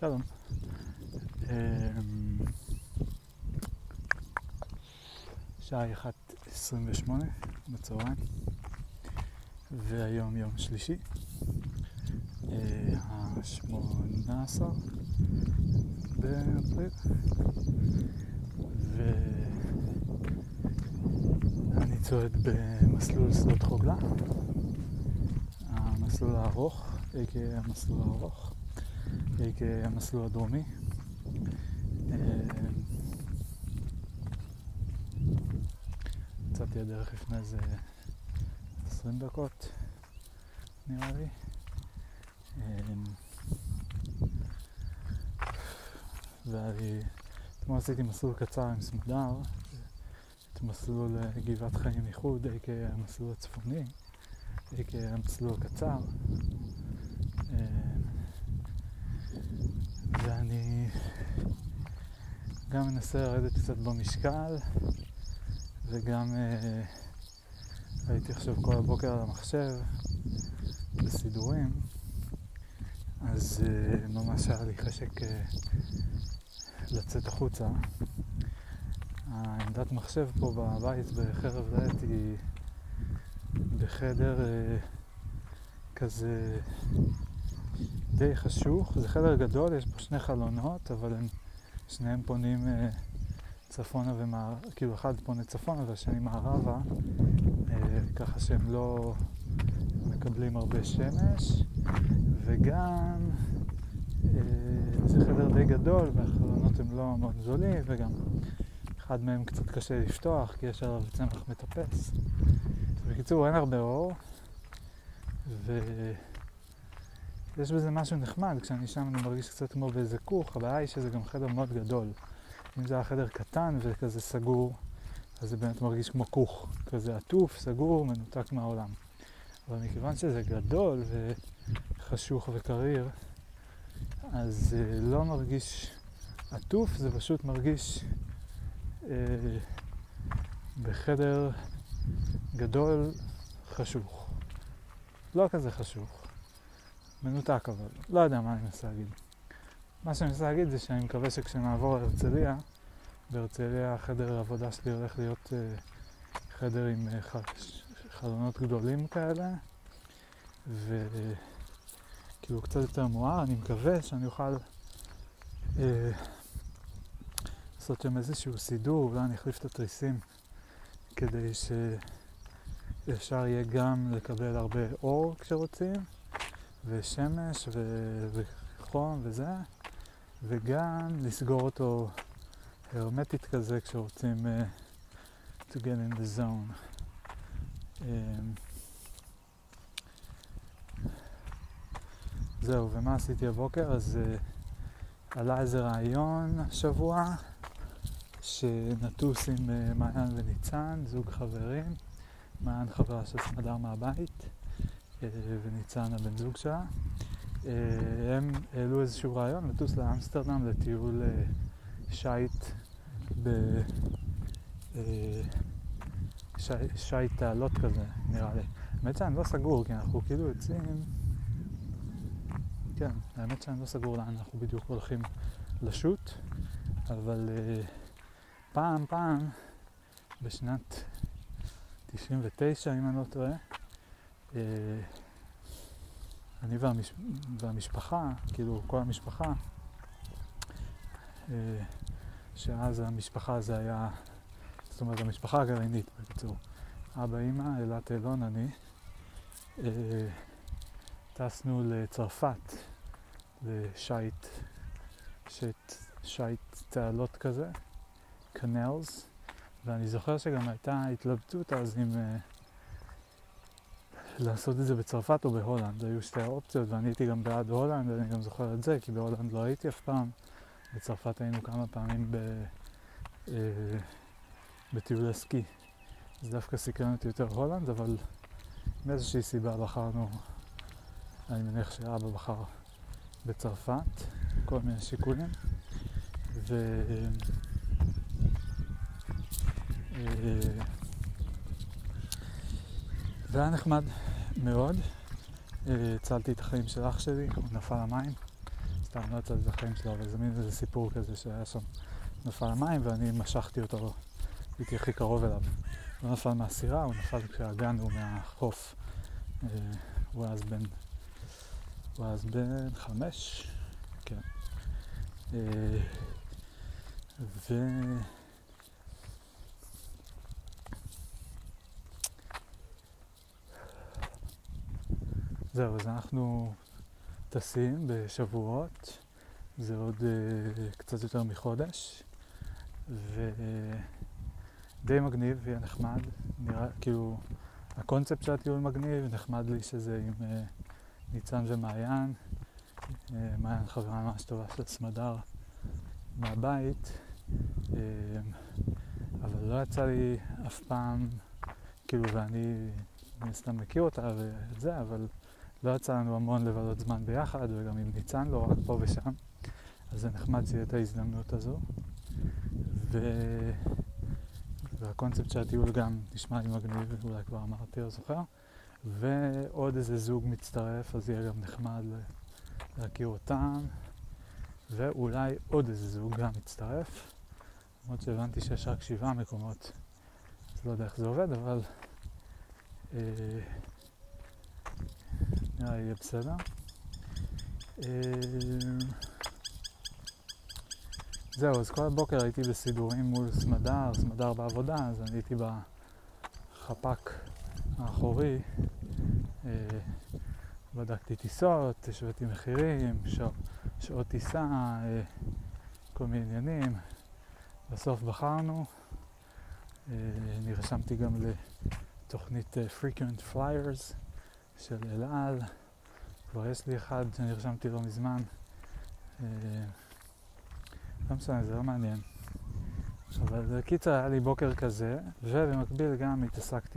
שלום. שעה 1:28 בצהריים, והיום יום שלישי, 18 באפריל, ואני צועד במסלול שדות חוגלה, המסלול הארוך, המסלול הארוך, המסלול הדרומי. יצאתי הדרך לפני איזה 20 דקות נראה לי. אתמול עשיתי מסלול קצר עם סמדר, את מסלול גבעת חיים איחוד, המסלול הצפוני, המסלול הקצר, ואני גם מנסה לרדת קצת במשקל, וגם הייתי עכשיו כל הבוקר על המחשב בסידורים, אז ממש היה לי חשק לצאת החוצה. העמדת מחשב פה בבית בחרב לעת היא בחדר כזה די חשוך. זה חדר גדול, יש בו 2 חלונות, אבל שניהם פונים צפונה כאילו אחד פונה צפונה והשני מערבה, ככה שהם לא מקבלים הרבה שמש, וגם זה חדר די גדול והחלונות הם לא מאוד גדולים, וגם אחד מהם קצת קשה לפתוח כי יש עליו צמח מטפס. בקיצור, אין הרבה אור, ויש בזה משהו נחמד. כשאני שם אני מרגיש קצת כמו באיזה כוך. הבעיה היא שזה גם חדר מאוד גדול. אם זה היה חדר קטן וכזה סגור, אז זה באמת מרגיש כמו כוך, כזה עטוף, סגור, מנותק מהעולם. אבל מכיוון שזה גדול וחשוך וקריר, אז לא מרגיש עטוף, זה פשוט מרגיש בחדר גדול חשוך. לא כזה חשוך, מנותק, אבל לא יודע מה אני מנסה להגיד. מה שאני מנסה להגיד זה שאני מקווה שכשנעבור להרצליה, בהרצליה החדר העבודה שלי הולך להיות חדר עם חלונות גדולים כאלה, וכאילו קצת יותר מואר. אני מקווה שאני אוכל לעשות שם איזשהו סידור, אולי אני אחליף את התריסים כדי שאפשר יהיה גם לקבל הרבה אור כשרוצים, ושמש וחום וזה, וגם לסגור אותו הרמטית כזה כשרוצים to get in the zone. זהו, ומה עשיתי הבוקר? אז עלה איזה רעיון השבוע שנטוס עם מעיין וניצן, זוג חברים. מעיין חברה של סמדר מהבית, וניצן הבן זוג שלה. הם העלו איזשהו רעיון לטוס לאמסטרדם לטיול שייט שייט תעלות כזה, נראה לי. האמת שאני לא סגור, כי אנחנו כאילו יוצאים, כן, האמת שאני לא סגור לאן אנחנו בדיוק הולכים לשוט, אבל פעם בשנת 99, אם אני לא טועה, אני והמשפחה, כאילו כל המשפחה, שאז המשפחה זה היה, זאת אומרת המשפחה הגרעינית בקיצור, אבא, אמא, אלת, אלון, אני, טסנו לצרפת לשייט תעלות כזה, קנלס, ואני זוכר שגם הייתה התלבטות אז אם לעשות את זה בצרפת או בהולנד. היו 2 אופציות, ואני הייתי גם בעד הולנד, ואני גם זוכר את זה, כי בהולנד לא הייתי אף פעם. בצרפת היינו כמה פעמים בטיולי סקי. אז דווקא סקרן אותי יותר הולנד, אבל מאיזושהי סיבה בחרנו, אני מניח שאבא בחר בצרפת, כל מיני שיקולים. זה היה נחמד מאוד. הצלתי את החיים של אח שלי, הוא נפל למים. סתם לא יצאתי את החיים שלו, אבל זה מין איזה סיפור כזה שהיה שם, נפל למים ואני משכתי אותו, הייתי הכי קרוב אליו. הוא נפל מהסירה, הוא נפל כשהגענו מהחוף. הוא אז בן 5, כן. זהו, אז אנחנו טסים בשבועות, זה עוד קצת יותר מחודש, ודי מגניב, יהיה נחמד, נראה כאילו הקונספט של הטיול מגניב, נחמד לי שזה עם ניצן ומעיין, מעיין חברה ממש טובה של סמדר מהבית, אבל לא יצא לי אף פעם, כאילו, ואני סתם מכיר אותה וזה, אבל לא יצא לנו המון לבלות זמן ביחד, וגם עם ניצן, לא רק פה ושם. אז זה נחמד שיהיה את ההזדמנות הזו. והקונספט של הטיול גם נשמע לי מגניב, אולי כבר אמרתי, לא זוכר. ועוד איזה זוג מצטרף, אז יהיה גם נחמד להכיר אותם. ואולי עוד איזה זוג גם מצטרף. למרות שהבנתי שיש רק 7 מקומות, אז לא יודע איך זה עובד, אבל נראה יהיה בסדר. זהו, אז כל הבוקר הייתי בסידורים מול סמדר בעבודה, אז אני הייתי בחפ"ק האחורי, בדקתי טיסות, השוויתי מחירים, שעות טיסה, כל מיני עניינים. בסוף בחרנו, נרשמתי גם לתוכנית Frequent Flyers של אל על, כבר יש לי אחד שנרשמתי לא מזמן, לא משנה, זה לא מעניין. אבל בקיצר היה לי בוקר כזה, ובמקביל גם התעסקתי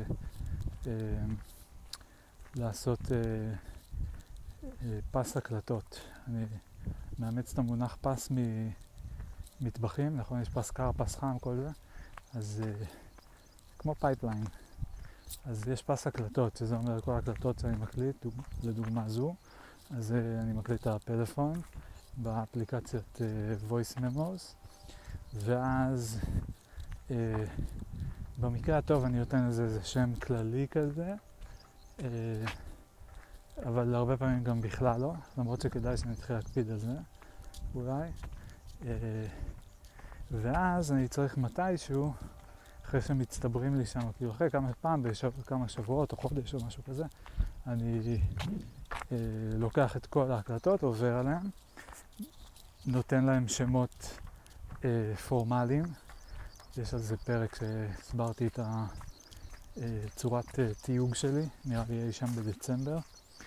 לעשות פס הקלטות. אני מאמץ את המונח פס ממטבחים, נכון? יש פס קר, פס חם, כל זה. אז כמו פייפליין. אז יש פס הקלטות, שזה אומר כל הקלטות שאני מקליט, לדוגמה זו. אז אני מקליט את הפלאפון באפליקציית Voice Memos, ואז במקרה הטוב אני נותן לזה איזה שם כללי כזה, אבל הרבה פעמים גם בכלל לא, למרות שכדאי שאני אתחיל להקפיד על זה, אולי. ואז אני צריך מתישהו, אחרי שמצטברים לי שם, כאילו אחרי כמה שבועות או חודש או משהו כזה, אני לוקח את כל ההקלטות, עובר עליהן, נותן להם שמות פורמליים. יש על זה פרק שהסברתי את צורת תיוג שלי, נראה לי אי שם בדצמבר.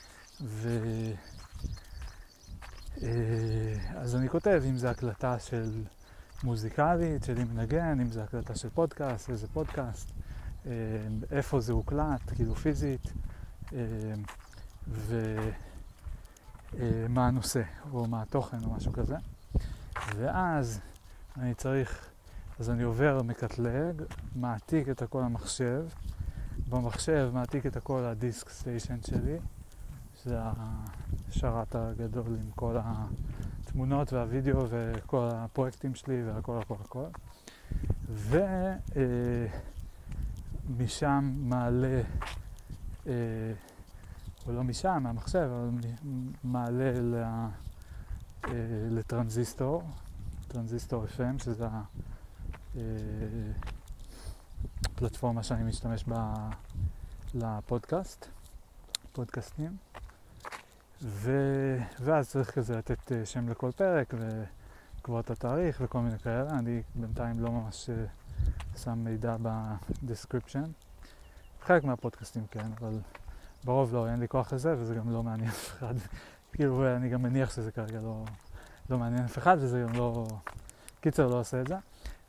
אז אני כותב אם זה הקלטה של מוזיקלית, שלי מנגן, אם זה הקלטה של פודקאסט, איזה פודקאסט, איפה זה הוקלט, כאילו פיזית, ומה הנושא, או מה התוכן, או משהו כזה. ואז אני עובר מקטלג, מעתיק את הכל למחשב, במחשב מעתיק את הכל לדיסק סטיישן שלי, שזה השרת הגדול עם כל התמונות והווידאו וכל הפרויקטים שלי והכל. ומשם מעלה, או לא משם, מהמחשב, אבל מעלה לטרנזיסטור, טרנזיסטור FM, שזה הפלטפורמה שאני משתמש בה פודקאסטים. ואז צריך כזה לתת שם לכל פרק לקבוע את התאריך וכל מיני כאלה. אני בינתיים לא ממש שם מידע בדסקריפשן. חלק מהפודקאסטים כן, אבל ברוב לא, אין לי כוח לזה, וזה גם לא מעניין אף אחד. כאילו, אני גם מניח שזה כרגע לא מעניין אף אחד, וזה גם לא... קיצר, לא עושה את זה.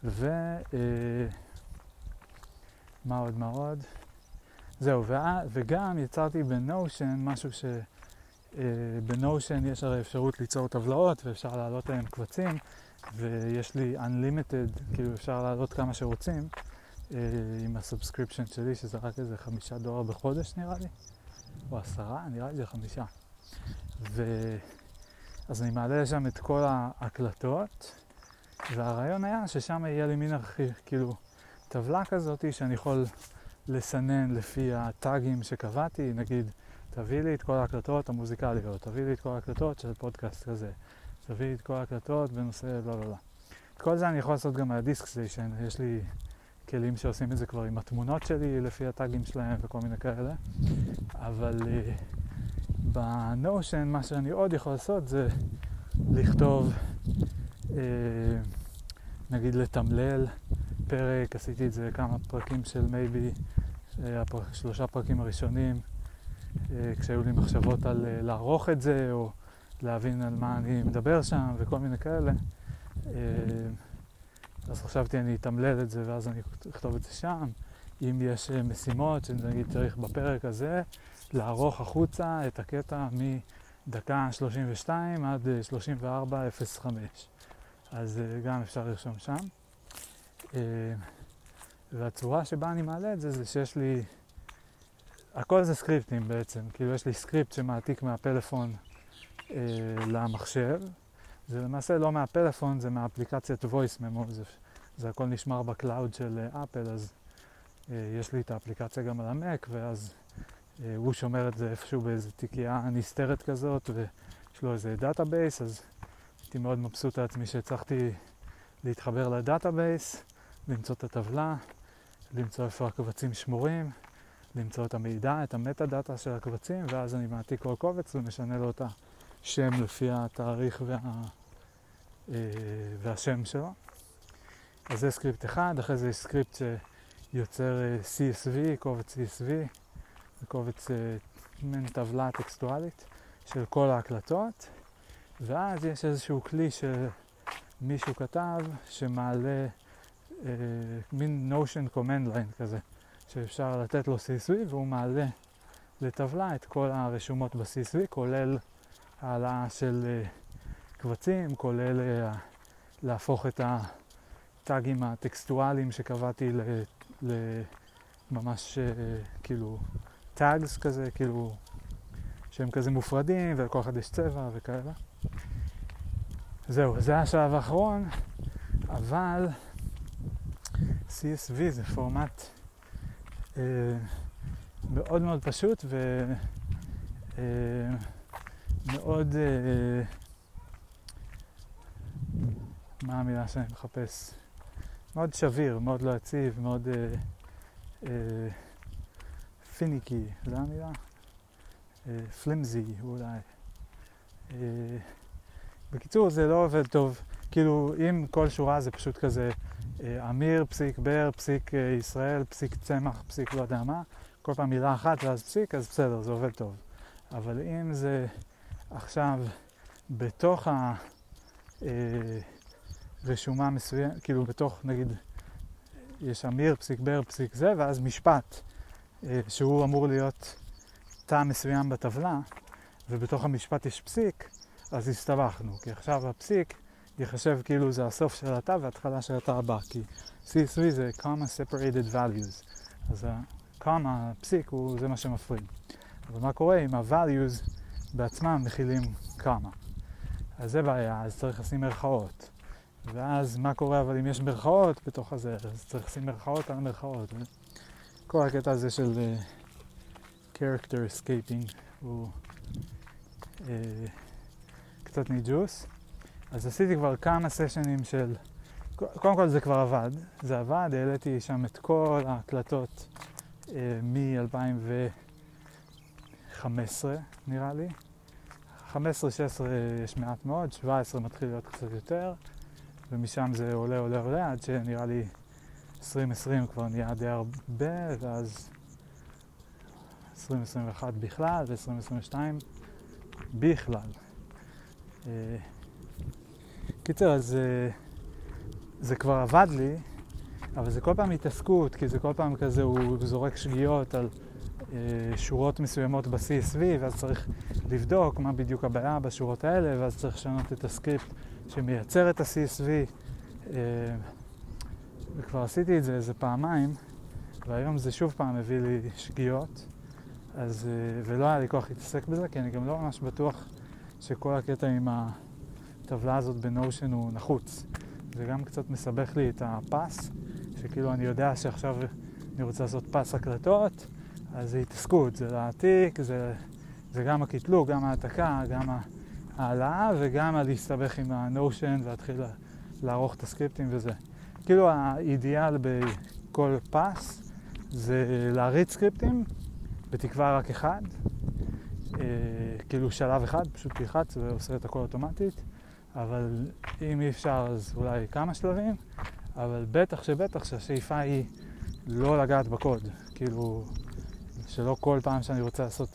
מה עוד? זהו, וגם יצרתי בנושן משהו בנושן יש הרי אפשרות ליצור טבלאות, ואפשר להעלות להם קבצים, ויש לי unlimited, כאילו אפשר להעלות כמה שרוצים, עם הסובסקריפשן שלי, שזה רק איזה $5 בחודש נראה לי, או 10, נראה לי זה 5. אז אני מעלה לשם את כל ההקלטות, והרעיון היה ששם יהיה לי מין כאילו טבלה כזאת שאני יכול לסנן לפי הטאגים שקבעתי, נגיד תביא לי את כל ההקלטות המוזיקליות, תביא לי את כל ההקלטות של פודקאסט כזה, תביא לי את כל ההקלטות בנושא לא. את כל זה אני יכול לעשות גם מהדיסק סטיישן, יש לי כלים שעושים את זה כבר עם התמונות שלי לפי הטאגים שלהם וכל מיני כאלה, אבל בנושן מה שאני עוד יכול לעשות זה לכתוב, נגיד לתמלל פרק, עשיתי את זה כמה פרקים של מייבי, 3 פרקים הראשונים, כשהיו לי מחשבות על לערוך את זה או להבין על מה אני מדבר שם וכל מיני כאלה, אז חשבתי אני אתמלל את זה ואז אני אכתוב את זה שם. אם יש משימות שנגיד צריך בפרק הזה לערוך החוצה את הקטע מדקה 32 עד 34:05, אז גם אפשר לרשום שם. והצורה שבה אני מעלה את זה זה שיש לי, הכל זה סקריפטים בעצם, כאילו יש לי סקריפט שמעתיק מהפלאפון למחשב, זה למעשה לא מהפלאפון, זה מהאפליקציית voice memo, זה הכל נשמר בקלאוד של אפל, אז יש לי את האפליקציה גם על המק, ואז הוא שומר את זה איפשהו באיזו תיקייה נסתרת כזאת, ויש לו איזה דאטאבייס, אז הייתי מאוד מבסוט על עצמי שהצלחתי להתחבר לדאטאבייס, למצוא את הטבלה, למצוא איפה הקבצים שמורים, למצוא את המידע, את המטה דאטה של הקבצים, ואז אני מעתיק כל קובץ ומשנה לו את השם לפי התאריך והשם שלו. אז זה סקריפט אחד, אחרי זה יש סקריפט שיוצר CSV, קובץ CSV, זה קובץ מן טבלה טקסטואלית של כל ההקלטות, ואז יש איזשהו כלי שמישהו כתב שמעלה מין Notion command line כזה, שאפשר לתת לו CSV והוא מעלה לטבלה את כל הרשומות ב-CSV, כולל העלאה של קבצים, כולל להפוך את הטאגים הטקסטואליים שקבעתי ממש כאילו טאגס כזה, כאילו שהם כזה מופרדים ולכל אחד יש צבע וכאלה. זהו, זה השלב האחרון, אבל CSV זה פורמט מאוד מאוד פשוט ומאוד, מה המילה שאני מחפש? מאוד שביר, מאוד לא יציב, מאוד פיניקי, זה המילה? פלימזי אולי. בקיצור זה לא עובד טוב, כאילו אם כל שורה זה פשוט כזה אמיר, פסיק בר, פסיק ישראל, פסיק צמח, פסיק לא יודע מה, כל פעם מילה אחת ואז פסיק, אז בסדר, זה עובד טוב. אבל אם זה עכשיו בתוך הרשומה מסוימת, כאילו בתוך נגיד יש אמיר, פסיק בר, פסיק זה, ואז משפט שהוא אמור להיות תא מסוים בטבלה, ובתוך המשפט יש פסיק, אז הסתבכנו, כי עכשיו הפסיק יחשב כאילו זה הסוף של התא וההתחלה של התא הבא, כי CSV זה comma separated values, אז ה-comma, הפסיק, זה מה שמפריד. אבל מה קורה אם ה-values בעצמם מכילים comma? אז זה בעיה, אז צריך לשים מרכאות. ואז מה קורה אבל אם יש מרכאות בתוך הזה, אז צריך לשים מרכאות על המרכאות. כל הקטע הזה של character escaping הוא קצת ניג'וס. אז עשיתי כבר כמה סשנים של, קודם כל זה כבר עבד, זה עבד, העליתי שם את כל ההקלטות מ-2015 נראה לי, 15-16 יש מעט מאוד, 17 מתחיל להיות קצת יותר, ומשם זה עולה עד שנראה לי 2020 כבר נהיה די הרבה, ואז 2021 בכלל ו-2022 בכלל. קיצר, אז זה כבר עבד לי, אבל זה כל פעם התעסקות, כי זה כל פעם כזה, הוא זורק שגיאות על שורות מסוימות ב-CSV, ואז צריך לבדוק מה בדיוק הבעיה בשורות האלה, ואז צריך לשנות את הסקריפט שמייצר את ה-CSV, וכבר עשיתי את זה איזה פעמיים, והיום זה שוב פעם הביא לי שגיאות, אז, ולא היה לי כוח להתעסק בזה, כי אני גם לא ממש בטוח שכל הקטע עם הטבלה הזאת בנושן הוא נחוץ. זה גם קצת מסבך לי את הפס, שכאילו אני יודע שעכשיו אני רוצה לעשות פס הקלטות, אז זה התעסקות, זה להעתיק, זה גם הקטלוג, גם העתקה, גם העלאה וגם להסתבך עם הנושן ולהתחיל לערוך את הסקריפטים וזה. כאילו האידיאל בכל פס זה להריץ סקריפטים, בתקווה רק אחד, כאילו שלב אחד, פשוט תלחץ ועושה את הכל אוטומטית, אבל אם אי אפשר אז אולי כמה שלבים, אבל בטח שהשאיפה היא לא לגעת בקוד, כאילו שלא כל פעם שאני רוצה לעשות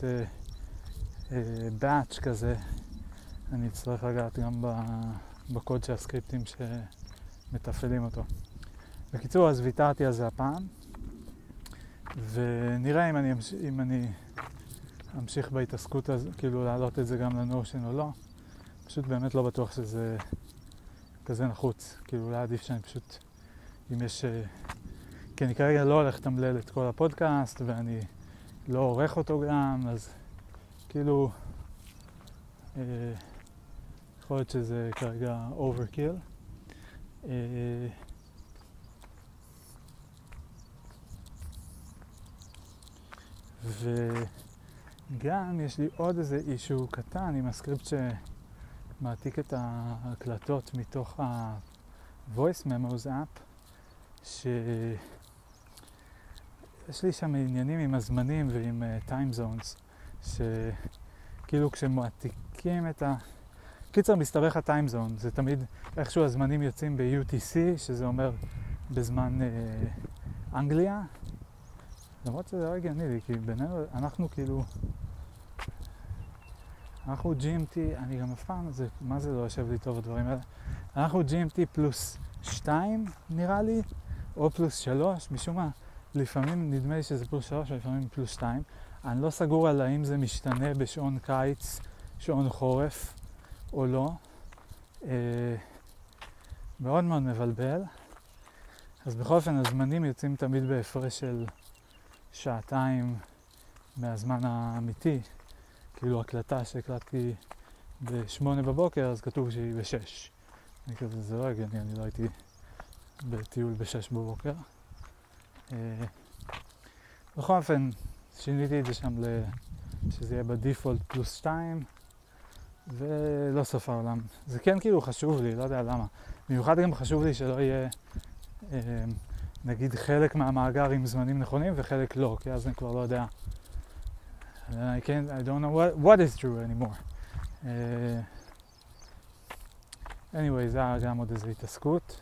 באץ' כזה, אני אצטרך לגעת גם בקוד של הסקריפטים שמתפעלים אותו. בקיצור, אז ויתרתי על זה הפעם, ונראה אם אני אמשיך בהתעסקות הזו, כאילו להעלות את זה גם לנושן או לא. פשוט באמת לא בטוח שזה כזה נחוץ, כאילו אולי עדיף שאני פשוט, אם יש, כי אני כרגע לא הולך לתמלל את כל הפודקאסט ואני לא עורך אותו גם, אז כאילו יכול להיות שזה כרגע overkill. וגם יש לי עוד איזה אישו קטן עם הסקריפט שמעתיק את ההקלטות מתוך ה-voice memos app, שיש לי שם עניינים עם הזמנים ועם time zones, שכאילו כשמעתיקים את קיצר מסתבך ה-time zone, זה תמיד איכשהו הזמנים יוצאים ב-UTC, שזה אומר בזמן אנגליה, למרות שזה לא הגיוני לי, כי בינינו, אנחנו כאילו, אנחנו GMT, אני גם אף פעם, מה זה לא יושב לי טוב הדברים האלה? אנחנו GMT פלוס 2 נראה לי, או פלוס 3, משום מה, לפעמים נדמה לי שזה פלוס 3, ולפעמים פלוס 2. אני לא סגור על האם זה משתנה בשעון קיץ, שעון חורף, או לא. מאוד מאוד מבלבל. אז בכל אופן, הזמנים יוצאים תמיד בהפרש של שעתיים מהזמן האמיתי. כאילו הקלטה שהקלטתי ב-8 בבוקר, אז כתוב שהיא ב-6. אני כזה, זה לא הגיוני, אני לא הייתי בטיול ב-6 בבוקר. בכל אופן, שיניתי את זה שם שזה יהיה בדיפולט פלוס 2, ולא סוף העולם. זה כן כאילו חשוב לי, לא יודע למה. במיוחד גם חשוב לי שלא יהיה, נגיד, חלק מהמאגר עם זמנים נכונים וחלק לא, כי אז אני כבר לא יודע. I don't know what is true anymore. Anyway, זה היה גם עוד איזו התעסקות.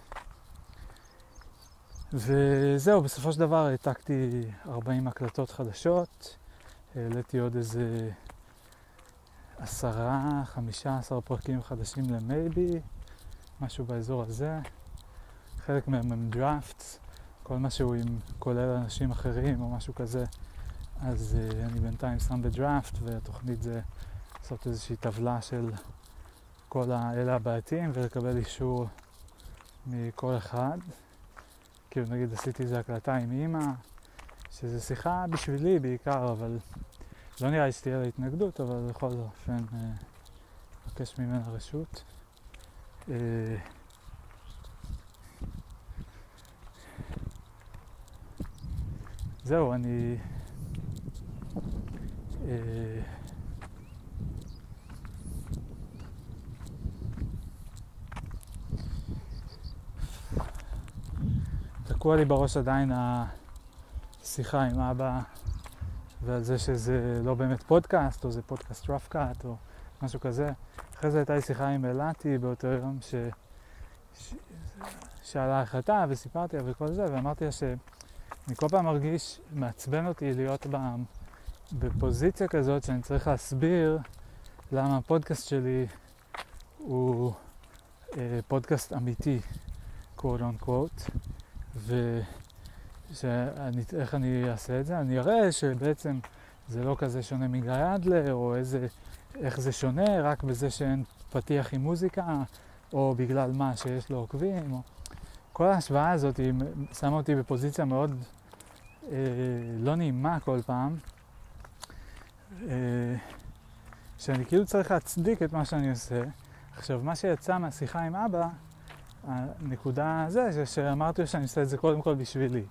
וזהו, בסופו של דבר העתקתי 40 הקלטות חדשות, העליתי עוד איזה 10-15 פרקים חדשים למייבי, משהו באזור הזה. חלק מהם הם דראפטס, כל משהו עם כולל אנשים אחרים או משהו כזה, אז אני בינתיים שם בדראפט, והתוכנית זה לעשות איזושהי טבלה של כל האלה הבעייתיים ולקבל אישור מכל אחד. כאילו נגיד עשיתי איזו הקלטה עם אמא, שזו שיחה בשבילי בעיקר, אבל לא נראה לי שתהיה לה התנגדות, אבל בכל אופן מבקש ממנה רשות. זהו, אני תקוע לי בראש עדיין השיחה עם אבא ועל זה שזה לא באמת פודקאסט, או זה פודקאסט רף קאט או משהו כזה. אחרי זה הייתה לי שיחה עם אלעתי באותו יום שאלה החלטה וסיפרתי לה וכל זה, ואמרתי לה שאני כל פעם מרגיש, מעצבן אותי להיות בפוזיציה כזאת שאני צריך להסביר למה הפודקאסט שלי הוא פודקאסט אמיתי, quote on quote, ואיך אני אעשה את זה? אני אראה שבעצם זה לא כזה שונה מגיא אדלר, או איך זה שונה, רק בזה שאין פתיח עם מוזיקה, או בגלל מה שיש לו עוקבים, או כל ההשוואה הזאת היא שמה אותי בפוזיציה מאוד לא נעימה כל פעם, שאני כאילו צריך להצדיק את מה שאני עושה. עכשיו, מה שיצא מהשיחה עם אבא, הנקודה זה שאמרתי לו שאני עושה את זה קודם כל בשבילי.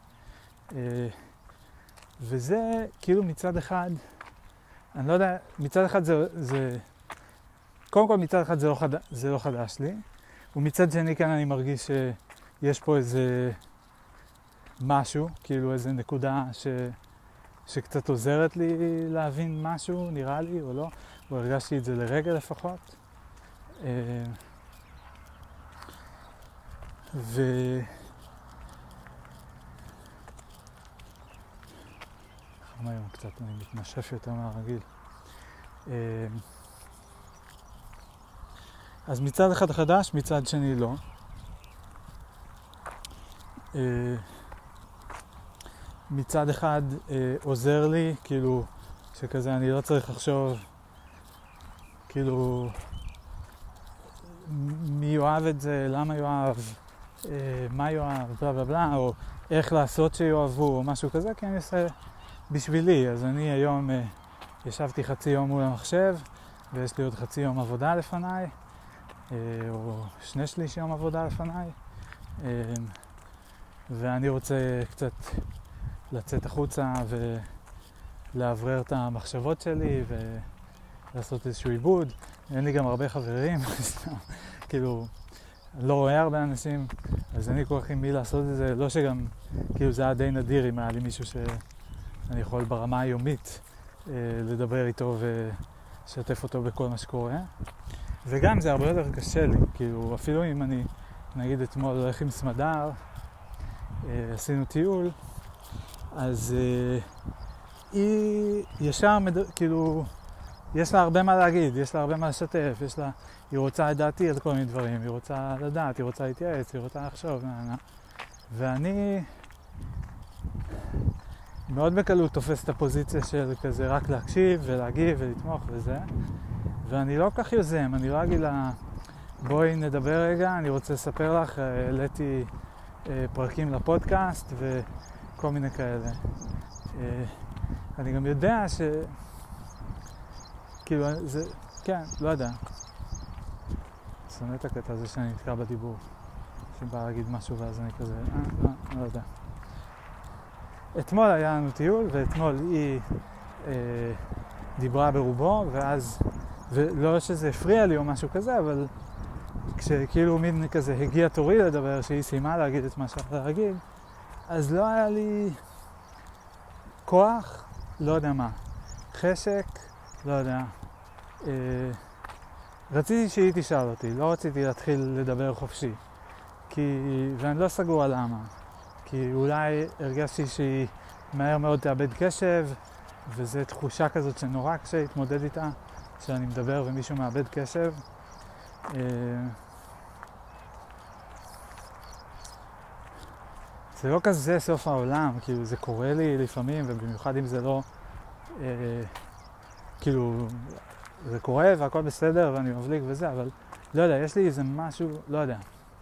וזה כאילו מצד אחד, אני לא יודע, מצד אחד זה קודם כל מצד אחד זה לא חדש לי, ומצד שני כאן אני מרגיש שיש פה איזה משהו, כאילו איזה נקודה שקצת עוזרת לי להבין משהו, נראה לי או לא, או הרגשתי את זה לרגע לפחות. חם היום קצת, אני מתנשף יותר מהרגיל. אז מצד אחד חדש, מצד שני לא. מצד אחד עוזר לי, כאילו שכזה אני לא צריך לחשוב כאילו מי יאהב את זה, למה יאהב, מה יאהב, בלה בלה בלה, או איך לעשות שיאהבו או משהו כזה, כי אני עושה בשבילי. אז אני היום ישבתי חצי יום מול המחשב ויש לי עוד חצי יום עבודה לפניי, או 2/3 יום עבודה לפניי, ואני רוצה קצת לצאת החוצה ולעברר את המחשבות שלי ולעשות איזשהו עיבוד. אין לי גם הרבה חברים, כאילו, לא רואה הרבה אנשים, אז אין לי כל כך עם מי לעשות את זה. לא שגם, כאילו זה היה די נדיר אם היה לי מישהו שאני יכול ברמה היומית לדבר איתו ולשתף אותו בכל מה שקורה. וגם זה הרבה יותר קשה לי, כאילו אפילו אם אני, נגיד אתמול הולך עם סמדר, עשינו טיול, אז היא ישר, כאילו, יש לה הרבה מה להגיד, יש לה הרבה מה לשתף, היא רוצה את דעתי על כל מיני דברים, היא רוצה לדעת, היא רוצה להתייעץ, היא רוצה לחשוב, ואני מאוד בקלות תופס את הפוזיציה של כזה רק להקשיב ולהגיב ולתמוך וזה, ואני לא כך יוזם, אני לא אגיד לה, בואי נדבר רגע, אני רוצה לספר לך, העליתי פרקים לפודקאסט וכל מיני כאלה. אני גם יודע כאילו זה, כן, לא יודע. שונא את הקטע הזה שאני נתקע בדיבור. שבא להגיד משהו ואז אני כזה, לא יודע. אתמול היה לנו טיול, ואתמול היא דיברה ברובו, ולא שזה הפריע לי או משהו כזה, אבל כשכאילו מין כזה הגיע תורי לדבר, שהיא סיימה להגיד את מה שאתה להגיד, אז לא היה לי כוח, לא יודע מה, חשק, לא יודע. רציתי שהיא תשאל אותי, לא רציתי להתחיל לדבר חופשי, ואני לא סגור על למה, כי אולי הרגשתי שהיא מהר מאוד תאבד קשב, וזו תחושה כזאת שנורא קשה להתמודד איתה, שאני מדבר ומישהו מאבד קשב. זה לא כזה סוף העולם, כאילו זה קורה לי לפעמים, ובמיוחד אם זה לא, כאילו זה קורה והכל בסדר ואני מבליג וזה, אבל לא יודע, יש לי איזה משהו, לא יודע.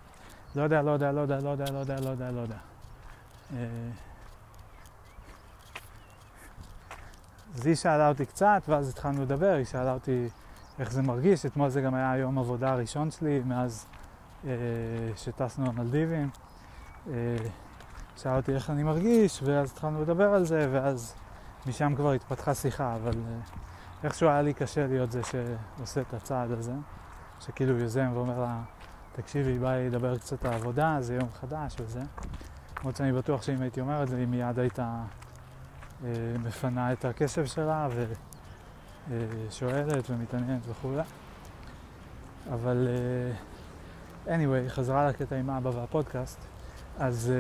אז היא שאלה אותי קצת, ואז התחלנו לדבר, היא שאלה אותי איך זה מרגיש. אתמול זה גם היה היום עבודה הראשון שלי, מאז שטסנו למלדיבים. שאלה אותי איך אני מרגיש, ואז התחלנו לדבר על זה, ואז משם כבר התפתחה שיחה, אבל איכשהו היה לי קשה להיות זה שעושה את הצעד הזה, שכאילו יוזם ואומר לה, תקשיבי, בא לי לדבר קצת על העבודה, זה יום חדש וזה. למרות שאני בטוח שאם הייתי אומר את זה, היא מיד הייתה מפנה את הקשב שלה ושואלת ומתעניינת וכו'. אבל anyway, חזרה לקטע עם אבא והפודקאסט. אז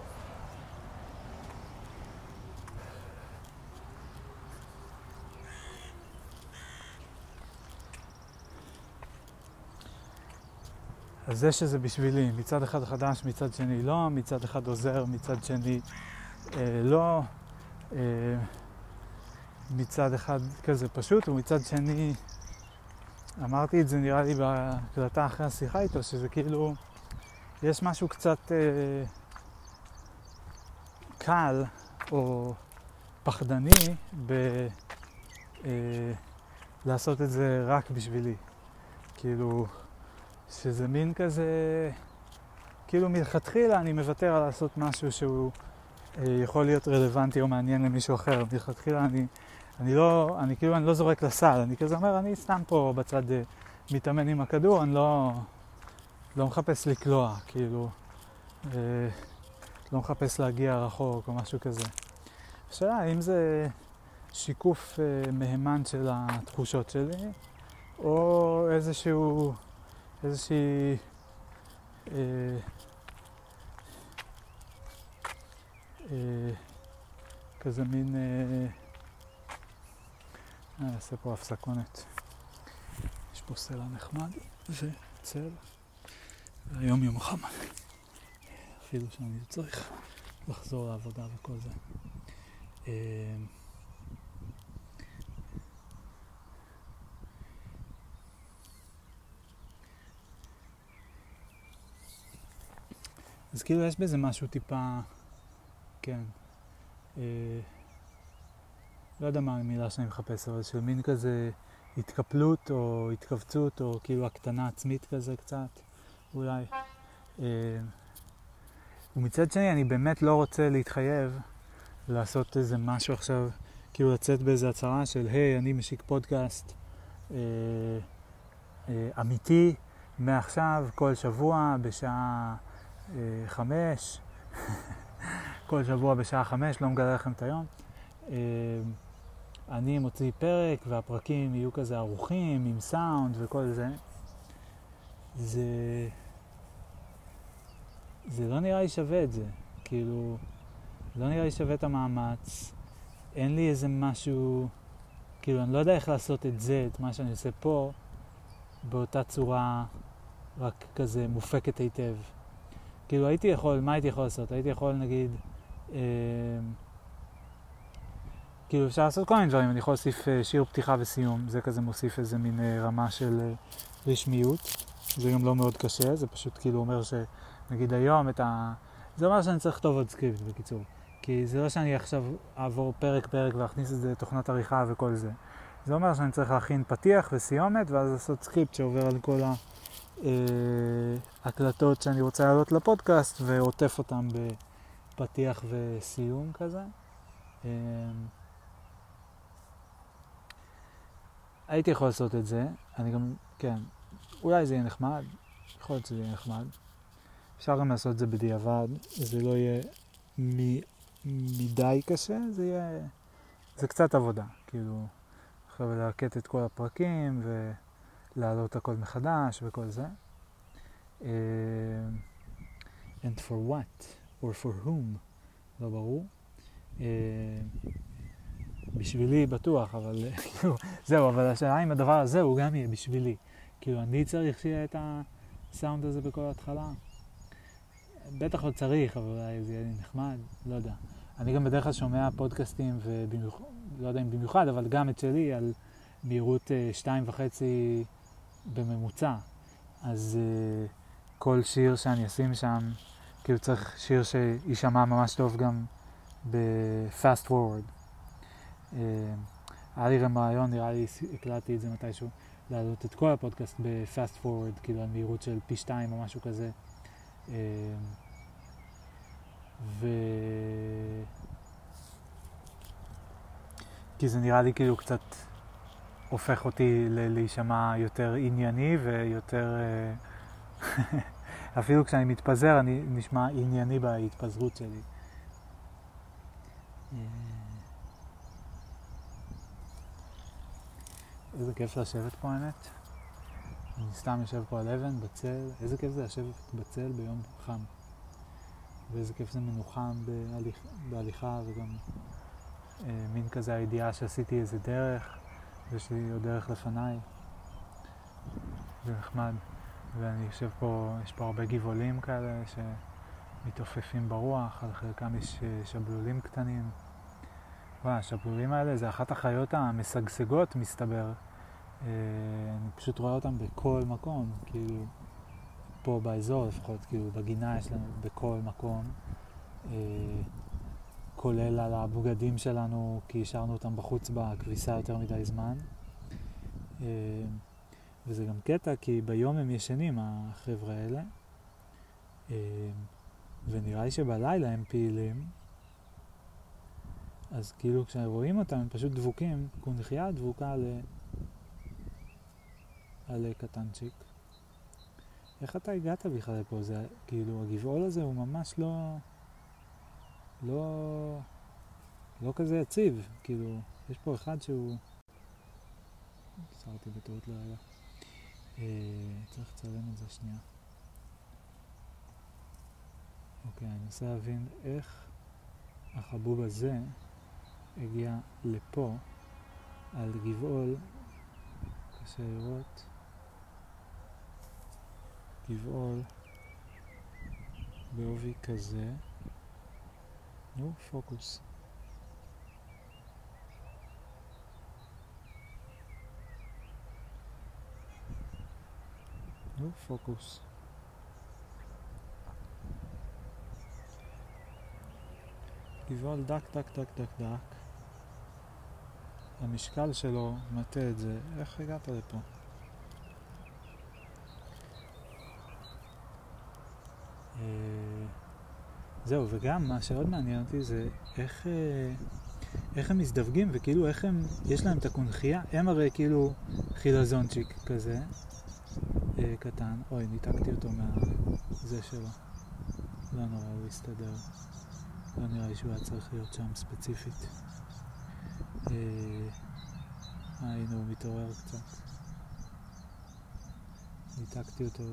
אז זה שזה בשבילי, מצד אחד חדש, מצד שני לא, מצד אחד עוזר, מצד שני לא, מצד אחד כזה פשוט, ומצד שני, אמרתי את זה נראה לי בהקלטה אחרי השיחה איתו, שזה כאילו, יש משהו קצת קל או פחדני לעשות את זה רק בשבילי. כאילו, שזה מין כזה, כאילו מלכתחילה אני מוותר על לעשות משהו שהוא יכול להיות רלוונטי או מעניין למישהו אחר. מלכתחילה אני לא זורק לסל, אני כזה אומר, אני סתם פה בצד מתאמן עם הכדור, אני לא מחפש לקלוע, כאילו, לא מחפש להגיע רחוק או משהו כזה. השאלה, האם זה שיקוף מהימן של התחושות שלי, או איזושהי כזה מין אעשה פה הפסקונת. יש פה סלע נחמד וצל, והיום יום חם, אפילו שאני צריך לחזור לעבודה וכל זה. אז כאילו יש בזה משהו טיפה, כן, לא יודע מה המילה שאני מחפש, אבל של מין כזה התקפלות או התכווצות או כאילו הקטנה עצמית כזה קצת, אולי. ומצד שני אני באמת לא רוצה להתחייב לעשות איזה משהו עכשיו, כאילו לצאת באיזה הצהרה של היי, אני משיק פודקאסט אמיתי מעכשיו כל שבוע בשעה 5, כל שבוע בשעה 5, לא מגלה לכם את היום. אני מוציא פרק והפרקים יהיו כזה ערוכים עם סאונד וכל זה. זה לא נראה לי שווה את זה, כאילו, לא נראה לי שווה את המאמץ. אין לי איזה משהו, כאילו, אני לא יודע איך לעשות את זה, את מה שאני עושה פה, באותה צורה רק כזה מופקת היטב. כאילו, מה הייתי יכול לעשות? הייתי יכול, נגיד, כאילו, אפשר לעשות כל מיני דברים. אני יכול להוסיף שיר פתיחה וסיום. זה כזה מוסיף איזה מין רמה של רשמיות. זה גם לא מאוד קשה, זה פשוט כאילו אומר נגיד היום זה אומר שאני צריך לכתוב עוד סקריפט בקיצור. כי זה לא שאני עכשיו אעבור פרק ואכניס את זה לתוכנת עריכה וכל זה. זה אומר שאני צריך להכין פתיח וסיומת, ואז לעשות סקריפט שעובר על כל ההקלטות שאני רוצה להעלות לפודקאסט, ועוטף אותם בפתיח וסיום כזה. הייתי יכול לעשות את זה. אני גם, כן, אולי זה יהיה נחמד. יכול להיות שזה יהיה נחמד. אפשר גם לעשות את זה בדיעבד, זה לא יהיה מדי קשה, זה קצת עבודה, כאילו, עכשיו להקט את כל הפרקים ולהעלות הכל מחדש וכל זה. And for what? Or for whom? לא ברור. בשבילי בטוח, אבל זהו, אבל השאלה אם הדבר הזה הוא גם יהיה בשבילי. כאילו, אני צריך שיהיה את הסאונד הזה בכל ההתחלה. בטח לא צריך, אבל אולי זה יהיה נחמד, לא יודע. אני גם בדרך כלל שומע פודקאסטים, לא יודע אם במיוחד, אבל גם את שלי, על מהירות 2.5 בממוצע. אז כל שיר שאני אשים שם, כאילו צריך שיר שישמע ממש טוב גם ב-fast forward. היה לי גם רעיון, נראה לי הקלטתי את זה מתישהו, להעלות את כל הפודקאסט ב-fast forward, כאילו על מהירות של פי 2 או משהו כזה. כי זה נראה לי כאילו קצת הופך אותי להישמע יותר ענייני ויותר אפילו כשאני מתפזר אני נשמע ענייני בהתפזרות שלי. איזה כיף לשבת פה האמת. אני סתם יושב פה על אבן, בצל. איזה כיף זה לשבת בצל ביום חם. ואיזה כיף זה מנוחם בהליכה, וגם מין כזה הידיעה שעשיתי איזה דרך, ויש לי עוד דרך לפניי. זה נחמד. ואני יושב פה, יש פה הרבה גבעולים כאלה שמתעופפים ברוח, על חלקם יש שבלולים קטנים. השבלולים האלה זה אחת החיות המשגשגות מסתבר. אני פשוט רואה אותם בכל מקום, כאילו פה באזור לפחות, כאילו בגינה יש לנו בכל מקום, כולל על הבוגדים שלנו כי השארנו אותם בחוץ בכביסה יותר מדי זמן. וזה גם קטע כי ביום הם ישנים החבר'ה האלה, ונראה לי שבלילה הם פעילים, אז כאילו כשרואים אותם הם פשוט דבוקים, קונכייה דבוקה על קטנצ'יק. איך אתה הגעת בכלל לפה? זה כאילו הגבעול הזה הוא ממש לא כזה יציב, כאילו יש פה אחד שהוא עצרתי בטעות לרגע. צריך לצלם את זה שנייה. אוקיי, אני מנסה להבין איך החבוב הזה הגיע לפה על גבעול, קשה לראות, גבעול בעובי כזה. נו, פוקוס. נו, פוקוס. גבעול דק, דק, דק, דק, דק. המשקל שלו מטה את זה. איך הגעת לפה? זהו, וגם מה שעוד מעניין אותי זה איך הם מזדווגים וכאילו איך יש להם את הקונכייה. הם הרי כאילו חילזונצ'יק כזה, קטן. אוי, ניתקתי אותו מהזה שלו. לא נורא, הוא יסתדר. לא נראה לי שהוא היה צריך להיות שם ספציפית. הנה הוא מתעורר קצת. ניתקתי אותו.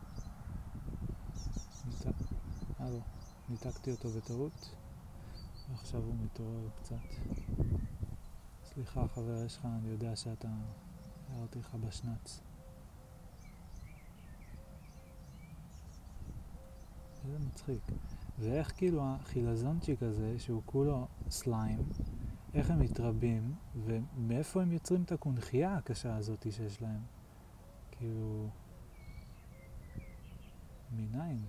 ניתקתי אותו בטעות. ועכשיו הוא מתעורר קצת. סליחה חבר שלך, אני יודע שאתה הערתי לך בשנץ. איזה מצחיק. ואיך כאילו החילזונצ'יק הזה, שהוא כולו סליים, איך הם מתרבים, ומאיפה הם יוצרים את הקונכייה הקשה הזאת שיש להם? כאילו, מניין?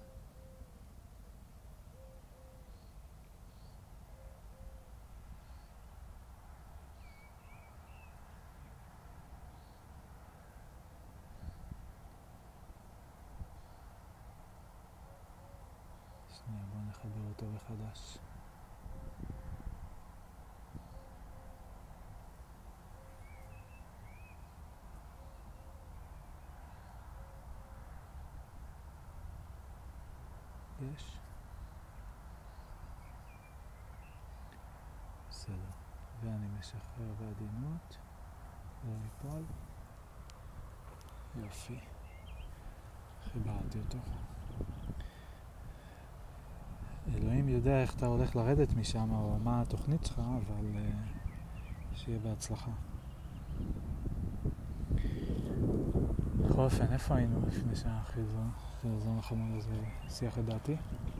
שנייה, בוא נחבר אותו מחדש. יש? בסדר. ואני משחרר בעדינות. לא ניפול. יופי. חיברתי אותו. אלוהים יודע איך אתה הולך לרדת משם או מה התוכנית שלך, אבל שיהיה בהצלחה. בכל אופן, איפה היינו לפני שהחילזון החמוד הזה שיח את דעתי?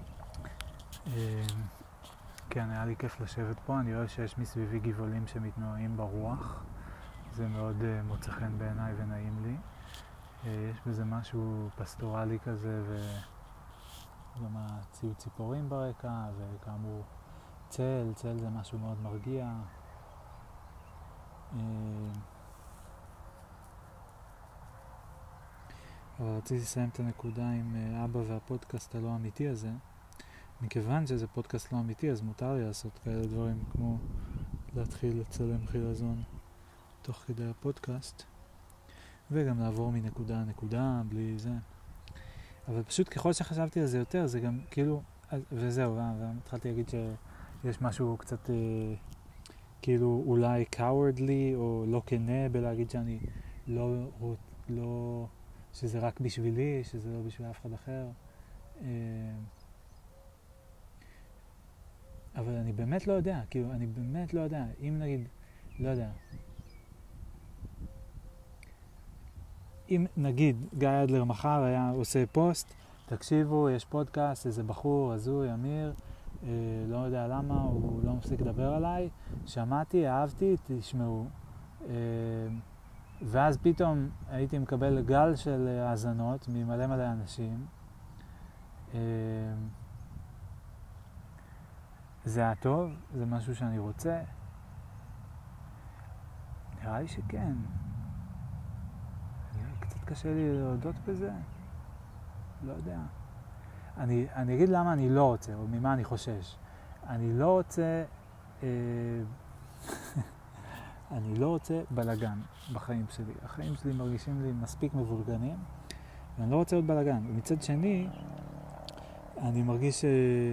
כן, היה לי כיף לשבת פה. אני רואה שיש מסביבי גבעולים שמתנועים ברוח. זה מאוד מוצא חן בעיניי ונעים לי. יש בזה משהו פסטורלי כזה, וגם הציוד ציפורים ברקע, וכאמור צל זה משהו מאוד מרגיע. אבל רציתי לסיים את הנקודה עם אבא והפודקאסט הלא אמיתי הזה. מכיוון שזה פודקאסט לא אמיתי, אז מותר לי לעשות כאלה דברים כמו להתחיל לצלם חילזון תוך כדי הפודקאסט, וגם לעבור מנקודה לנקודה בלי זה. אבל פשוט ככל שחשבתי על זה יותר, זה גם כאילו, וזהו, והתחלתי להגיד שיש משהו קצת כאילו אולי cowardly או לא כנה בלהגיד שאני לא שזה רק בשבילי, שזה לא בשביל אף אחד אחר. אבל אני באמת לא יודע, כאילו, אני באמת לא יודע. אם נגיד, לא יודע. אם נגיד גיא אדלר מחר היה עושה פוסט, תקשיבו, יש פודקאסט, איזה בחור, הזוי, אמיר, לא יודע למה, הוא לא מפסיק לדבר עליי, שמעתי, אהבתי, תשמעו. ואז פתאום הייתי מקבל גל של האזנות ממלא אנשים. זה היה טוב, זה משהו שאני רוצה. נראה לי שכן. קשה לי להודות בזה? לא יודע. אני אגיד למה אני לא רוצה, או ממה אני חושש. אני לא רוצה, אני לא רוצה בלגן בחיים שלי. החיים שלי מרגישים לי מספיק מבולגנים, ואני לא רוצה עוד בלגן. ומצד שני, אני מרגיש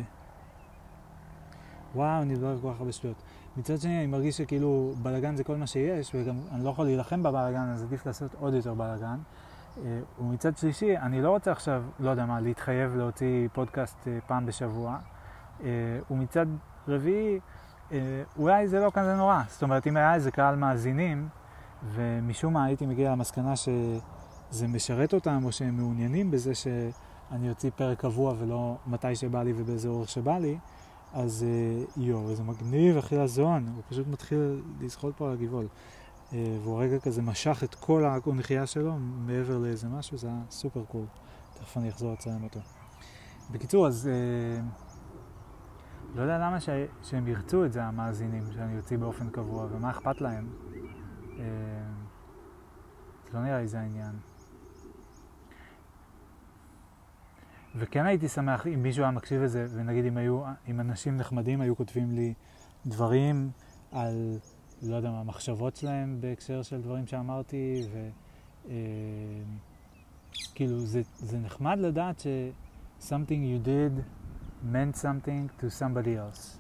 וואו, אני מדבר כל כך הרבה שטויות. מצד שני, אני מרגיש שכאילו בלגן זה כל מה שיש, וגם אני לא יכול להילחם בבלגן, אז עדיף לעשות עוד יותר בלגן. ומצד שלישי, אני לא רוצה עכשיו, לא יודע מה, להתחייב להוציא פודקאסט פעם בשבוע. ומצד רביעי, אולי זה לא כזה נורא. זאת אומרת, אם היה איזה קהל מאזינים, ומשום מה הייתי מגיע למסקנה שזה משרת אותם, או שהם מעוניינים בזה שאני אוציא פרק קבוע ולא מתי שבא לי ובאיזה אורך שבא לי, אז זה מגניב, אחי לזון, הוא פשוט מתחיל לזחול פה על הגבעול. והוא רגע כזה משך את כל הקונחייה שלו מעבר לאיזה משהו, זה היה סופר קול. תכף אני אחזור לצלם אותו. בקיצור, אז לא יודע למה שהם ירצו את זה, המאזינים, שאני יוציא באופן קבוע, ומה אכפת להם. זה לא נראה לי זה העניין. וכן הייתי שמח אם מישהו היה מקשיב לזה, ונגיד אם אנשים נחמדים היו כותבים לי דברים על, לא יודע מה, המחשבות שלהם בהקשר של דברים שאמרתי, כאילו זה נחמד לדעת something you did meant something to somebody else.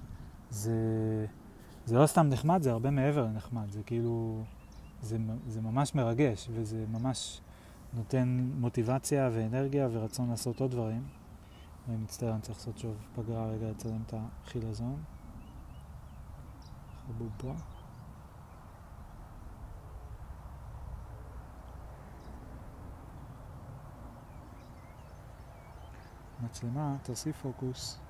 זה לא סתם נחמד, זה הרבה מעבר לנחמד, זה כאילו, זה ממש מרגש, וזה ממש נותן מוטיבציה ואנרגיה ורצון לעשות עוד דברים. אני מצטער, אני צריך לעשות שוב פגרה רגע לצלם את החילזון. חבוב פה. מצלמה, תעשי פוקוס.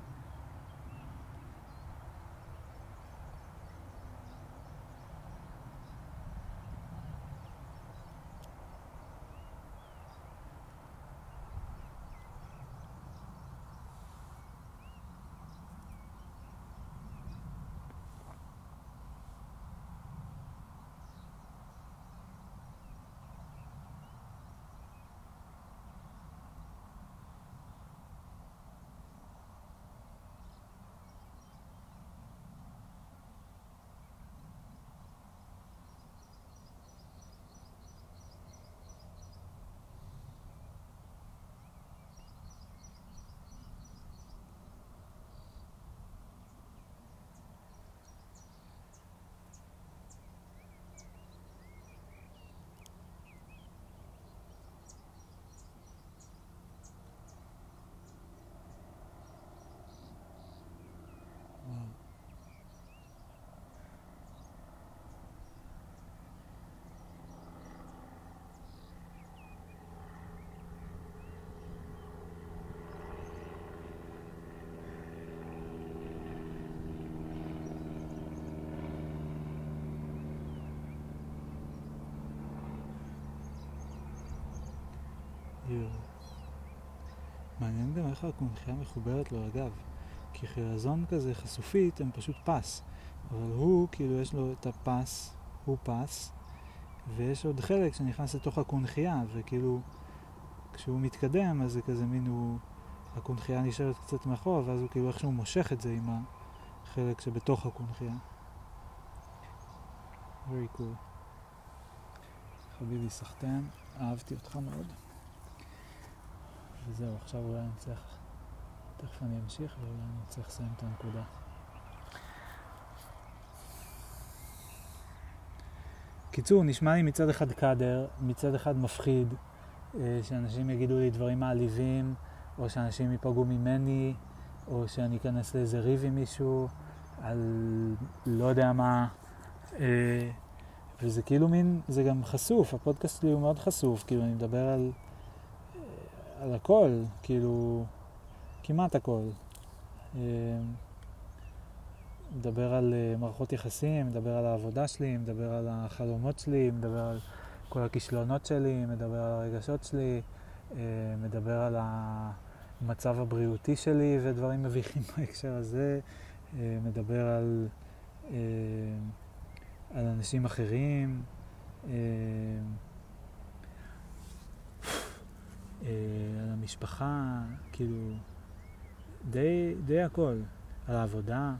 מעניין גם איך הקונחייה מחוברת לו לגב, כי חילזון כזה חשופית הם פשוט פס, אבל הוא כאילו יש לו את הפס, הוא פס, ויש עוד חלק שנכנס לתוך הקונחייה, וכאילו כשהוא מתקדם אז זה כזה מין הקונחייה נשארת קצת מאחור, ואז הוא כאילו איכשהו מושך את זה עם החלק שבתוך הקונחייה. very cool. חביבי סחטן, אהבתי אותך מאוד. וזהו, עכשיו אולי אני צריך, תכף אני אמשיך ואולי אני צריך לסיים את הנקודה. קיצור, נשמע לי מצד אחד קדר, מצד אחד מפחיד, שאנשים יגידו לי דברים מעליבים, או שאנשים ייפגעו ממני, או שאני אכנס לאיזה ריב עם מישהו, על לא יודע מה, וזה כאילו מין, זה גם חשוף, הפודקאסט שלי הוא מאוד חשוף, כאילו אני מדבר על הכל, כאילו, כמעט הכל. מדבר על מערכות יחסים, מדבר על העבודה שלי, מדבר על החלומות שלי, מדבר על כל הכישלונות שלי, מדבר על הרגשות שלי, מדבר על המצב הבריאותי שלי ודברים מביכים בהקשר הזה, מדבר על אנשים אחרים, על המשפחה, כאילו, די הכל, על העבודה,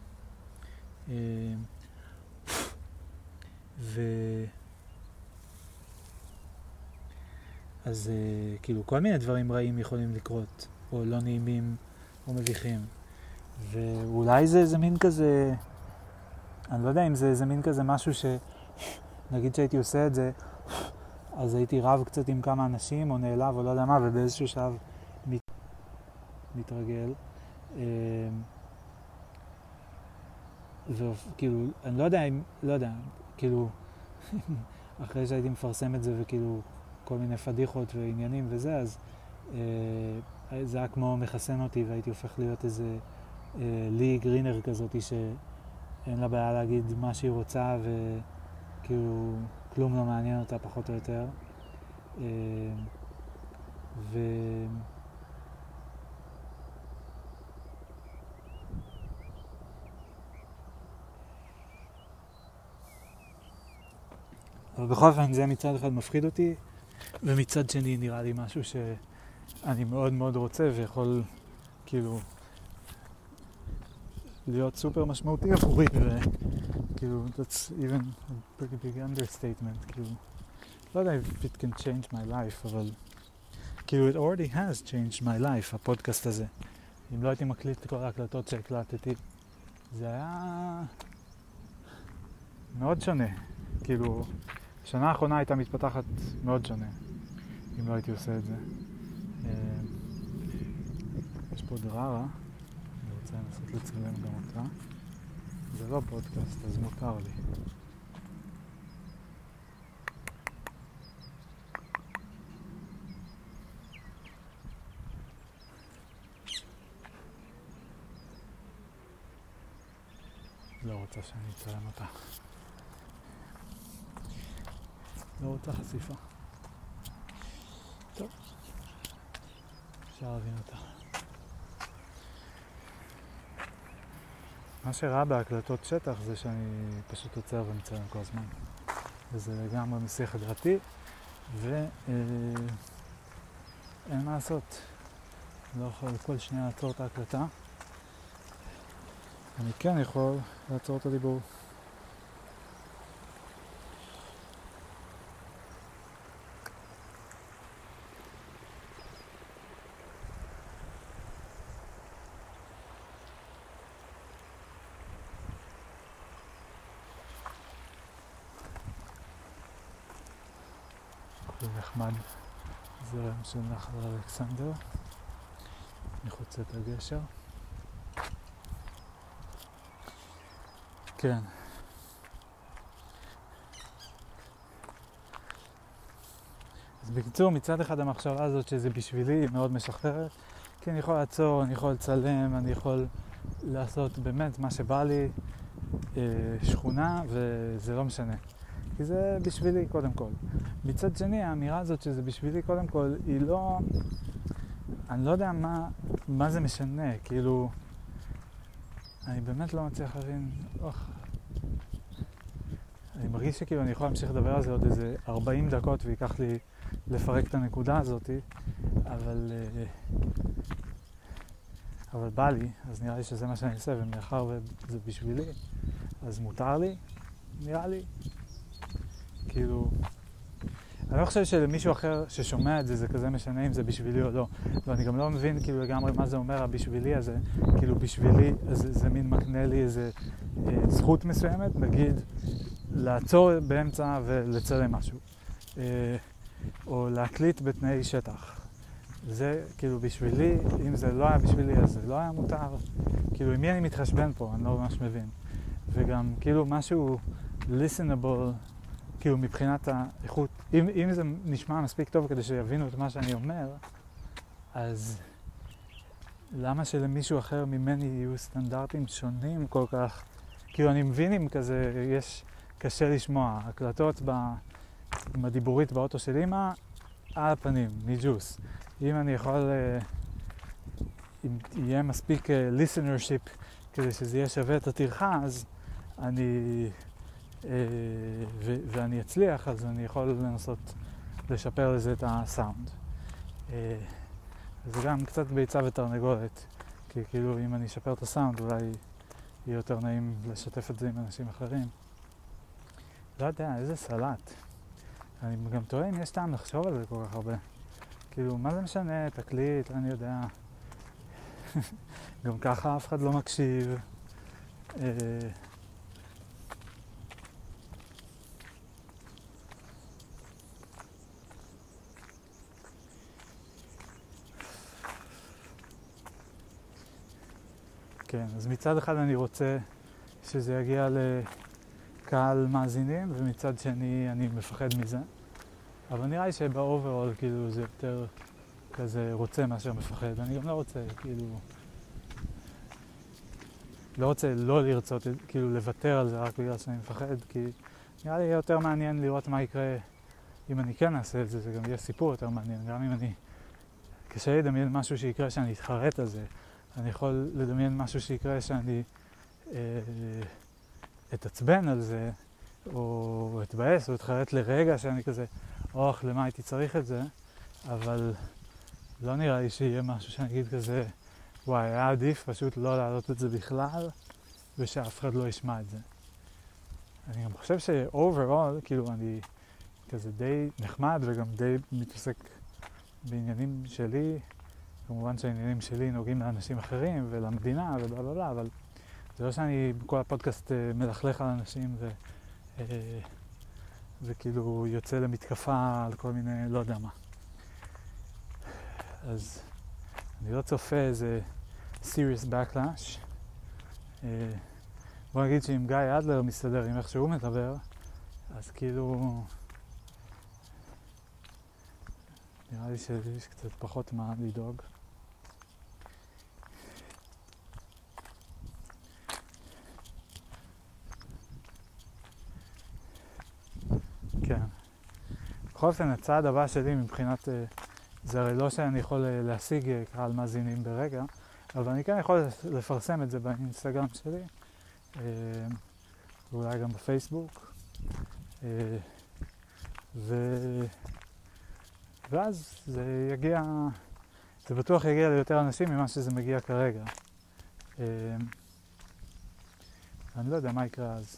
אז כאילו כל מיני דברים רעים יכולים לקרות, או לא נעימים, או מביכים. ואולי זה איזה מין כזה, אני לא יודע אם זה איזה מין כזה משהו נגיד שהייתי עושה את זה, אז הייתי רב קצת עם כמה אנשים, או נעלב, או לא יודע מה, ובאיזשהו שלב מתרגל. וכאילו, אני לא יודע, כאילו, אחרי שהייתי מפרסם את זה, וכאילו, כל מיני פדיחות ועניינים וזה, אז זה היה כמו מחסן אותי, והייתי הופך להיות איזה לי גרינר כזאת, שאין לה בעיה להגיד מה שהיא רוצה, וכאילו, כלום לא מעניין אותה פחות או יותר. אבל בכל אופן זה מצד אחד מפחיד אותי, ומצד שני נראה לי משהו שאני מאוד מאוד רוצה ויכול כאילו להיות סופר משמעותי עבורי, וכאילו that's even a pretty big understatement, כאילו לא יודע if it can change my life, אבל כאילו it already has changed my life, הפודקאסט הזה. אם לא הייתי מקליט את כל ההקלטות שהקלטתי, זה היה מאוד שונה, כאילו השנה האחרונה הייתה מתפתחת מאוד שונה, אם לא הייתי עושה את זה. יש פה דררה, אני רוצה לנסות לצלם גם אותה. זה לא פודקאסט, אז מותר לי. לא רוצה שאני אצלם אותה. לא רוצה חשיפה. טוב, אפשר להבין אותה. מה שרע בהקלטות שטח זה שאני פשוט עוצר ומצלם כל הזמן. וזה לגמרי מסיח את דעתי, ואין מה לעשות. לא יכול כל שנייה לעצור את ההקלטה. אני כן יכול לעצור את הדיבור. זה נחמד, זרם של נחל אלכסנדר, מחוצת הגשר. כן. אז בקיצור, מצד אחד המחשבה הזאת שזה בשבילי היא מאוד משחררת, כי אני יכול לעצור, אני יכול לצלם, אני יכול לעשות באמת מה שבא לי, שכונה, וזה לא משנה. כי זה בשבילי קודם כל. מצד שני, האמירה הזאת שזה בשבילי קודם כל, היא לא... אני לא יודע מה זה משנה, כאילו... אני באמת לא מצליח להבין... אני מרגיש שכאילו אני יכול להמשיך לדבר על זה עוד איזה 40 דקות ויקח לי לפרק את הנקודה הזאת, אבל בא לי, אז נראה לי שזה מה שאני אעשה, ומאחר וזה בשבילי, אז מותר לי, נראה לי. כאילו, אני לא חושב שלמישהו אחר ששומע את זה, זה כזה משנה אם זה בשבילי או לא. ואני גם לא מבין כאילו לגמרי מה זה אומר הבשבילי הזה. כאילו בשבילי, זה מין מקנה לי איזה זכות מסוימת, נגיד, לעצור באמצע ולצלם משהו. או להקליט בתנאי שטח. זה כאילו בשבילי, אם זה לא היה בשבילי, אז זה לא היה מותר. כאילו, עם מי אני מתחשבן פה, אני לא ממש מבין. וגם כאילו משהו listenable, כאילו מבחינת האיכות, אם זה נשמע מספיק טוב כדי שיבינו את מה שאני אומר, אז למה שלמישהו אחר ממני יהיו סטנדרטים שונים כל כך? כאילו אני מבין אם כזה יש קשה לשמוע, הקלטות עם הדיבורית באוטו של אמא, על הפנים, מג'וס. אם אני יכול, אם יהיה מספיק listenership כדי שזה יהיה שווה את הטרחה, אז אני... ואני אצליח, אז אני יכול לנסות לשפר לזה את הסאונד. זה גם קצת ביצה ותרנגולת, כי כאילו אם אני אשפר את הסאונד אולי יהיה יותר נעים לשתף את זה עם אנשים אחרים. לא יודע, איזה סלט. אני גם טועה אם יש טעם לחשוב על זה כל כך הרבה. כאילו, מה זה משנה? תקליט, אני יודע. גם ככה אף אחד לא מקשיב. כן, אז מצד אחד אני רוצה שזה יגיע לקהל מאזינים, ומצד שני אני מפחד מזה. אבל נראה לי שבאוברול כאילו זה יותר כזה רוצה מאשר מפחד. אני גם לא רוצה כאילו... לא רוצה לא לרצות, כאילו לוותר על זה רק בגלל שאני מפחד, כי נראה לי יותר מעניין לראות מה יקרה אם אני כן אעשה את זה, זה גם יהיה סיפור יותר מעניין, גם אם אני... קשה לדמיין משהו שיקרה שאני אתחרט על זה, אני יכול לדמיין משהו שיקרה שאני אתעצבן על זה, או אתבאס, או אתחרט לרגע שאני כזה, למה הייתי צריך את זה, אבל לא נראה לי שיהיה משהו שאני אגיד כזה, וואי, היה עדיף פשוט לא להעלות את זה בכלל, ושאף אחד לא ישמע את זה. אני גם חושב ש-overall, כאילו אני כזה די נחמד וגם די מתעסק בעניינים שלי, כמובן שהעניינים שלי נוגעים לאנשים אחרים ולמדינה ובלה בלה, אבל זה לא שאני בכל הפודקאסט מלכלך על אנשים וכאילו יוצא למתקפה על כל מיני, לא יודע מה. אז אני לא צופה איזה serious backlash. בוא נגיד שאם גיא אדלר מסתדר עם איך שהוא מדבר, אז כאילו נראה לי שיש קצת פחות מה לדאוג. כן. בכל אופן, הצעד הבא שלי מבחינת... זה הרי לא שאני יכול להשיג קהל מאזינים ברגע, אבל אני כן יכול לפרסם את זה באינסטגרם שלי, ואולי גם בפייסבוק, ואז זה יגיע, זה בטוח יגיע ליותר אנשים ממה שזה מגיע כרגע. אני לא יודע מה יקרה אז.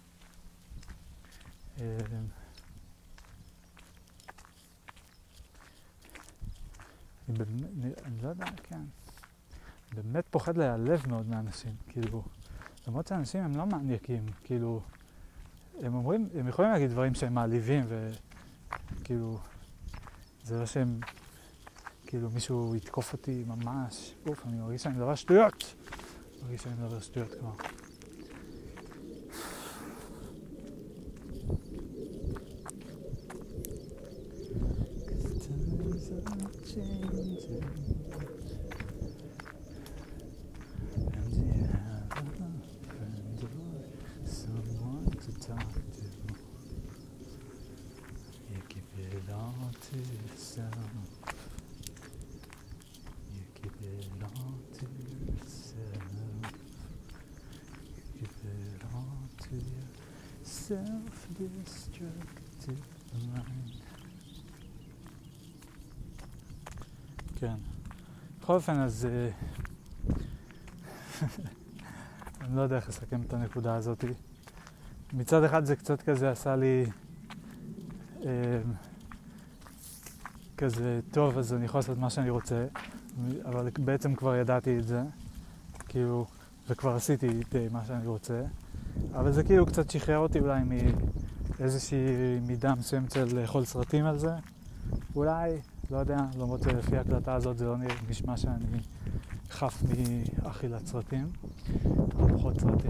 אני לא יודע, כן. באמת פוחד להיעלב מאוד מאנשים, כאילו, למרות שאנשים הם לא מעניקים, כאילו, הם יכולים להגיד דברים שהם מעליבים, וכאילו, זה לא שהם, כאילו, מישהו יתקוף אותי ממש, אני מרגיש שאני מדבר שטויות, כבר. Self-destructive mind. כן. בכל אופן, אז אני לא יודע איך לסכם את הנקודה הזאת. מצד אחד זה קצת כזה עשה לי כזה טוב, אז אני יכול לעשות מה שאני רוצה, אבל בעצם כבר ידעתי את זה, כאילו, וכבר עשיתי די מה שאני רוצה. אבל זה כאילו קצת שחרר אותי אולי מאיזושהי מידה מסוימת של לאכול סרטים על זה. אולי, לא יודע, למרות שלפי ההקלטה הזאת זה לא נשמע שאני חף מאכילת סרטים, או פחות סרטים.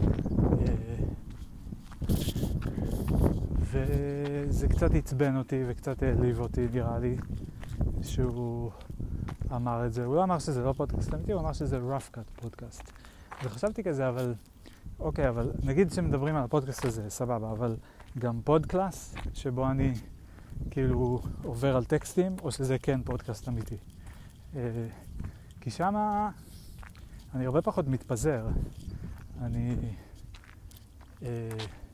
וזה קצת עצבן אותי וקצת העליב אותי, נראה לי, שהוא אמר את זה. הוא לא אמר שזה לא פודקאסט אמיתי, הוא אמר שזה rough cut פודקאסט. וחשבתי כזה, אבל אוקיי, אבל נגיד שמדברים על הפודקאסט הזה, סבבה, אבל גם פודקלאס, שבו אני כאילו עובר על טקסטים, או שזה כן פודקאסט אמיתי. כי שמה אני הרבה פחות מתפזר. אני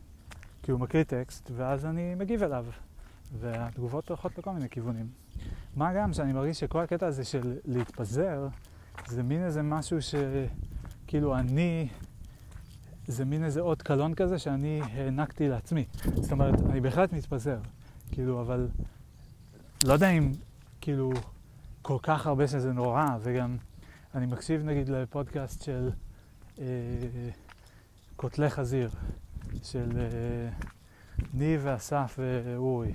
כאילו מקריא טקסט, ואז אני מגיב אליו, והתגובות הולכות לכל מיני כיוונים. מה גם שאני מרגיש שכל הקטע הזה של להתפזר, זה מין איזה משהו שכאילו זה מין איזה עוד קלון כזה שאני הענקתי לעצמי. זאת אומרת, אני בהחלט מתפזר, כאילו, אבל לא יודע אם כאילו כל כך הרבה שזה נורא, וגם אני מקשיב נגיד לפודקאסט של קוטלי חזיר, של ניב ואסף ואורי.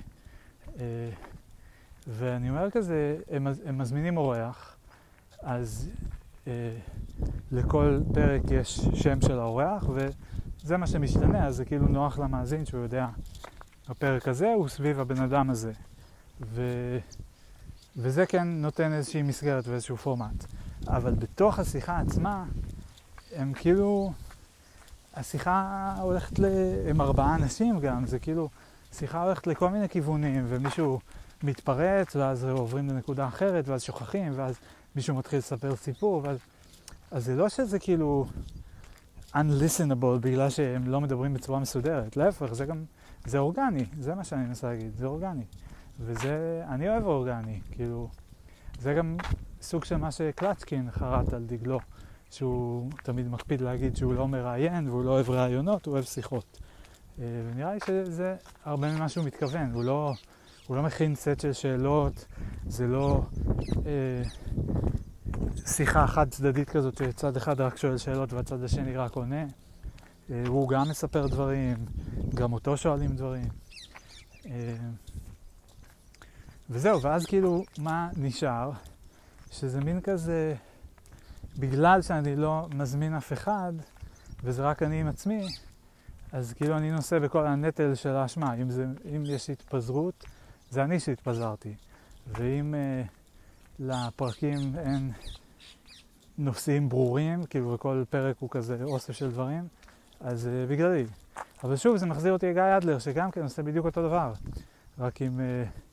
ואני אומר כזה, הם מזמינים אורח, אז לכל פרק יש שם של האורח, וזה מה שמשתנה, אז זה כאילו נוח למאזין שהוא יודע, הפרק הזה הוא סביב הבן אדם הזה. וזה כן נותן איזושהי מסגרת ואיזשהו פורמט. אבל בתוך השיחה עצמה, הם כאילו, השיחה הולכת הם 4 אנשים גם, זה כאילו, שיחה הולכת לכל מיני כיוונים, ומישהו מתפרץ, ואז עוברים לנקודה אחרת, ואז שוכחים, ואז מישהו מתחיל לספר סיפור, אז זה לא שזה כאילו unlistenable בגלל שהם לא מדברים בצורה מסודרת, להפך, זה אורגני, זה מה שאני מנסה להגיד, זה אורגני. וזה, אני אוהב אורגני, כאילו, זה גם סוג של מה שקלצ'קין חרט על דגלו, שהוא תמיד מקפיד להגיד שהוא לא מראיין, והוא לא אוהב ראיונות, הוא אוהב שיחות. ונראה לי שזה הרבה ממה שהוא מתכוון, הוא לא מכין סט של שאלות, זה לא שיחה חד צדדית כזאת, שצד אחד רק שואל שאלות והצד השני רק עונה. הוא גם מספר דברים, גם אותו שואלים דברים. וזהו, ואז כאילו מה נשאר? שזה מין כזה, בגלל שאני לא מזמין אף אחד, וזה רק אני עם עצמי, אז כאילו אני נושא בכל הנטל של האשמה. אם יש התפזרות, זה אני שהתפזרתי. ואם לפרקים אין נושאים ברורים, כאילו בכל פרק הוא כזה אוסף של דברים, אז בגללי. אבל שוב, זה מחזיר אותי לגיא אדלר, שגם כן עושה בדיוק אותו דבר. רק עם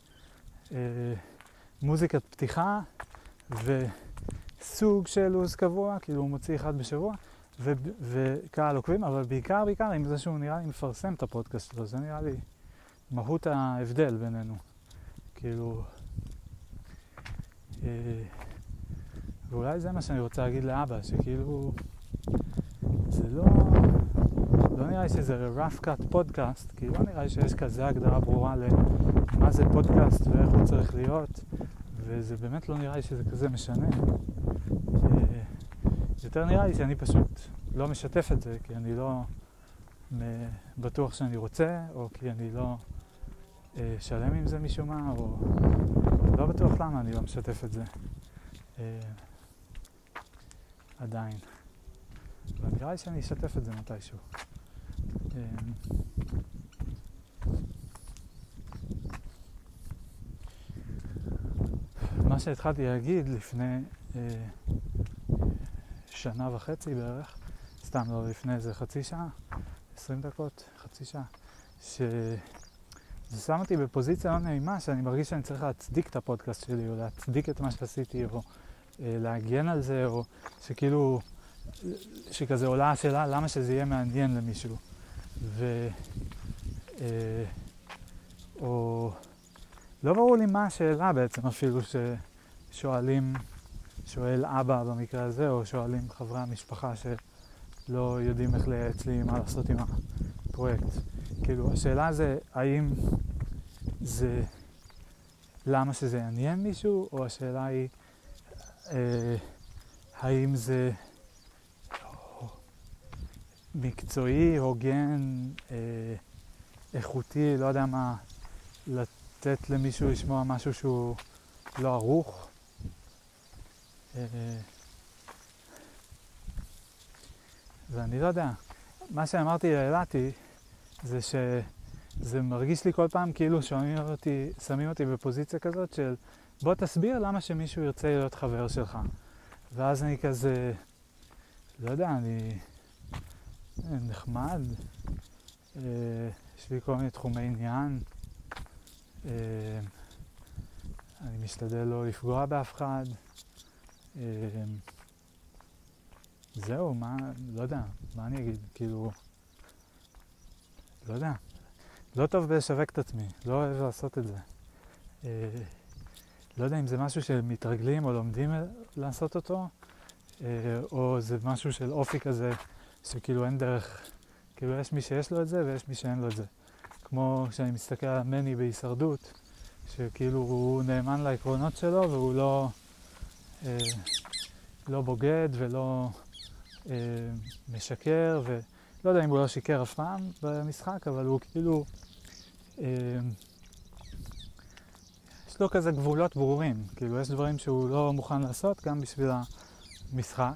מוזיקת פתיחה וסוג של לוז קבוע, כאילו הוא מוציא אחד בשבוע, וקהל עוקבים, אבל בעיקר עם זה שהוא נראה לי מפרסם את הפודקאסט שלו, זה נראה לי מהות ההבדל בינינו. כאילו, ואולי זה מה שאני רוצה להגיד לאבא, שכאילו, זה לא נראה לי שזה rough cut פודקאסט, כי לא נראה לי שיש כזה הגדרה ברורה למה זה פודקאסט ואיך הוא צריך להיות, וזה באמת לא נראה לי שזה כזה משנה. יותר נראה לי שאני פשוט לא משתף את זה, כי אני לא בטוח שאני רוצה, או כי אני לא שלם עם זה משום מה, או לא בטוח למה אני לא משתף את זה. עדיין. אבל נראה לי שאני אשתף את זה מתישהו. מה שהתחלתי להגיד לפני 1.5 שנה בערך, סתם לא לפני איזה חצי שעה, 20 דקות, חצי שעה, זה שם אותי בפוזיציה לא נעימה, שאני מרגיש שאני צריך להצדיק את הפודקאסט שלי, או להצדיק את מה שעשיתי, או להגן על זה, או שכאילו, שכזה עולה השאלה למה שזה יהיה מעניין למישהו. או לא ברור לי מה השאלה בעצם אפילו שואל אבא במקרה הזה, או שואלים חברי המשפחה שלא יודעים איך לייעץ לי מה לעשות עם הפרויקט. כאילו, השאלה זה האם זה למה שזה יעניין מישהו, או השאלה היא האם זה מקצועי, הוגן, איכותי, לא יודע מה, לתת למישהו לשמוע משהו שהוא לא ערוך. ואני לא יודע, מה שאמרתי לאלעתי זה שזה מרגיש לי כל פעם כאילו שמים אותי בפוזיציה כזאת של בוא תסביר למה שמישהו ירצה להיות חבר שלך. ואז אני כזה, לא יודע, אני נחמד, יש לי כל מיני תחומי עניין, אני משתדל לא לפגוע באף אחד, זהו, לא יודע, מה אני אגיד, כאילו, לא יודע, לא טוב בלשווק את עצמי, לא אוהב לעשות את זה. לא יודע אם זה משהו שמתרגלים או לומדים לעשות אותו, או זה משהו של אופי כזה, שכאילו אין דרך, כאילו יש מי שיש לו את זה ויש מי שאין לו את זה. כמו כשאני מסתכל על מני בהישרדות, שכאילו הוא נאמן לעקרונות שלו והוא לא בוגד ולא משקר, ולא יודע אם הוא לא שיקר אף פעם במשחק, אבל הוא כאילו, יש לו כזה גבולות ברורים, כאילו יש דברים שהוא לא מוכן לעשות גם בשביל המשחק.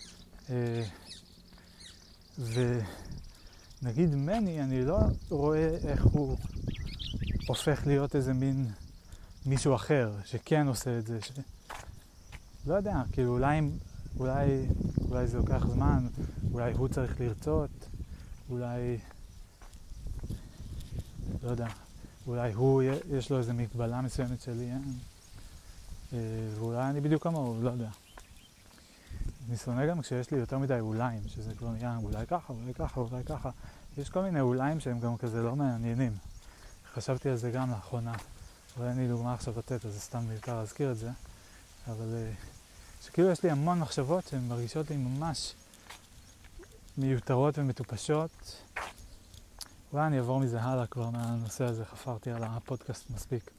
ונגיד מני, אני לא רואה איך הוא הופך להיות איזה מין מישהו אחר שכן עושה את זה, לא יודע, כאילו אולי זה לוקח זמן, אולי הוא צריך לרצות, אולי, לא יודע, אולי הוא יש לו איזה מגבלה מסוימת שלי, ואולי אני בדיוק כמוהו, לא יודע. אני שונא גם כשיש לי יותר מדי אוליים, שזה כבר נהיה אולי ככה, אולי ככה, אולי ככה. יש כל מיני אוליים שהם גם כזה לא מעניינים. חשבתי על זה גם לאחרונה. אולי אני דוגמה עכשיו לתת, אז זה סתם מיותר להזכיר את זה. אבל שכאילו יש לי המון מחשבות שהן מרגישות לי ממש מיותרות ומטופשות. אולי אני אעבור מזה הלאה כבר מהנושא הזה, חפרתי על הפודקאסט מספיק.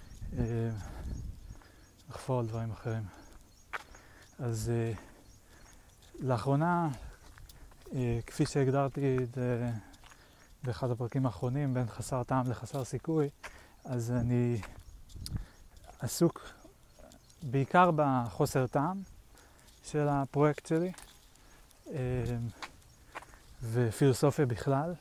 לחפור על דברים אחרים. אז לאחרונה, כפי שהגדרתי באחד הפרקים האחרונים, בין חסר טעם לחסר סיכוי, אז אני עסוק בעיקר בחוסר טעם של הפרויקט שלי, ופילוסופיה בכלל.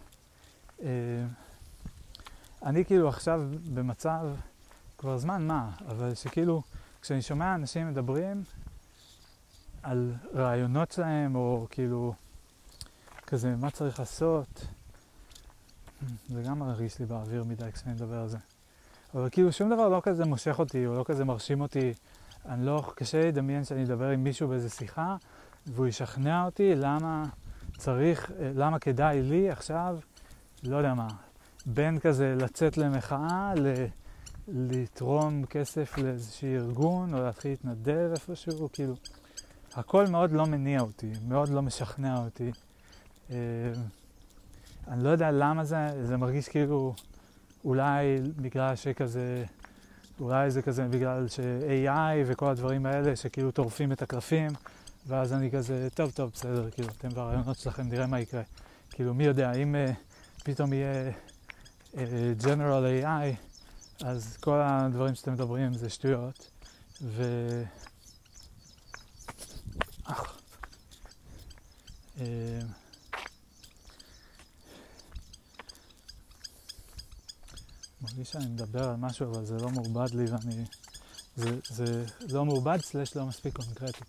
אני כאילו עכשיו במצב, כבר זמן מה, אבל שכאילו כשאני שומע אנשים מדברים על רעיונות שלהם, או כאילו כזה מה צריך לעשות, זה גם מרגיש לי באוויר מדי כשאני מדבר על זה. אבל כאילו שום דבר לא כזה מושך אותי, או לא כזה מרשים אותי. אני לא, קשה לדמיין שאני אדבר עם מישהו באיזה שיחה, והוא ישכנע אותי למה כדאי לי עכשיו, לא יודע מה, בין כזה לצאת למחאה, לתרום כסף לאיזשהו ארגון, או להתחיל להתנדב איפשהו, כאילו, הכל מאוד לא מניע אותי, מאוד לא משכנע אותי. אני לא יודע למה זה מרגיש כאילו, אולי בגלל שכזה, אולי זה כזה בגלל ש-AI וכל הדברים האלה שכאילו טורפים את הקלפים, ואז אני כזה, טוב, בסדר, כאילו, אתם והרעיונות שלכם, נראה מה יקרה. כאילו, מי יודע, אם פתאום יהיה General AI, אז כל הדברים שאתם מדברים זה שטויות, מרגיש שאני מדבר על משהו, אבל זה לא מעובד לי, זה לא מעובד / לא מספיק קונקרטי.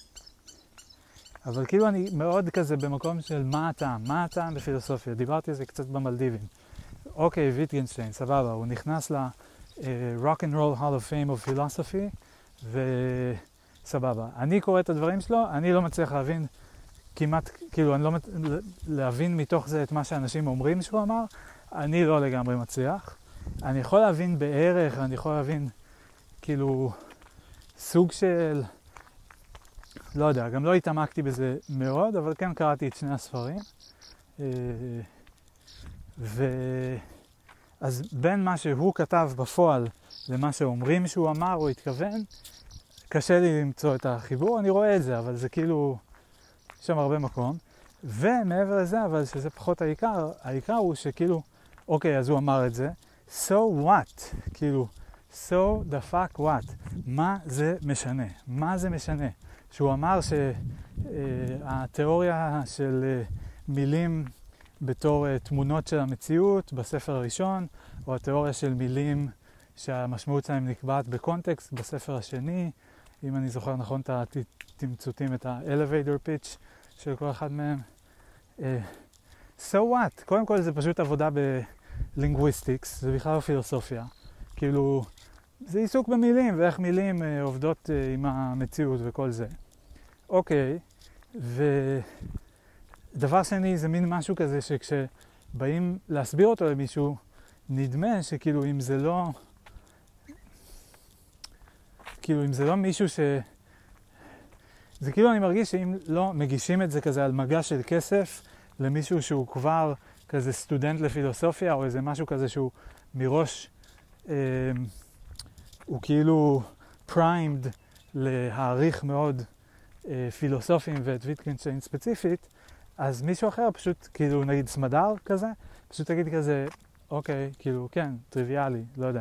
אבל כאילו אני מאוד כזה במקום של מה הטעם בפילוסופיה. דיברתי על זה קצת במלדיבים. אוקיי, ויטגנשטיין, סבבה, הוא נכנס ל-Rock and Roll Hall of Fame of Philosophy, וסבבה. אני קורא את הדברים שלו, אני לא מצליח להבין כמעט, כאילו אני לא להבין מתוך זה את מה שאנשים אומרים שהוא אמר, אני לא לגמרי מצליח. אני יכול להבין בערך, אני יכול להבין כאילו סוג של, לא יודע, גם לא התעמקתי בזה מאוד, אבל כן קראתי את שני הספרים. אז בין מה שהוא כתב בפועל למה שאומרים שהוא אמר או התכוון, קשה לי למצוא את החיבור, אני רואה את זה, אבל זה כאילו שם הרבה מקום. ומעבר לזה, אבל שזה פחות העיקר הוא שכאילו, אוקיי, אז הוא אמר את זה, so what? כאילו, so the fuck what? מה זה משנה? מה זה משנה? שהוא אמר שהתיאוריה של מילים בתור תמונות של המציאות בספר הראשון, או התיאוריה של מילים שהמשמעות שלהם נקבעת בקונטקסט בספר השני, אם אני זוכר נכון את התמצותים, את ה-elevator pitch של כל אחד מהם. So what? קודם כל זה פשוט עבודה בלינגוויסטיקס, זה בכלל לא פילוסופיה. כאילו, זה עיסוק במילים ואיך מילים עובדות עם המציאות וכל זה. אוקיי, ודבר שני זה מין משהו כזה שכשבאים להסביר אותו למישהו, נדמה שכאילו אם זה לא, כאילו אם זה לא מישהו זה כאילו אני מרגיש שאם לא מגישים את זה כזה על מגע של כסף למישהו שהוא כבר כזה סטודנט לפילוסופיה או איזה משהו כזה שהוא מראש הוא כאילו primed להעריך מאוד פילוסופים ואת ויטקנשטיין ספציפית, אז מישהו אחר פשוט כאילו נגיד סמדר כזה, פשוט תגיד כזה אוקיי, כאילו כן, טריוויאלי, לא יודע,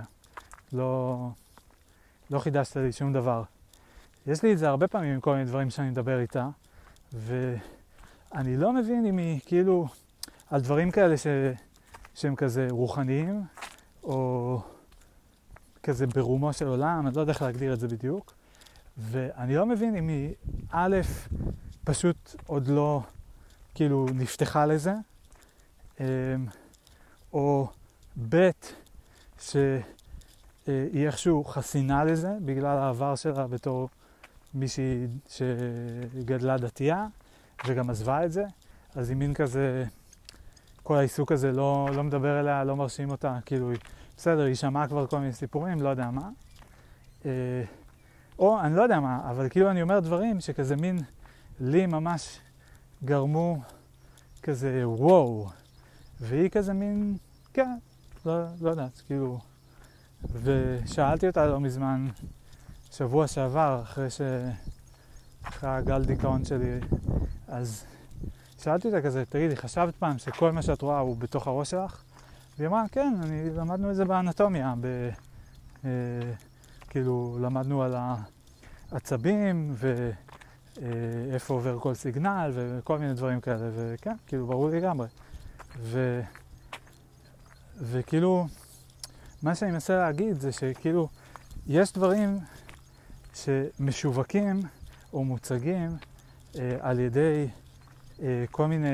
לא חידשת לי שום דבר. יש לי את זה הרבה פעמים עם כל מיני דברים שאני מדבר איתה, ואני לא מבין אם היא כאילו על דברים כאלה שהם כזה רוחניים, או כזה ברומו של עולם, אני לא יודע איך להגדיר את זה בדיוק, ואני לא מבין אם היא א', פשוט עוד לא כאילו נפתחה לזה, או ב', שהיא איכשהו חסינה לזה, בגלל העבר שלה בתור מישהי שגדלה דתייה, וגם עזבה את זה, אז היא מין כזה, כל העיסוק הזה לא מדבר אליה, לא מרשים אותה, כאילו בסדר, היא שמעה כבר כל מיני סיפורים, לא יודע מה. או אני לא יודע מה, אבל כאילו אני אומר דברים שכזה מין, לי ממש גרמו כזה וואו, והיא כזה מין, כן, לא יודעת, כאילו, ושאלתי אותה לא מזמן, שבוע שעבר, אחרי הגל דיכאון שלי, אז שאלתי אותה כזה, תגידי, חשבת פעם שכל מה שאת רואה הוא בתוך הראש שלך? והיא אמרה, כן, למדנו את זה באנטומיה, כאילו למדנו על העצבים ואיפה עובר כל סיגנל וכל מיני דברים כאלה, וכן, כאילו ברור לי לגמרי. וכאילו, מה שאני מנסה להגיד זה שכאילו, יש דברים שמשווקים או מוצגים על ידי כל מיני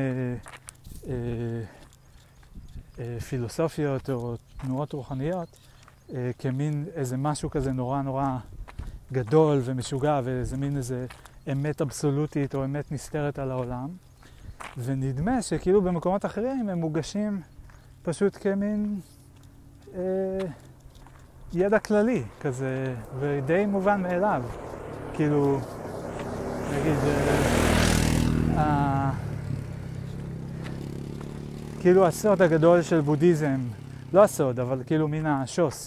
פילוסופיות או תנועות רוחניות, כמין איזה משהו כזה נורא נורא גדול ומשוגע ואיזה מין איזה אמת אבסולוטית או אמת נסתרת על העולם. ונדמה שכאילו במקומות אחרים הם מוגשים פשוט כמין ידע כללי כזה, ודי מובן מאליו. כאילו, נגיד, כאילו הסוד הגדול של בודהיזם, לא הסוד, אבל כאילו מן השוס,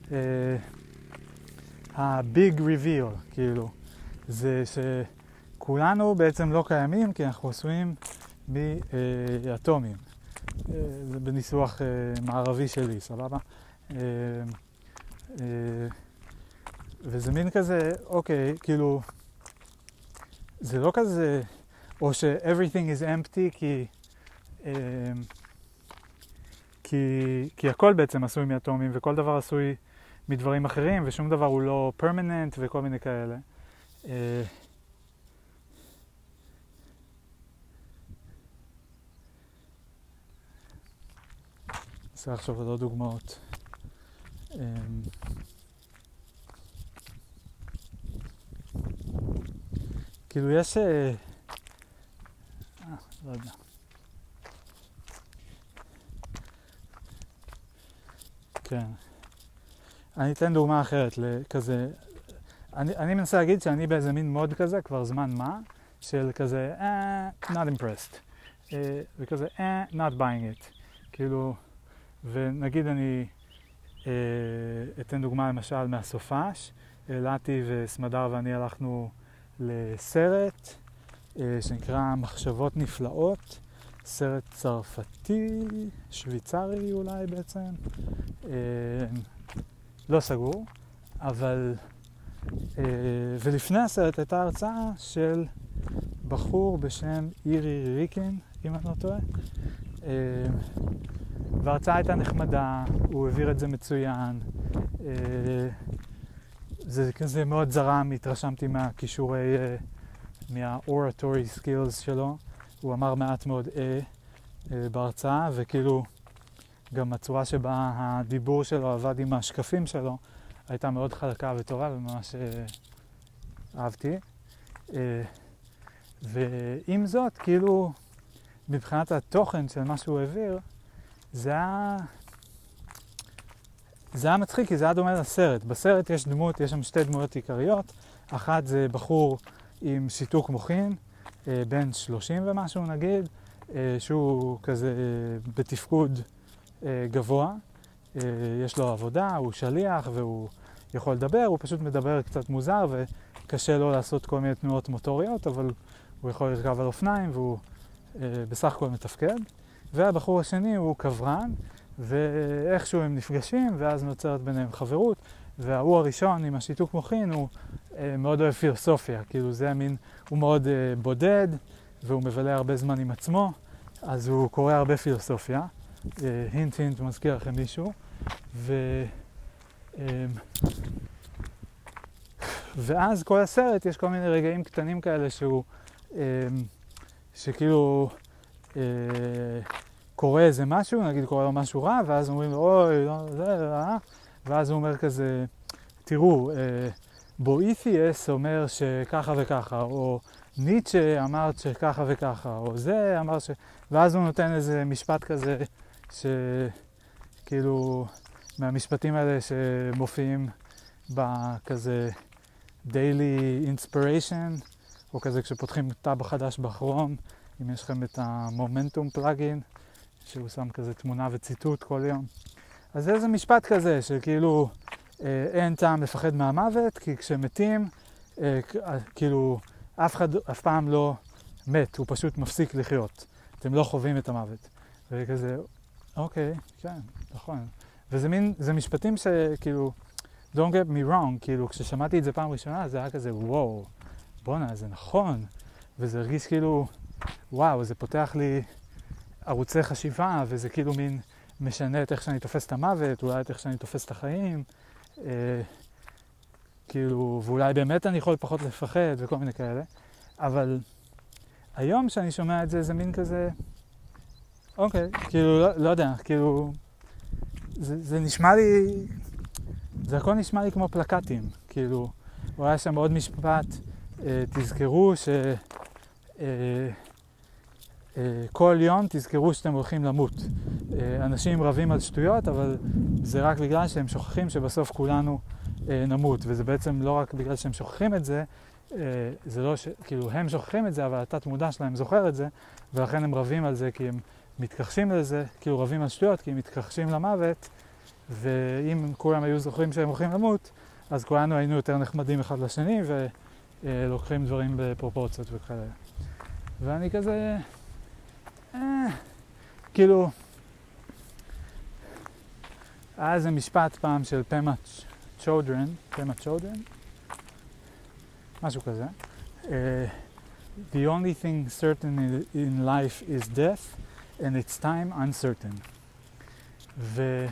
ה-big reveal, כאילו, זה שכולנו בעצם לא קיימים כי אנחנו עשויים מאטומים. זה בניסוח מערבי שלי, סבבה? וזה מין כזה, אוקיי, כאילו, זה לא כזה, או ש-everything is empty כי הכל בעצם עשוי מאטומים, וכל דבר עשוי מדברים אחרים, ושום דבר הוא לא permanent וכל מיני כאלה. ננסה לחשוב על עוד דוגמאות. כאילו יש... לא יודע. כן. אני אתן דוגמה אחרת לכזה... אני מנסה להגיד שאני באיזה מין מוד כזה, כבר זמן מה, של כזה, not impressed. וכזה, not buying it. כאילו, ונגיד אני אתן דוגמה למשל מהסופש. אלעתי וסמדר ואני הלכנו לסרט שנקרא מחשבות נפלאות, סרט צרפתי, שוויצרי אולי בעצם, לא סגור, אבל ולפני הסרט הייתה הרצאה של בחור בשם אירי ריקין, אם אני לא טועה, וההרצאה הייתה נחמדה, הוא העביר את זה מצוין, זה כזה מאוד זרם, התרשמתי מהכישורי, מה-oratory skills שלו, הוא אמר מעט מאוד בהרצאה, וכאילו גם הצורה שבה הדיבור שלו עבד עם השקפים שלו הייתה מאוד חלקה וטובה וממש אהבתי. ועם זאת, כאילו, מבחינת התוכן של מה שהוא העביר, זה היה... זה היה מצחיק כי זה היה דומה לסרט. בסרט יש שם שתי דמויות עיקריות. אחת זה בחור עם שיתוק מוחין, בן 30 ומשהו נגיד, שהוא כזה בתפקוד גבוה. יש לו עבודה, הוא שליח והוא יכול לדבר, הוא פשוט מדבר קצת מוזר וקשה לו לעשות כל מיני תנועות מוטוריות, אבל הוא יכול לרכב על אופניים והוא בסך הכל מתפקד. והבחור השני הוא קברן, ואיכשהו הם נפגשים ואז נוצרת ביניהם חברות, והוא הראשון עם השיתוק מוחין הוא מאוד אוהב פילוסופיה, כאילו זה מין, הוא מאוד בודד והוא מבלה הרבה זמן עם עצמו, אז הוא קורא הרבה פילוסופיה, הינט מזכיר לכם מישהו, ואז כל הסרט יש כל מיני רגעים קטנים כאלה שכאילו קורא איזה משהו, נגיד קורא לו משהו רע, ואז אומרים לו אוי, לא, זה רע, ואז הוא אומר כזה, תראו, בואיתיאס אומר שככה וככה, או ניטשה אמר שככה וככה, או זה אמר ואז הוא נותן איזה משפט כזה, שכאילו, מהמשפטים האלה שמופיעים בכזה daily inspiration, או כזה כשפותחים טאב חדש בכרום, אם יש לכם את המומנטום פלאגין, שהוא שם כזה תמונה וציטוט כל יום. אז זה איזה משפט כזה, שכאילו אין טעם לפחד מהמוות, כי כשמתים, כאילו אף אחד אף פעם לא מת, הוא פשוט מפסיק לחיות. אתם לא חווים את המוות. וכזה, אוקיי, כן, נכון. וזה מין, זה משפטים שכאילו, don't get me wrong, כאילו כששמעתי את זה פעם ראשונה, זה היה כזה, וואו, בונה, זה נכון. וזה הרגיש כאילו, וואו, זה פותח לי ערוצי חשיבה, וזה כאילו מין משנה את איך שאני תופס את המוות, אולי את איך שאני תופס את החיים, כאילו, ואולי באמת אני יכול פחות לפחד וכל מיני כאלה. אבל היום שאני שומע את זה, זה מין כזה, אוקיי, כאילו, לא יודע, כאילו, זה נשמע לי, זה הכל נשמע לי כמו פלקטים, כאילו, הוא היה שם עוד משפט, תזכרו כל יום תזכרו שאתם הולכים למות. אנשים רבים על שטויות, אבל זה רק בגלל שהם שוכחים שבסוף כולנו נמות, וזה בעצם לא רק בגלל שהם שוכחים את זה, זה לא כאילו הם שוכחים את זה, אבל התת מודע שלהם זוכר את זה, ולכן הם רבים על זה כי הם מתכחשים לזה, כאילו רבים על שטויות כי הם מתכחשים למוות, ואם כולם היו זוכרים שהם הולכים למות, אז כולנו היינו יותר נחמדים אחד לשני, ולוקחים דברים בפרופורציות וכאלה. ואני כזה, כאילו, היה איזה משפט פעם של פמה צ'ודרן, משהו כזה. The only thing certain in life is death, and its time uncertain. וזה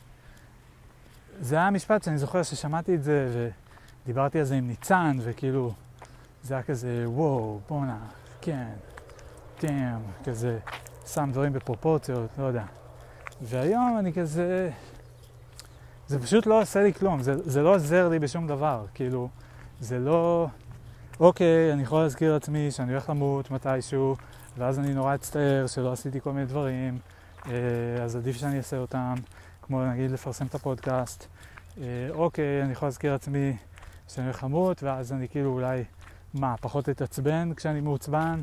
היה משפט שאני זוכר ששמעתי את זה, ודיברתי על זה עם ניצן, וכאילו, זה היה כזה, וואו, בונה, כן, דאם, כזה, שם דברים בפרופורציות, לא יודע. והיום אני כזה, זה פשוט לא עושה לי כלום, זה לא עוזר לי בשום דבר, כאילו, זה לא, אוקיי, אני יכול להזכיר לעצמי שאני הולך למות מתישהו, ואז אני נורא אצטער שלא עשיתי כל מיני דברים, אז עדיף שאני אעשה אותם, כמו נגיד לפרסם את הפודקאסט. אוקיי, אני יכול להזכיר לעצמי שאני הולך למות, ואז אני כאילו אולי, פחות אתעצבן כשאני מעוצבן.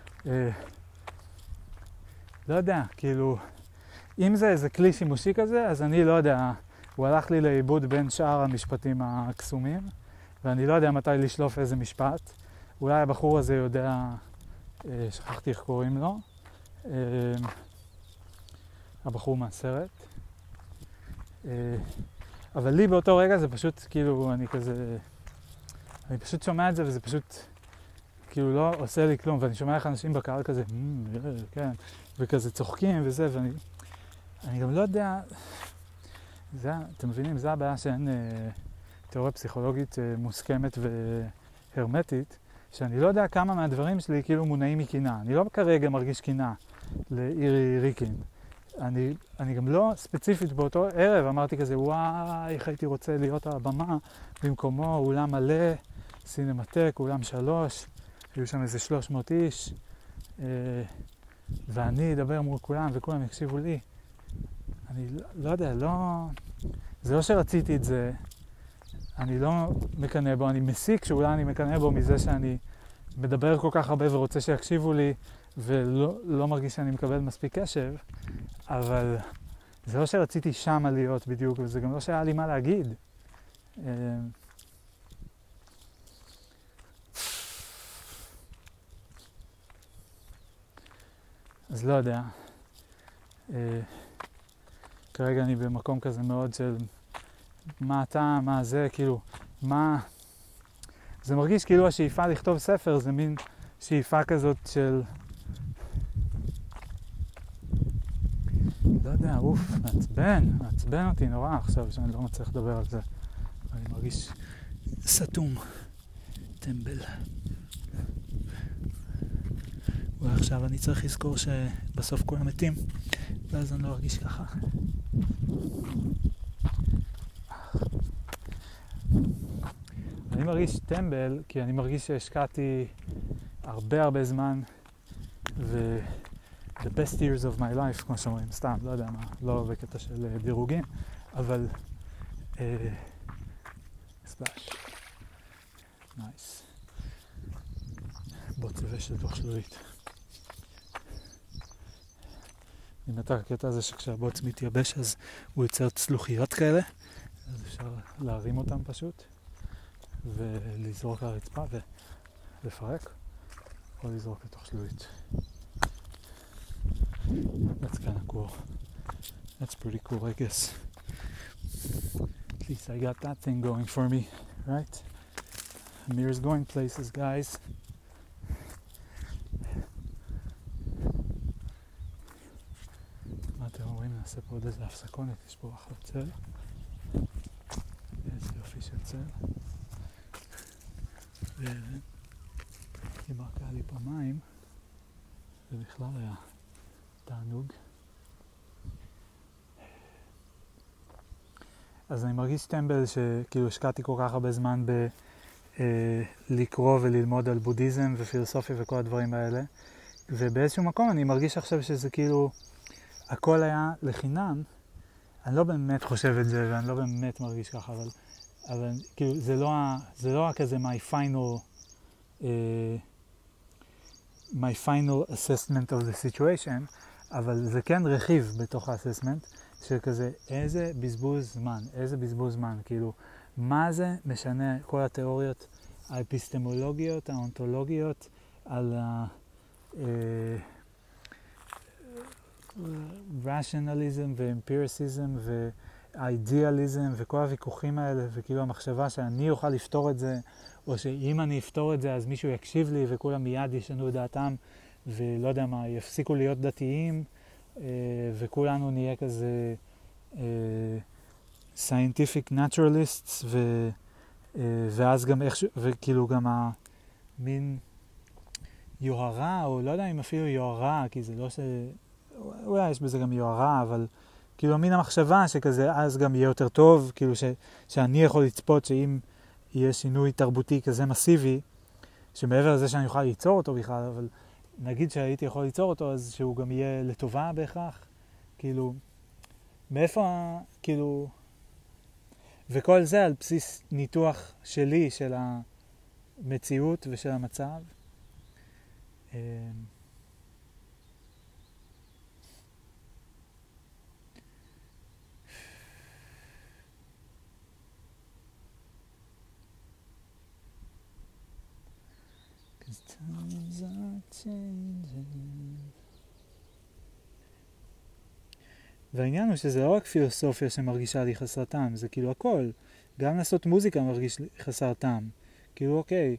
לא יודע, כאילו, אם זה איזה כלי שימושי כזה, אז אני לא יודע, הוא הלך לי לאיבוד בין שאר המשפטים הקסומים, ואני לא יודע מתי לשלוף איזה משפט. אולי הבחור הזה יודע, שכחתי איך קוראים לו, הבחור מהסרט. אבל לי באותו רגע זה פשוט, כאילו, אני פשוט שומע את זה וזה פשוט, כאילו, לא עושה לי כלום, ואני שומע איך אנשים בקהל כזה, כן, וכזה צוחקים וזה, ואני גם לא יודע, אתם מבינים, זה הבעיה שאין תיאוריה פסיכולוגית מוסכמת והרמטית, שאני לא יודע כמה מהדברים שלי כאילו מונעים מקנאה. אני לא כרגע מרגיש קנאה לאירי ריקין. אני גם לא ספציפית באותו ערב אמרתי כזה, וואי, איך הייתי רוצה להיות על הבמה, במקומו אולם מלא, סינמטק, אולם 3, היו שם איזה 300 איש, ואני אדבר מול כולם וכולם יקשיבו לי. אני לא יודע, זה לא שרציתי את זה, אני לא מקנא בו, אני מסיק שאולי אני מקנא בו מזה שאני מדבר כל כך הרבה ורוצה שיקשיבו לי, ולא מרגיש שאני מקבל מספיק קשב, אבל זה לא שרציתי שמה להיות בדיוק, וזה גם לא שהיה לי מה להגיד. אז לא יודע. כרגע אני במקום כזה מאוד של מה אתה, מה זה, כאילו, מה... זה מרגיש כאילו השאיפה לכתוב ספר זה מין שאיפה כזאת של... לא יודע, מעצבן אותי נורא עכשיו שאני לא מצליח לדבר על זה. אני מרגיש סתום, טמבל. ועכשיו אני צריך לזכור שבסוף כולם מתים, ואז אני לא ארגיש ככה. אני מרגיש טמבל כי אני מרגיש שהשקעתי הרבה זמן the best years of my life, כמו שאומרים, סתם, לא יודע מה, לא בקטע של דירוגים, אבל ספלאש, נייס, בוץ יבש לתוך שלולית. אני מתאר הקטע הזה שכשהבוץ מתייבש אז הוא יוצר צלוחיות כאלה, אז אפשר להרים אותם פשוט ולזרוק על הרצפה ולפרק, או לזרוק לתוך שלולית. That's kind of cool. That's pretty cool, I guess. At least I got that thing going for me, right? Amir's going places, guys. מה אתם אומרים? נעשה פה עוד איזה הפסקונת, יש פה אחלה צל. איזה יופי של צל. אם רק היה לי פה מים, זה בכלל היה תענוג. אז אני מרגיש טמבל שכאילו השקעתי כל כך הרבה זמן לקרוא וללמוד על בודהיזם ופילוסופיה וכל הדברים האלה, ובאיזשהו מקום אני מרגיש עכשיו שזה כאילו הכל היה לחינם. אני לא באמת חושב את זה ואני לא באמת מרגיש ככה, אבל כאילו זה לא כזה my final assessment of the situation, אבל זה כן רכיב בתוך האססמנט של כזה איזה בזבוז זמן, כאילו מה זה משנה כל התיאוריות האפיסטמולוגיות, האונתולוגיות, על rationalism ואמפיריסיזם והאידיאליזם וכל הוויכוחים האלה, וכאילו המחשבה שאני אוכל לפתור את זה, או שאם אני אפתור את זה אז מישהו יקשיב לי וכולם מיד ישנו את דעתם ולא יודע מה, יפסיקו להיות דתיים וכולנו נהיה כזה scientific naturalists ואז גם איך, וכאילו גם המין יוהרה, או לא יודע אם אפילו יוהרה, כי זה לא אולי יש בזה גם יוהרה, אבל כאילו מין המחשבה שכזה אז גם יהיה יותר טוב, כאילו שאני יכול לצפות שאם יהיה שינוי תרבותי כזה מסיבי, שמעבר לזה שאני אוכל ליצור אותו בכלל, אבל נגיד שהייתי יכול ליצור אותו, אז שהוא גם יהיה לטובה בהכרח, כאילו, מאיפה, כאילו, וכל זה על בסיס ניתוח שלי, של המציאות ושל המצב. Times are changing. והעניין הוא שזה לא רק פילוסופיה שמרגישה לי חסר טעם, זה כאילו הכל. גם לעשות מוזיקה מרגיש לי חסר טעם. כאילו אוקיי,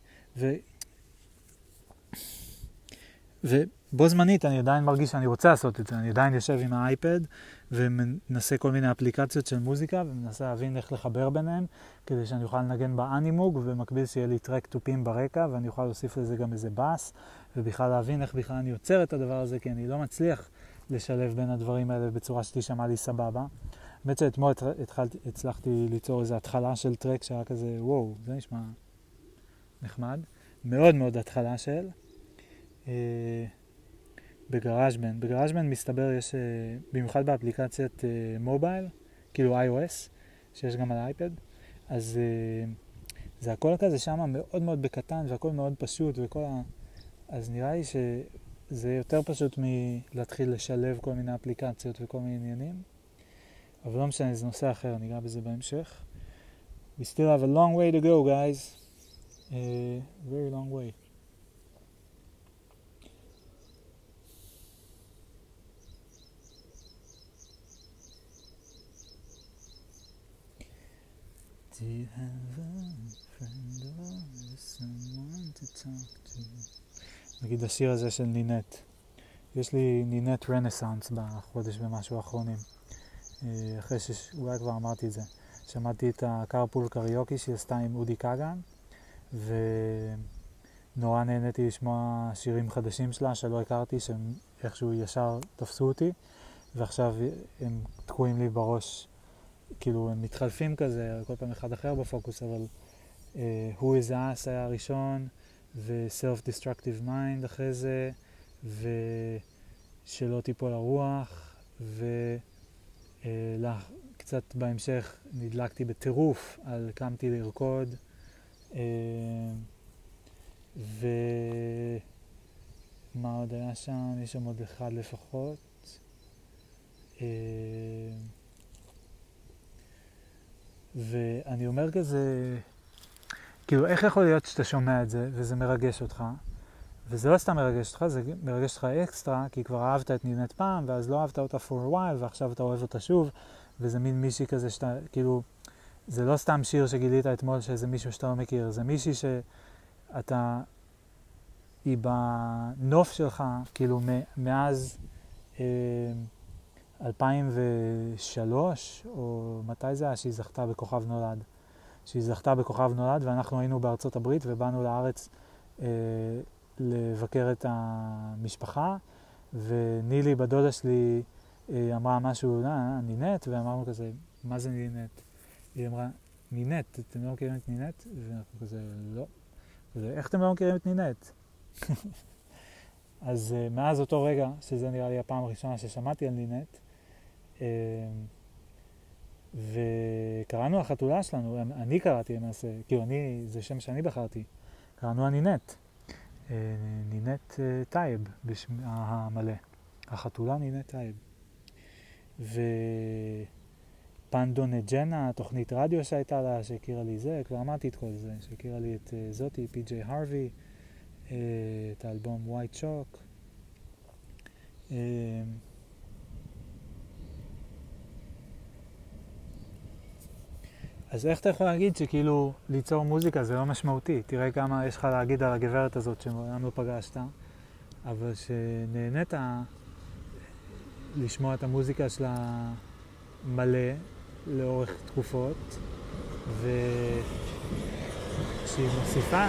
ובו זמנית אני עדיין מרגיש שאני רוצה לעשות את זה. אני עדיין יושב עם האייפד ומנסה כל מיני אפליקציות של מוזיקה ומנסה להבין איך לחבר ביניהם כדי שאני אוכל לנגן באנימוג, ובמקביל שיהיה לי טרק טופים ברקע ואני אוכל להוסיף לזה גם איזה בס, ובכלל להבין איך בכלל אני יוצר את הדבר הזה, כי אני לא מצליח לשלב בין הדברים האלה בצורה שתשמע לי סבבה. באמת שאתמול הצלחתי ליצור איזו התחלה של טרק שהיה כזה וואו, זה נשמע נחמד, מאוד מאוד התחלה של בגראז'בנד מסתבר יש, במיוחד באפליקציית מובייל, כאילו iOS, שיש גם על האייפד. אז זה הכל כזה שם מאוד מאוד בקטן, והכל מאוד פשוט, אז נראה לי שזה יותר פשוט מלהתחיל לשלב כל מיני אפליקציות וכל מיני עניינים. אבל לא משנה, זה נושא אחר, ניגע בזה בהמשך. We still have a long way to go, guys. A very long way. Do you have a friend or someone to talk to? נגיד השיר הזה של נינט. יש לי נינט רנסנס בחודש ומשהו האחרונים. אחרי שאולי כבר אמרתי את זה. שמעתי את הקרפול קריוקי שהיא עשתה עם אודי קאגן, ונורא נהניתי לשמוע שירים חדשים שלה שלא הכרתי, שהם איכשהו ישר תפסו אותי, ועכשיו הם תקועים לי בראש, כאילו הם מתחלפים כזה, כל פעם אחד אחר בפוקוס, אבל Who is Us היה הראשון, ו-Self-Destructive Mind אחרי זה, ושלא תיפול הרוח, קצת בהמשך נדלקתי בטירוף על קמתי לרקוד, ומה עוד היה שם? יש שם עוד אחד לפחות. ואני אומר כזה, כאילו איך יכול להיות שאתה שומע את זה וזה מרגש אותך? וזה לא סתם מרגש אותך, זה מרגש אותך אקסטרה, כי כבר אהבת את נינט פעם, ואז לא אהבת אותה for a while, ועכשיו אתה אוהב אותה שוב, וזה מין מישהי כזה שאתה, כאילו, זה לא סתם שיר שגילית אתמול שזה מישהו שאתה לא מכיר, זה מישהי שאתה, היא בנוף שלך, כאילו, מאז 2003, או מתי זה היה שהיא זכתה בכוכב נולד? שהיא זכתה בכוכב נולד, ואנחנו היינו בארצות הברית, ובאנו לארץ לבקר את המשפחה, ונילי בדודה שלי אמרה משהו, נינט, ואמרנו כזה, מה זה נינט? היא אמרה, נינט, אתם לא מכירים את נינט? ואנחנו כזה, לא. כזה, איך אתם לא מכירים את נינט? אז מאז אותו רגע, שזה נראה לי הפעם הראשונה ששמעתי על נינט, וקראנו החתולה שלנו, אני קראתי למעשה, כאילו זה שם שאני בחרתי, קראנו הנינט. נינט טייב בשם המלא. החתולה נינט טייב. ופנדונה ג'נה, תוכנית רדיו שהייתה לה, שהכירה לי זה, כבר אמרתי את כל זה, שהכירה לי את זאתי, פי.ג'יי הרווי, את האלבום ווייט שוק. אז איך אתה יכול להגיד שכאילו ליצור מוזיקה זה לא משמעותי? תראה כמה יש לך להגיד על הגברת הזאת שמעולם לא פגשת, אבל שנהנית לשמוע את המוזיקה שלה מלא לאורך תקופות, ושהיא מוסיפה,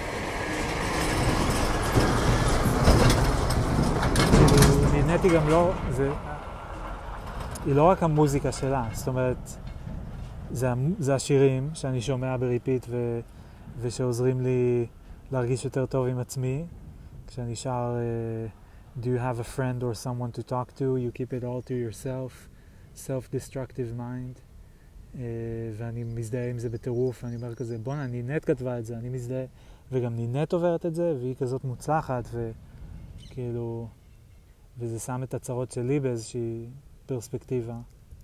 כאילו נהניתי גם לא, היא לא רק המוזיקה שלה, זאת אומרת, זה השירים שאני שומע בריפיט ושעוזרים לי להרגיש יותר טוב עם עצמי. כשאני שר Do you have a friend or someone to talk to? You keep it all to yourself. Self-destructive mind. ואני מזדהה עם זה בטירוף. אני אומר כזה, בונה, נינט כתבה את זה, אני מזדהה. וגם נינט עוברת את זה, והיא כזאת מוצלחת, וכאילו, וזה שם את הצרות שלי באיזושהי פרספקטיבה.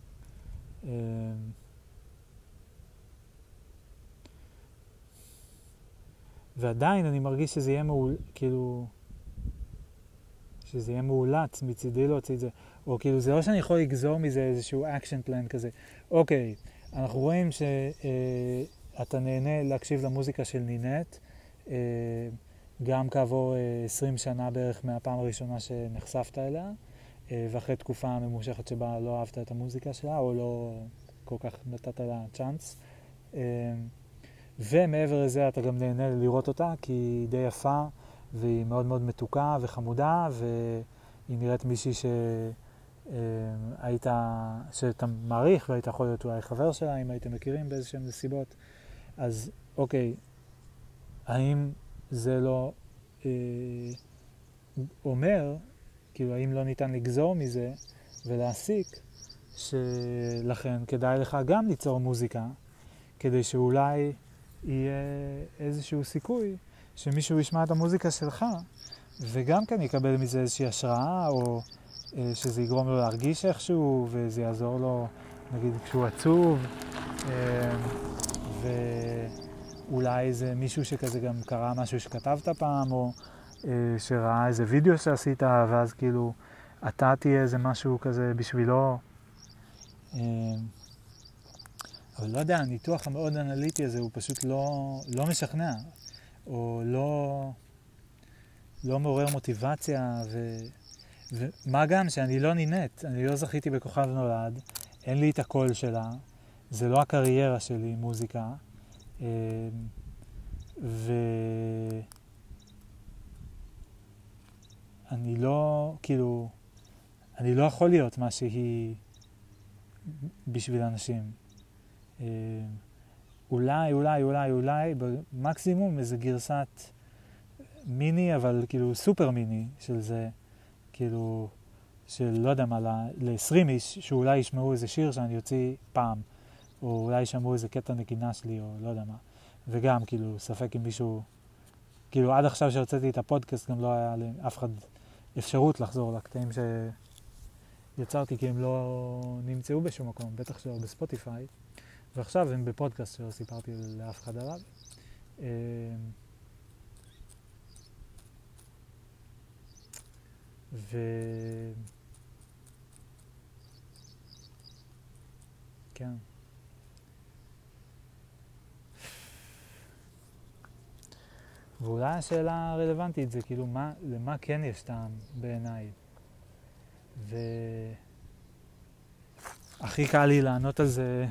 ועדיין אני מרגיש שזה יהיה כאילו, שזה יהיה מאולץ מצידי להוציא את זה, או כאילו זה לא שאני יכול לגזור מזה איזשהו אקשן פלן כזה. אוקיי, אנחנו רואים שאתה נהנה להקשיב למוזיקה של נינט, גם כעבור 20 שנה בערך מהפעם הראשונה שנחשפת אליה, ואחרי תקופה ממושכת שבה לא אהבת את המוזיקה שלה, או לא כל כך נתת לה צ'אנס. ומעבר לזה אתה גם נהנה לראות אותה, כי היא די יפה, והיא מאוד מאוד מתוקה וחמודה, והיא נראית מישהי שאתה מעריך, והיית יכול להיות אולי חבר שלה, אם הייתם מכירים באיזשהם נסיבות. אז אוקיי, האם זה לא אומר, כאילו האם לא ניתן לגזור מזה ולהסיק שלכן כדאי לך גם ליצור מוזיקה, כדי שאולי יהיה איזשהו סיכוי שמישהו ישמע את המוזיקה שלך, וגם כן יקבל מזה איזושהי השראה, או שזה יגרום לו להרגיש איכשהו, וזה יעזור לו, נגיד, כשהוא עצוב, ואולי זה מישהו שכזה גם קרא משהו שכתבת פעם, או שראה איזה וידאו שעשית, ואז כאילו אתה תהיה איזה משהו כזה בשבילו. אבל לא יודע, הניתוח המאוד אנליטי הזה הוא פשוט לא משכנע, או לא מעורר מוטיבציה, ומה גם שאני לא נינט, אני לא זכיתי בכוכב נולד, אין לי את הקול שלה, זה לא הקריירה שלי, מוזיקה, ואני לא, כאילו, אני לא יכול להיות מה שהיא בשביל אנשים. אולי, במקסימום איזה גרסת מיני, אבל כאילו סופר מיני של זה, כאילו, של לא יודע מה, ל-20 איש, שאולי ישמעו איזה שיר שאני יוציא פעם, או אולי ישמעו איזה קטע נגינה שלי, או לא יודע מה. וגם, כאילו, ספק אם מישהו, כאילו, עד עכשיו שהוצאתי את הפודקאסט, גם לא היה לאף אחד אפשרות לחזור לקטעים שיצרתי, כי הם לא נמצאו בשום מקום, בטח שלא בספוטיפיי. ועכשיו הם בפודקאסט שלא סיפרתי לאף אחד עליו. כן. ואולי השאלה הרלוונטית זה כאילו למה כן יש טעם בעיניי. והכי קל לי לענות על זה,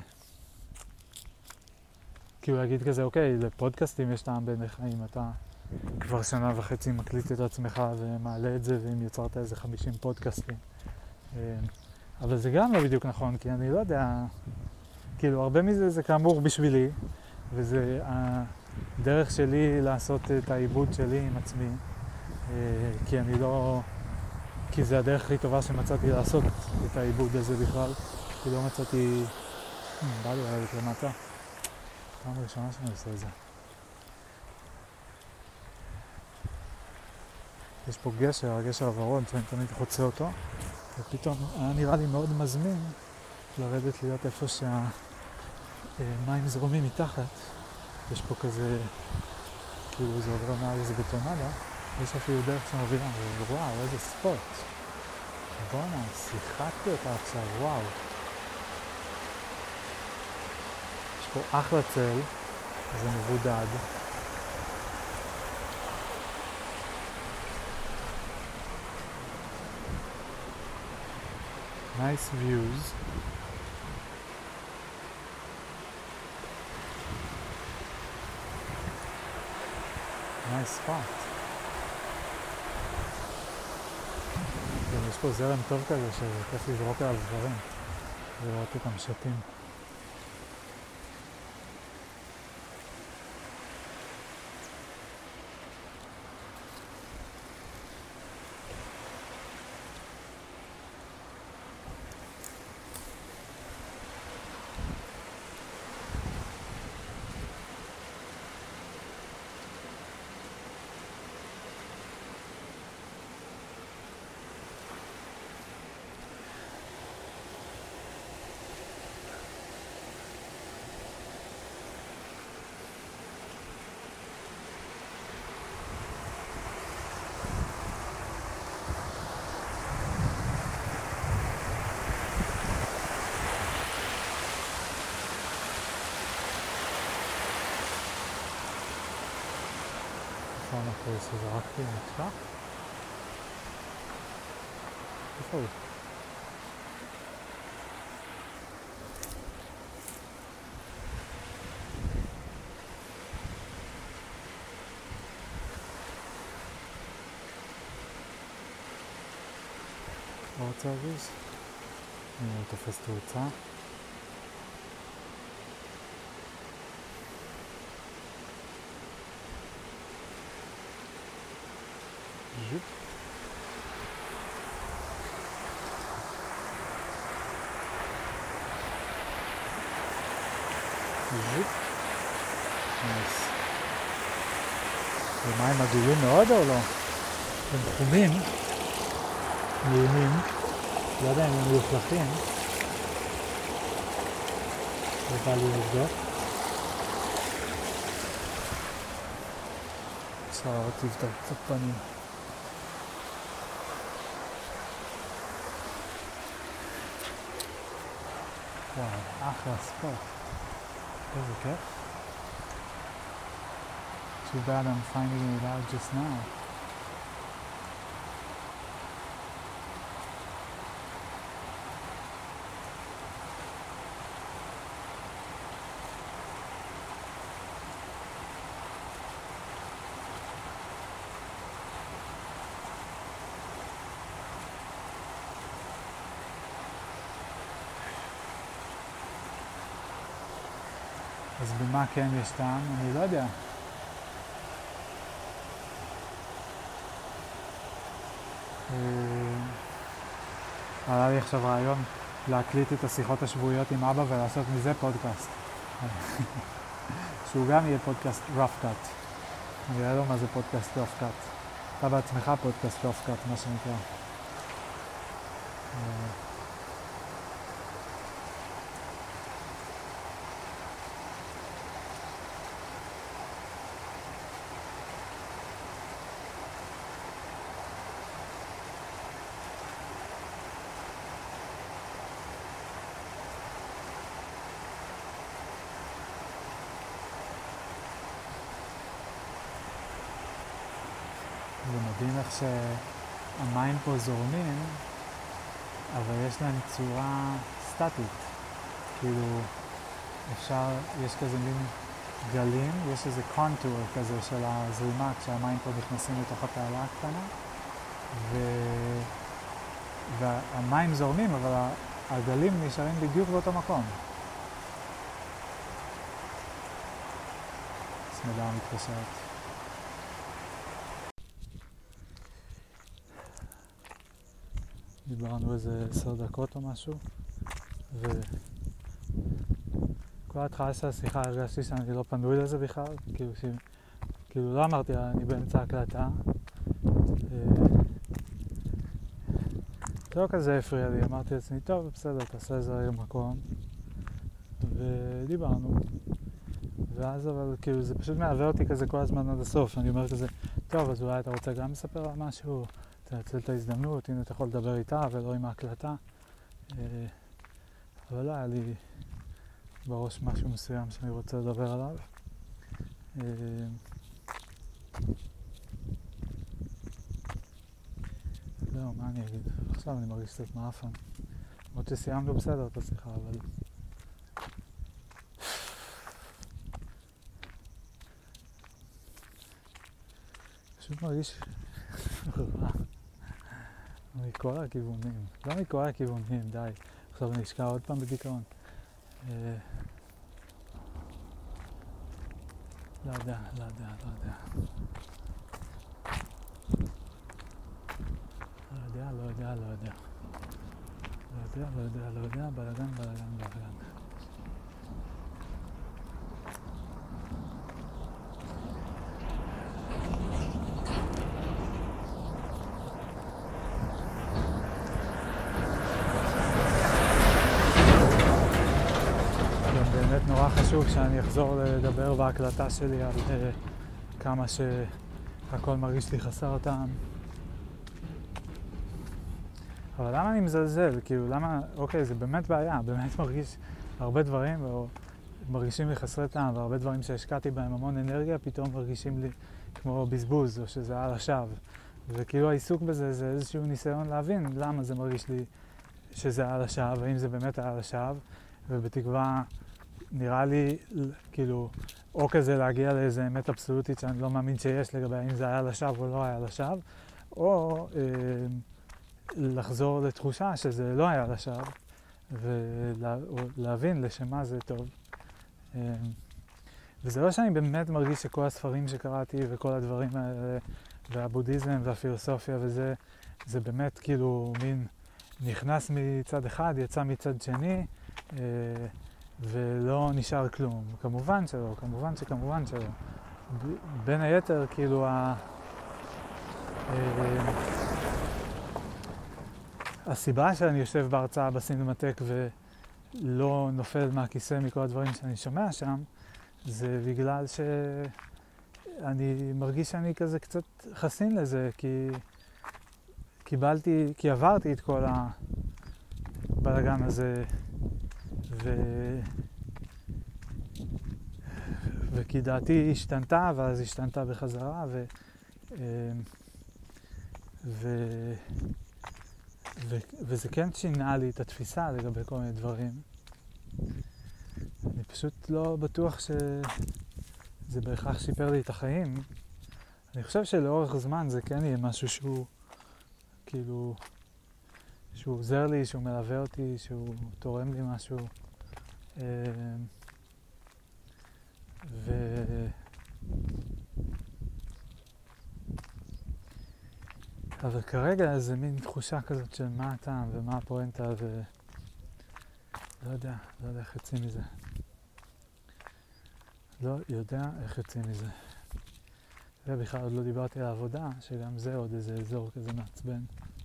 כאילו להגיד כזה, אוקיי, לפודקאסטים יש טעם בעיניך אם אתה כבר 1.5 שנה מקליט את עצמך ומעלה את זה, ואם יצרת איזה 50 פודקאסטים. אבל זה גם לא בדיוק נכון, כי אני לא יודע, כאילו הרבה מזה זה כאמור בשבילי, וזה הדרך שלי לעשות את העיבוד שלי עם עצמי, כי אני לא, כי זה הדרך הכי טובה שמצאתי לעשות את העיבוד הזה בכלל, כי לא מצאתי, בא לי לרדת למטה, פעם ראשונה שאני עושה את זה. יש פה גשר, הגשר הוורוד, שאני תמיד חוצה אותו, ופתאום היה נראה לי מאוד מזמין לרדת להיות איפה שהמים זרומים מתחת. יש פה כזה, כאילו זה עובר מעל איזה בטונדה, יש אפילו דרך שמובילה, וואו, איזה ספוט. בוא'נה, שיחקתי אותה עכשיו, וואו. יש פה אחלה צל, זה מבודד. Nice views. Nice spot. יש פה זרם טוב כזה שכיף לזרוק עליו דברים ולראות את המשתים. אנחנו שזרקתי נפתח. איפה הוא? לא רוצה להגיש? אני תופס תאוצה. ז'ופ. Right? Nice. ומה הם עגולים מאוד או לא? הם תחומים, נעימים, לא יודע אם הם מלוכלכים. ובא לי לבדוק. אפשר להראות לבדוק קצת פנים. וואו, אחלה ספורט. איזה כיף. Too bad I'm finding it out just now. אז במה כן יש טעם? אני לא יודע. עלה לי עכשיו רעיון להקליט את השיחות השבועיות עם אבא ולעשות מזה פודקאסט. שהוא גם יהיה פודקאסט rough cut. אני לא יודע מה זה פודקאסט rough cut. אתה בעצמך פודקאסט rough cut, מה שנקרא. זה מדהים איך שהמים פה זורמים, אבל יש להם צורה סטטית. כאילו, אפשר, יש כזה מין גלים, יש איזה קונטור כזה של הזרימה כשהמים פה נכנסים לתוך התעלה הקטנה, והמים זורמים, אבל הגלים נשארים בדיוק באותו מקום. סמדה מתקשרת. דיברנו איזה 10 דקות או משהו, וכל ההתחלה של השיחה הרגשתי שאני לא פנוי לזה בכלל, כאילו לא אמרתי לה, אני באמצע הקלטה. לא כזה הפריע לי, אמרתי לעצמי, טוב, בסדר, תעשה איזה רגע מקום, ודיברנו. ואז אבל כאילו זה פשוט מעבר אותי כזה כל הזמן עד הסוף, אני אומר כזה, טוב, אז אולי אתה רוצה גם לספר על משהו? תנצל את ההזדמנות, הנה אתה יכול לדבר איתה ולא עם ההקלטה. אבל לא היה לי בראש משהו מסוים שאני רוצה לדבר עליו. זהו, מה אני אגיד? עכשיו אני מרגיש קצת מאפן. למרות שסיימנו בסדר את השיחה, אבל... פשוט מרגיש רע. מכל הכיוונים. לא מכל הכיוונים, די. עכשיו אני אשקע עוד פעם בדיכאון. לא יודע. לא יודע, בלגן. באמת נורא חשוב שאני אחזור לדבר בהקלטה שלי על כמה שהכל מרגיש לי חסר טעם. אבל למה אני מזלזל? כאילו, למה... אוקיי, זה באמת בעיה, באמת מרגיש הרבה דברים מרגישים לי חסרי טעם, והרבה דברים שהשקעתי בהם המון אנרגיה פתאום מרגישים לי כמו בזבוז, או שזה היה לשווא. וכאילו העיסוק בזה זה איזשהו ניסיון להבין למה זה מרגיש לי שזה היה לשווא, והאם זה באמת היה לשווא, ובתקווה נראה לי כאילו או כזה להגיע לאיזה אמת אבסולוטית שאני לא מאמין שיש לגבי האם זה היה לשווא או לא היה לשווא, או לחזור לתחושה שזה לא היה לשווא, ולהבין לשמה זה טוב. וזה לא שאני באמת מרגיש שכל הספרים שקראתי וכל הדברים האלה, והבודהיזם והפילוסופיה וזה, זה באמת כאילו מין נכנס מצד אחד, יצא מצד שני, ולא נשאר כלום. כמובן שלא. בין היתר, כאילו, הסיבה שאני יושב בהרצאה בסינמטק ולא נופל מהכיסא מכל הדברים שאני שומע שם, זה בגלל שאני מרגיש שאני כזה קצת חסין לזה, כי עברתי את כל הבלגן הזה, וכי דעתי השתנתה, ואז השתנתה בחזרה, וזה כן שינה לי את התפיסה לגבי כל מיני דברים. אני פשוט לא בטוח שזה בהכרח שיפר לי את החיים. אני חושב שלאורך זמן זה כן יהיה משהו שהוא כאילו, שהוא עוזר לי, שהוא מלווה אותי, שהוא תורם לי משהו. אבל כרגע זה מין תחושה כזאת של מה הטעם ומה הפואנטה, לא יודע איך יוצאים מזה. לא יודע איך יוצאים מזה. ובכלל עוד לא דיברתי על העבודה, שגם זה עוד איזה אזור כזה מעצבן.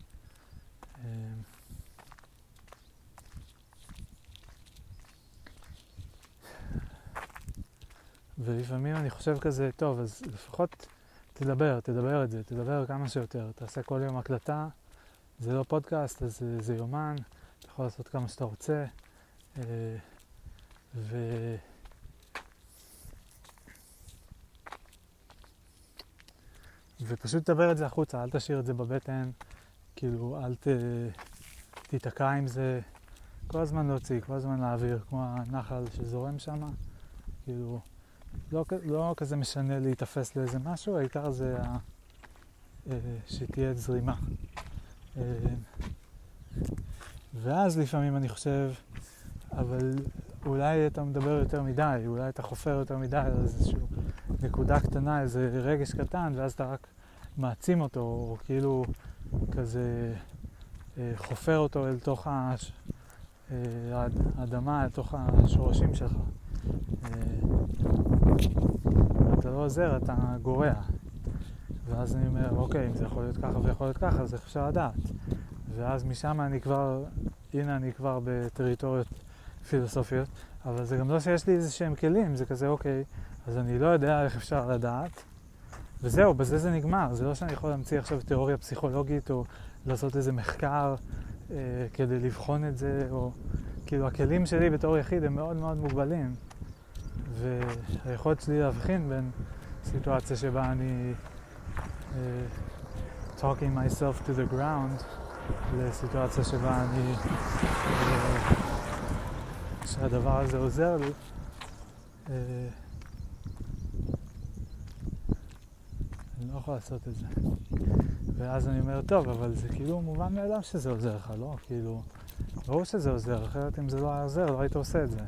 ולפעמים אני חושב כזה, טוב, אז לפחות תדבר את זה, תדבר כמה שיותר. תעשה כל יום הקלטה, זה לא פודקאסט, אז זה יומן, אתה יכול לעשות כמה שאתה רוצה. ופשוט תדבר את זה החוצה, אל תשאיר את זה בבטן, כאילו אל תתעקע עם זה, כל הזמן להוציא, כל הזמן להעביר, כמו הנחל שזורם שם, כאילו לא כזה משנה להתאפס לאיזה משהו, העיקר זה שתהיה זרימה. ואז לפעמים אני חושב, אבל אולי אתה מדבר יותר מדי, אולי אתה חופר יותר מדי על איזושהי נקודה קטנה, איזה רגש קטן, ואז אתה רק מעצים אותו, או כאילו כזה חופר אותו אל תוך האדמה, אל תוך השורשים שלך. אתה לא עוזר, אתה גורע. ואז אני אומר, אוקיי, אם זה יכול להיות ככה ויכול להיות ככה, אז איך אפשר לדעת? ואז משם אני כבר בטריטוריות פילוסופיות, אבל זה גם לא שיש לי איזה שהם כלים, זה כזה, אוקיי, אז אני לא יודע איך אפשר לדעת, וזהו, בזה זה נגמר. זה לא שאני יכול להמציא עכשיו תיאוריה פסיכולוגית, או לעשות איזה מחקר כדי לבחון את זה, או כאילו הכלים שלי בתור יחיד הם מאוד מאוד מוגבלים, והיכולת שלי להבחין בין סיטואציה שבה אני talking myself to the ground, לסיטואציה שבה אני שהדבר הזה עוזר לי, אני לא יכול לעשות את זה. ואז אני אומר, טוב, אבל זה כאילו מובן מאליו שזה עוזר לך, לא? כאילו, ברור שזה עוזר, אחרת אם זה לא היה עוזר, לא היית עושה את זה.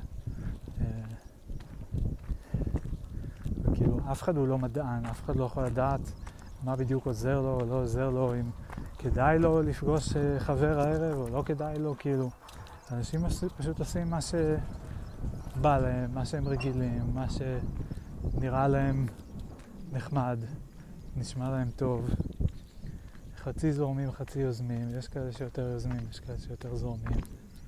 וכאילו, אף אחד הוא לא מדען, אף אחד לא יכול לדעת מה בדיוק עוזר לו או לא עוזר לו, אם כדאי לו לפגוש חבר הערב או לא כדאי לו, כאילו. אנשים פשוט עושים מה שבא להם, מה שהם רגילים, מה שנראה להם נחמד, נשמע להם טוב. חצי זורמים, חצי יוזמים, יש כאלה שיותר יוזמים, יש כאלה שיותר זורמים.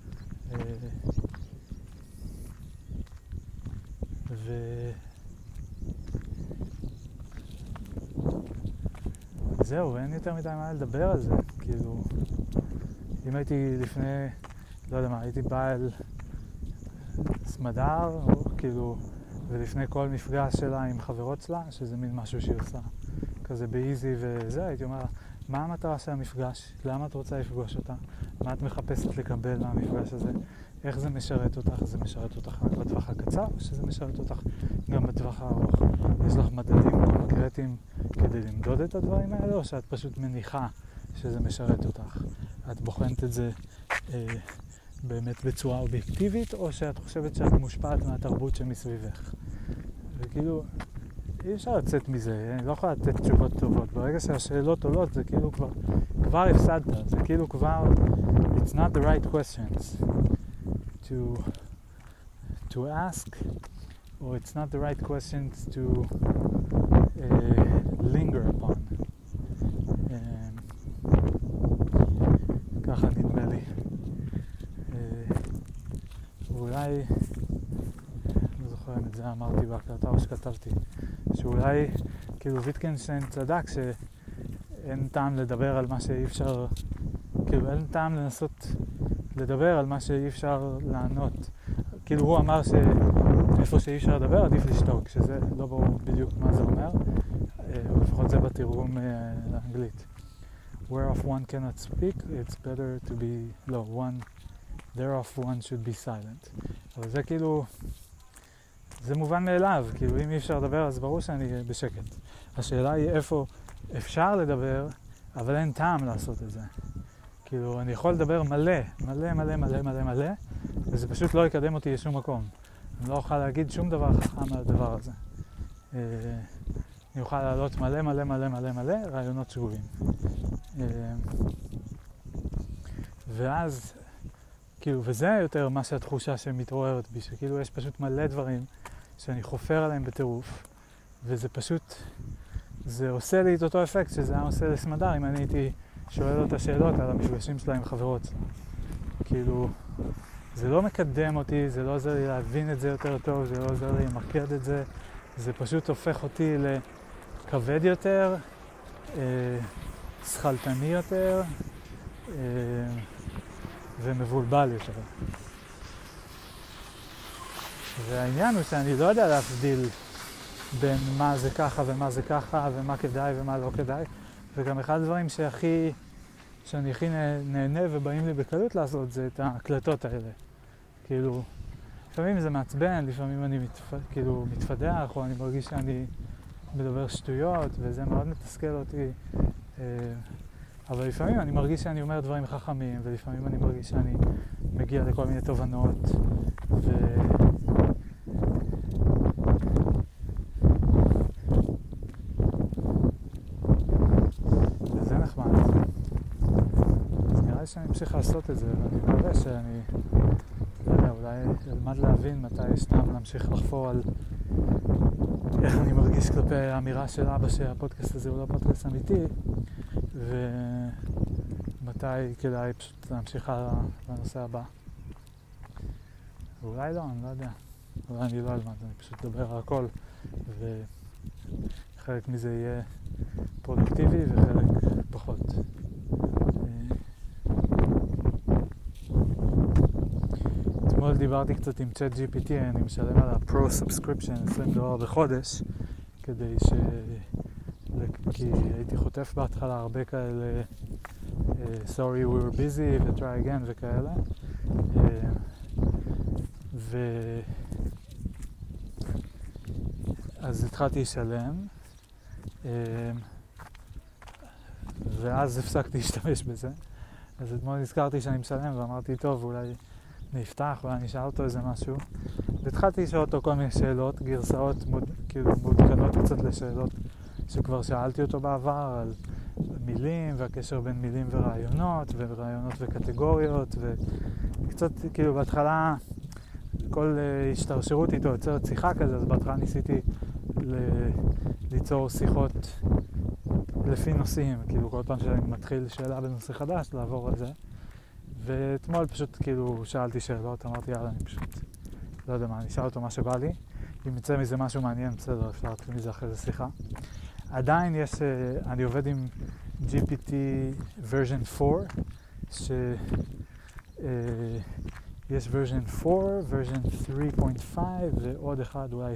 זהו, אין יותר מדי מה לדבר על זה, כאילו, אם הייתי לפני, לא יודע מה, הייתי בא אל סמדר, או כאילו, ולפני כל מפגש שלה עם חברות שלה, שזה מין משהו שהיא עושה כזה באיזי וזה, הייתי אומר, מה המטרה של המפגש? למה את רוצה לפגוש אותה? מה את מחפשת לקבל מהמפגש הזה? איך זה משרת אותך? זה משרת אותך רק בטווח הקצר, או שזה משרת אותך גם בטווח הארוך? יש לך מדדים קונקרטיים כדי למדוד את הדברים האלה, או שאת פשוט מניחה שזה משרת אותך? את בוחנת את זה באמת בצורה אובייקטיבית, או שאת חושבת שאת מושפעת מהתרבות שמסביבך? וכאילו, אי אפשר לצאת מזה, אני לא יכולה לתת תשובות טובות. ברגע שהשאלות עולות, זה כאילו כבר הפסדת, זה כאילו כבר, it's not the right questions to ask, or it's not the right questions to linger upon. ככה נדמה לי. אולי, לא זוכר אם את זה אמרתי בהקלטה או שכתבתי, שאולי כאילו ויטקנשטיין צדק שאין טעם לדבר על מה שאי אפשר, כאילו אין טעם לנסות לדבר על מה שאי אפשר לענות. כאילו הוא אמר שאיפה שאי אפשר לדבר עדיף לשתוק, שזה לא ברור בדיוק מה זה אומר, לפחות זה בתרגום לאנגלית. Whereof one cannot speak, it's better to be, thereof one should be silent. אבל זה כאילו, זה מובן מאליו, כאילו אם אי אפשר לדבר אז ברור שאני בשקט. השאלה היא איפה אפשר לדבר, אבל אין טעם לעשות את זה. כאילו אני יכול לדבר מלא, וזה פשוט לא יקדם אותי לשום מקום. אני לא אוכל להגיד שום דבר חכם על הדבר הזה. אני אוכל להעלות מלא רעיונות שגויים. ואז, כאילו, וזה יותר מה שהתחושה שמתעוררת בי, שכאילו יש פשוט מלא דברים שאני חופר עליהם בטירוף, וזה פשוט, זה עושה לי את אותו אפקט שזה היה עושה לסמדר אם אני הייתי שואל אותה שאלות על המפגשים שלה עם חברות. כאילו, זה לא מקדם אותי, זה לא עוזר לי להבין את זה יותר טוב, זה לא עוזר לי למקד את זה, זה פשוט הופך אותי לכבד יותר, שחלטני יותר, ומבולבל יותר. והעניין הוא שאני לא יודע להבדיל בין מה זה ככה ומה זה ככה, ומה כדאי ומה לא כדאי. וגם אחד הדברים שאני הכי נהנה ובאים לי בקלות לעשות זה את ההקלטות האלה. כאילו, לפעמים זה מעצבן, לפעמים אני מתפדח, או אני מרגיש שאני מדבר שטויות, וזה מאוד מתסכל אותי. אבל לפעמים אני מרגיש שאני אומר דברים חכמים, ולפעמים אני מרגיש שאני מגיע לכל מיני תובנות, וזה נחמד. אז נראה לי שאני אמשיך לעשות את זה, ואני מקווה שאני, לא יודע, אולי אלמד להבין מתי יש טעם להמשיך לחפור על איך אני מרגיש כלפי האמירה של אבא שהפודקאסט הזה הוא לא פודקאסט אמיתי, ומתי כדאי פשוט להמשיך הלאה לנושא הבא. ואולי לא, אני לא יודע. אולי אני לא אלמד, אני פשוט אדבר על הכל, וחלק מזה יהיה פרודוקטיבי וחלק פחות. אתמול דיברתי קצת עם ChatGPT, אני משלם על ה-Pro Subscription $20 בחודש, כדי כי הייתי חוטף בהתחלה הרבה כאלה sorry we were busy ו-try again וכאלה. אז התחלתי לשלם, ואז הפסקתי להשתמש בזה. אז אתמול נזכרתי שאני משלם ואמרתי טוב, אולי נפתח ואני אשאל אותו איזה משהו. והתחלתי לשאול אותו כל מיני שאלות, גרסאות כאילו מעודכנות קצת לשאלות שכבר שאלתי אותו בעבר, על מילים והקשר בין מילים ורעיונות, ורעיונות וקטגוריות, וקצת כאילו בהתחלה כל השתרשרות איתו יוצרת שיחה כזה, אז בהתחלה ניסיתי ליצור שיחות לפי נושאים, כאילו כל פעם שאני מתחיל שאלה בנושא חדש, לעבור על זה. ואתמול פשוט כאילו שאלתי שאלות, אמרתי יאללה, אני פשוט לא יודע מה, אני אשאל אותו מה שבא לי, אם יצא מזה משהו מעניין, בסדר, אפשר להתחיל מזה אחרי זה שיחה. עדיין יש, אני עובד עם GPT version 4, יש version 4, version 3.5 ועוד אחד אולי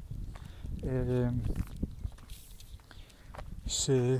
3,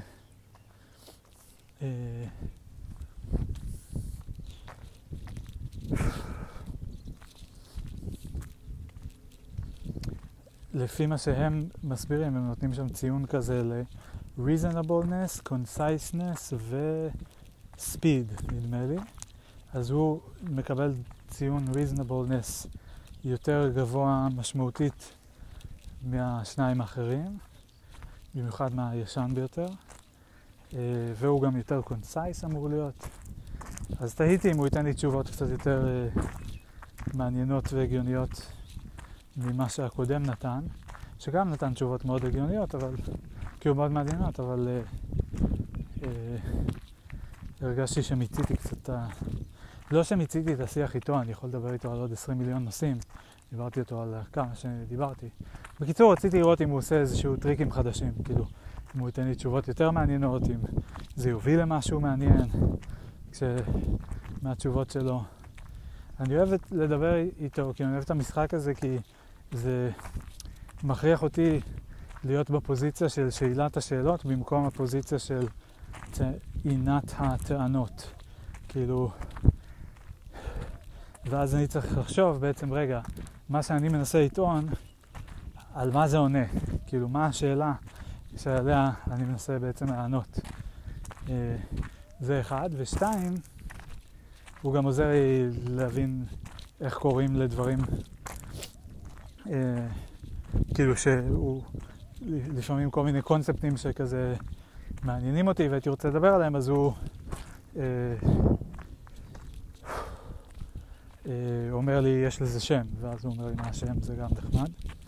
לפי מה שהם מסבירים, הם נותנים שם ציון כזה ל-reasonableness, conciseness ו-speed, נדמה לי. אז הוא מקבל ציון reasonableness יותר גבוה משמעותית מהשניים האחרים, במיוחד מהישן ביותר. והוא גם יותר concise אמור להיות. אז תהיתי אם הוא ייתן לי תשובות קצת יותר מעניינות והגיוניות ממה שהקודם נתן, שגם נתן תשובות מאוד הגיוניות, אבל כאילו מאוד מעניינות, אבל הרגשתי שמיציתי קצת, לא שמיציתי את השיח איתו, אני יכול לדבר איתו על עוד 20 מיליון נושאים, דיברתי אותו על כמה שדיברתי. בקיצור, רציתי לראות אם הוא עושה איזשהו טריקים חדשים, כאילו, אם הוא ייתן לי תשובות יותר מעניינות, אם זה יוביל למשהו מעניין, מהתשובות שלו. אני אוהב לדבר איתו, כי אני אוהב את המשחק הזה, כי זה מכריח אותי להיות בפוזיציה של שאלת השאלות, במקום הפוזיציה של עינת הטענות. כאילו, ואז אני צריך לחשוב בעצם, רגע, מה שאני מנסה לטעון, על מה זה עונה. כאילו, מה השאלה שעליה אני מנסה בעצם לענות. זה אחד. ושתיים, הוא גם עוזר לי להבין איך קוראים לדברים, כאילו שהוא לפעמים כל מיני קונספטים שכזה מעניינים אותי והייתי רוצה לדבר עליהם, אז הוא אומר לי יש לזה שם, ואז הוא אומר לי מה השם, זה גם נחמד.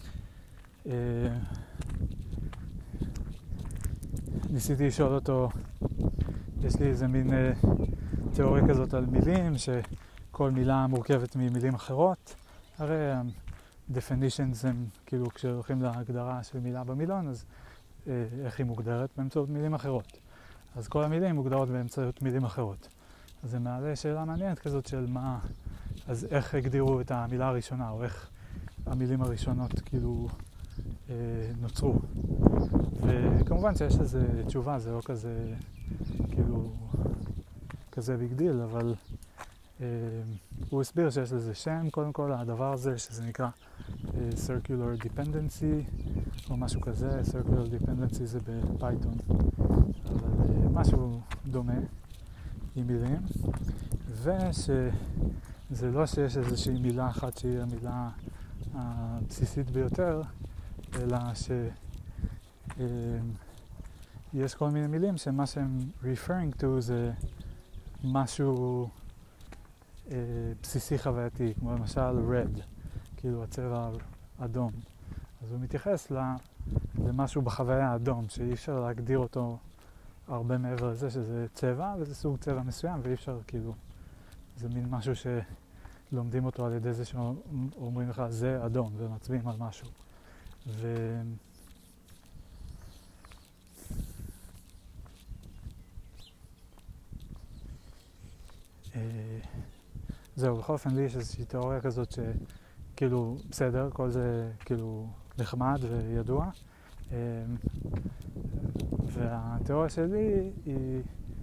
ניסיתי לשאול אותו, יש לי איזה מין תיאוריה כזאת על מילים, שכל מילה מורכבת ממילים אחרות. הרי definitions הם כאילו כשהולכים להגדרה של מילה במילון, אז איך היא מוגדרת? באמצעות מילים אחרות. אז כל המילים מוגדרות באמצעות מילים אחרות. אז זה מעלה שאלה מעניינת כזאת של מה, אז איך הגדירו את המילה הראשונה, או איך המילים הראשונות כאילו נוצרו. וכמובן שיש לזה תשובה, זה לא כזה כאילו כזה ביג דיל, אבל הוא הסביר שיש לזה שם, קודם כל הדבר הזה שזה נקרא circular dependency או משהו כזה. circular dependency זה בפייתון, אבל משהו דומה עם מילים, ושזה לא שיש איזושהי מילה אחת שהיא המילה הבסיסית ביותר, אלא שיש כל מיני מילים שמה שהם referring to זה משהו בסיסי חווייתי, כמו למשל red, כאילו הצבע אדום. אז הוא מתייחס למשהו בחוויה האדום, שאי אפשר להגדיר אותו הרבה מעבר לזה שזה צבע, וזה סוג צבע מסוים, ואי אפשר כאילו, זה מין משהו שלומדים אותו על ידי זה שאומרים לך זה אדום, ומצביעים על משהו. זהו, בכל אופן לי יש איזושהי תיאוריה כזאת שכאילו בסדר, כל זה כאילו נחמד וידוע, והתיאוריה שלי היא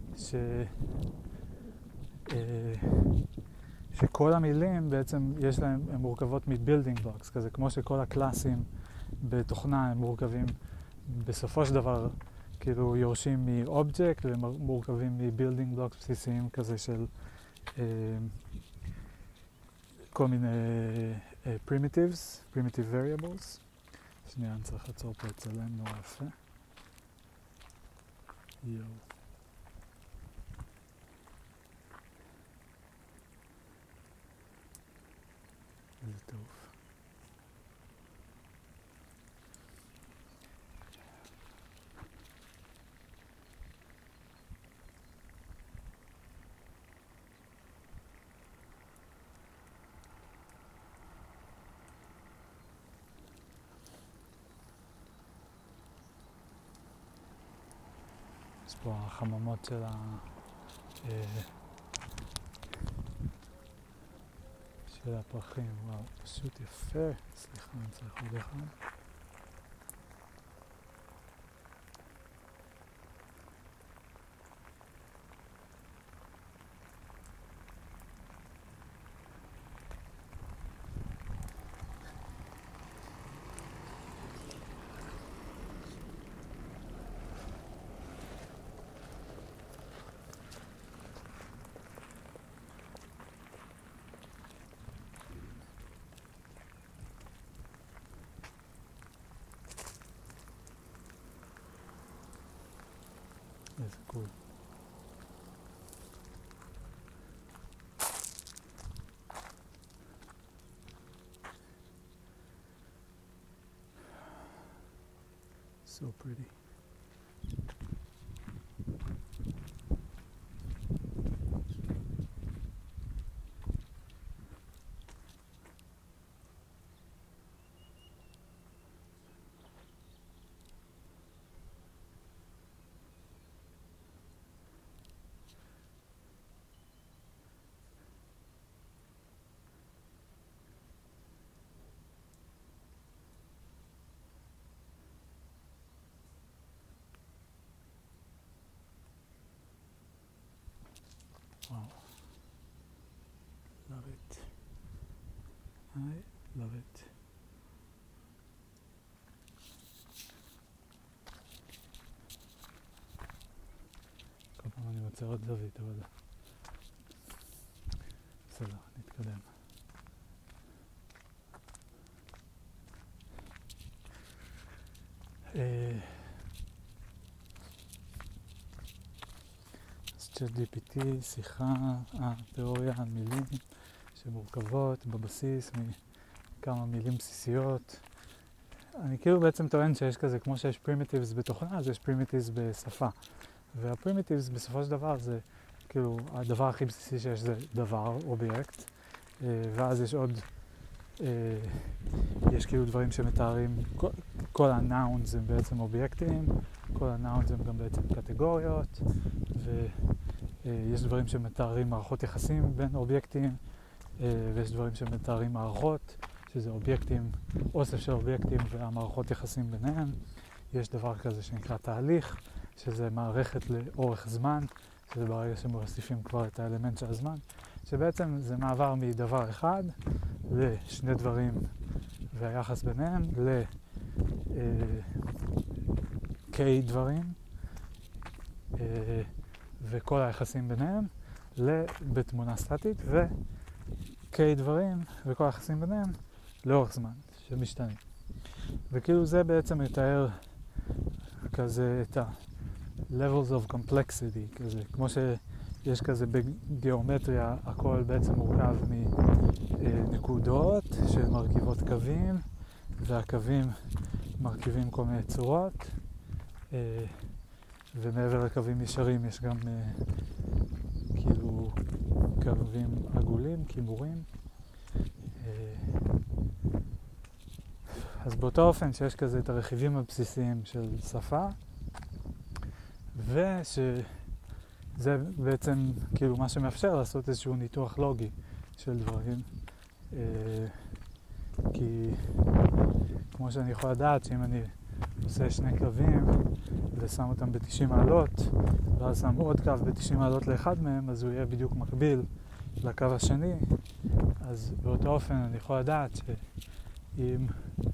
שכל המילים בעצם יש להם, הן מורכבות מ-building blocks, כזה כמו שכל הקלאסים בתוכנה הם מורכבים בסופו של דבר כאילו יורשים מ-object ומורכבים מ-building blocks בסיסיים כזה של כל מיני primitive variables. שנייה, אני צריך לעצור פה לצלם, נורא יפה. יואו. איזה טוב. יש פה החממות של הפרחים, וואו, פשוט יפה. סליחה, אני צריך עוד אחד. איזה קול. So pretty. Wow. Love it. I love it. כל פעם אני מוצא עוד זווית, אבל בסדר, נתקדם. אז ChatGPT, שיחה, תיאוריה על מילים שמורכבות בבסיס מכמה מילים בסיסיות. אני כאילו בעצם טוען שיש כזה, כמו שיש primitives בתוכנה, אז יש primitives בשפה. והפרימיטיבס בסופו של דבר זה כאילו הדבר הכי בסיסי שיש זה דבר, אובייקט, ואז יש עוד, יש כאילו דברים שמתארים, כל הנאונס הם בעצם אובייקטים, כל הנאונס הם גם בעצם קטגוריות, ויש דברים שמתארים מערכות יחסים בין אובייקטים, ויש דברים שמתארים מערכות, שזה אובייקטים, אוסף של אובייקטים והמערכות יחסים ביניהם. יש דבר כזה שנקרא תהליך, שזה מערכת לאורך זמן, שזה ברגע שמוסיפים כבר את האלמנט של הזמן, שבעצם זה מעבר מדבר אחד לשני דברים והיחס ביניהם, ל-K דברים וכל היחסים ביניהם, בתמונה סטטית, ו-K דברים וכל היחסים ביניהם לאורך זמן, שמשתנים. וכאילו זה בעצם מתאר כזה את ה-levels of complexity, כזה, כמו שיש כזה בגיאומטריה, הכל בעצם מורכב מנקודות שמרכיבות קווים, והקווים מרכיבים כל מיני צורות, ומעבר לקווים ישרים יש גם כאילו קווים עגולים, כימורים. אז באותו אופן שיש כזה את הרכיבים הבסיסיים של שפה, ושזה בעצם כאילו מה שמאפשר לעשות איזשהו ניתוח לוגי של דברים. כי כמו שאני יכול לדעת שאם אני עושה שני קווים ושם אותם ב-90 מעלות, ואז שם עוד קו ב-90 מעלות לאחד מהם, אז הוא יהיה בדיוק מקביל לקו השני. אז באותו אופן אני יכול לדעת שאם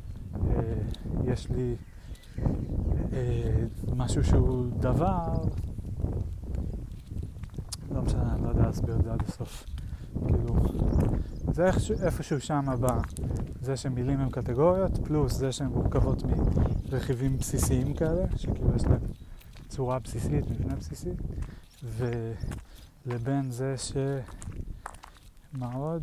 יש לי משהו שהוא דבר, לא משנה, אני לא יודע להסביר את זה עד הסוף. כאילו, זה איפשהו שם הבא, זה שמילים הם קטגוריות, פלוס זה שהן מורכבות מרכיבים בסיסיים כאלה, שכאילו יש להם צורה בסיסית, מבנה בסיסי, ולבין זה מה עוד?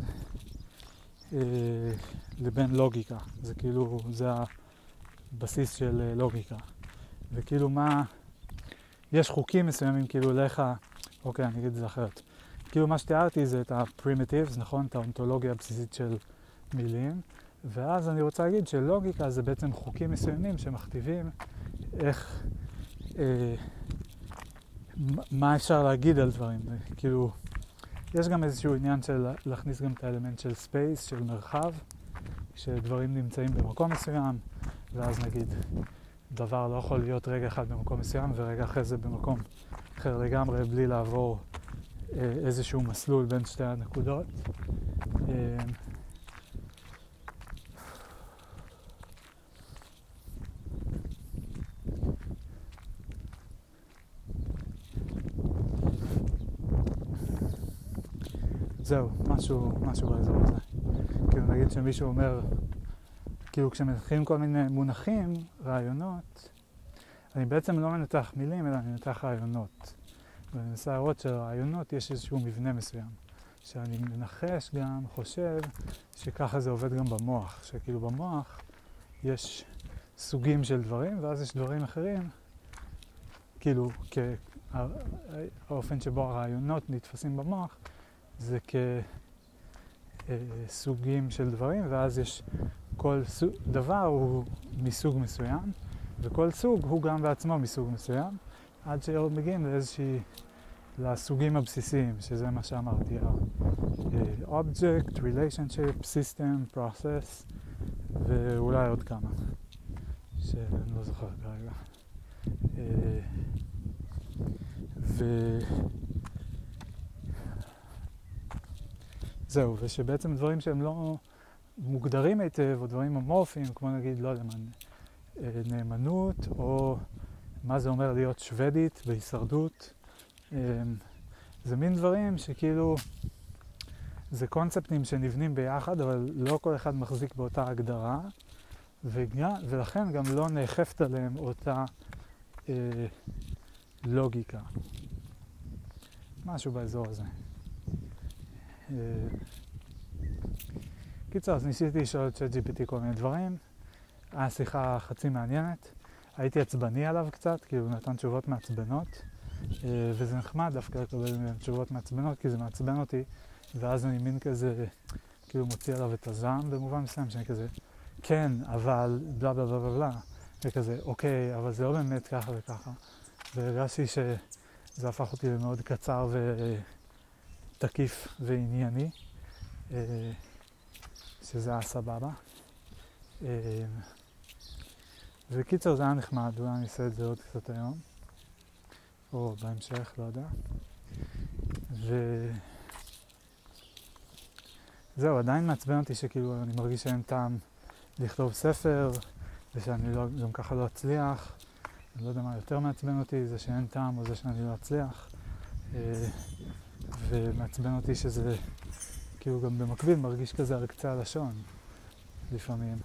לבין לוגיקה. זה כאילו, זה הבסיס של לוגיקה. וכאילו מה, יש חוקים מסוימים כאילו לך, אוקיי, אני אגיד את זה אחרת. כאילו מה שתיארתי זה את ה-primitives, נכון? את האונתולוגיה הבסיסית של מילים. ואז אני רוצה להגיד שלוגיקה זה בעצם חוקים מסוימים שמכתיבים איך, מה אפשר להגיד על דברים. כאילו, יש גם איזשהו עניין של להכניס גם את האלמנט של ספייס, של מרחב, שדברים נמצאים במקום מסוים, ואז נגיד, דבר לא יכול להיות רגע אחד במקום מסוים, ורגע אחרי זה במקום אחר לגמרי, בלי לעבור איזשהו מסלול בין שתי הנקודות. זהו, משהו באזור הזה. כאילו נגיד שמישהו אומר, כאילו כשמנתחים כל מיני מונחים, רעיונות, אני בעצם לא מנתח מילים, אלא אני מנתח רעיונות. ואני מנסה להראות שלרעיונות יש איזשהו מבנה מסוים. שאני מנחש גם, חושב, שככה זה עובד גם במוח. שכאילו במוח יש סוגים של דברים, ואז יש דברים אחרים, כאילו, האופן שבו הרעיונות נתפסים במוח, זה כסוגים של דברים, ואז יש כל דבר הוא מסוג מסוים, וכל סוג הוא גם בעצמו מסוג מסוים, עד שמגיעים לסוגים הבסיסיים, שזה מה שאמרתי, object, relationship, system, process, ואולי עוד כמה, שאני לא זוכר כרגע. זהו, ושבעצם דברים שהם לא מוגדרים היטב, או דברים אמורפיים, כמו נגיד, לא יודע, נאמנות, או מה זה אומר להיות שוודית בהישרדות. זה מין דברים שכאילו, זה קונספטים שנבנים ביחד, אבל לא כל אחד מחזיק באותה הגדרה, ולכן גם לא נאכפת עליהם אותה לוגיקה. משהו באזור הזה. קיצר, אז ניסיתי לשאול את ChatGPT כל מיני דברים. היה שיחה חצי מעניינת. הייתי עצבני עליו קצת, כאילו נתן תשובות מעצבנות. וזה נחמד דווקא לקבל תשובות מעצבנות, כי זה מעצבן אותי. ואז אני מין כזה, כאילו מוציא עליו את הזעם במובן מסוים, שאני כזה, כן, אבל בלה בלה בלה בלה. וכזה, אוקיי, אבל זה לא באמת ככה וככה. והרגשתי שזה הפך אותי למאוד קצר ותקיף וענייני. שזה היה סבבה. וקיצר זה היה נחמד, אולי אני אעשה את זה עוד קצת היום. או בהמשך, לא יודע. זהו, עדיין מעצבן אותי שכאילו אני מרגיש שאין טעם לכתוב ספר, ושאני לא, גם ככה לא אצליח. אני לא יודע מה יותר מעצבן אותי, זה שאין טעם או זה שאני לא אצליח. ומעצבן אותי שזה כאילו גם במקביל מרגיש כזה על קצה הלשון לפעמים.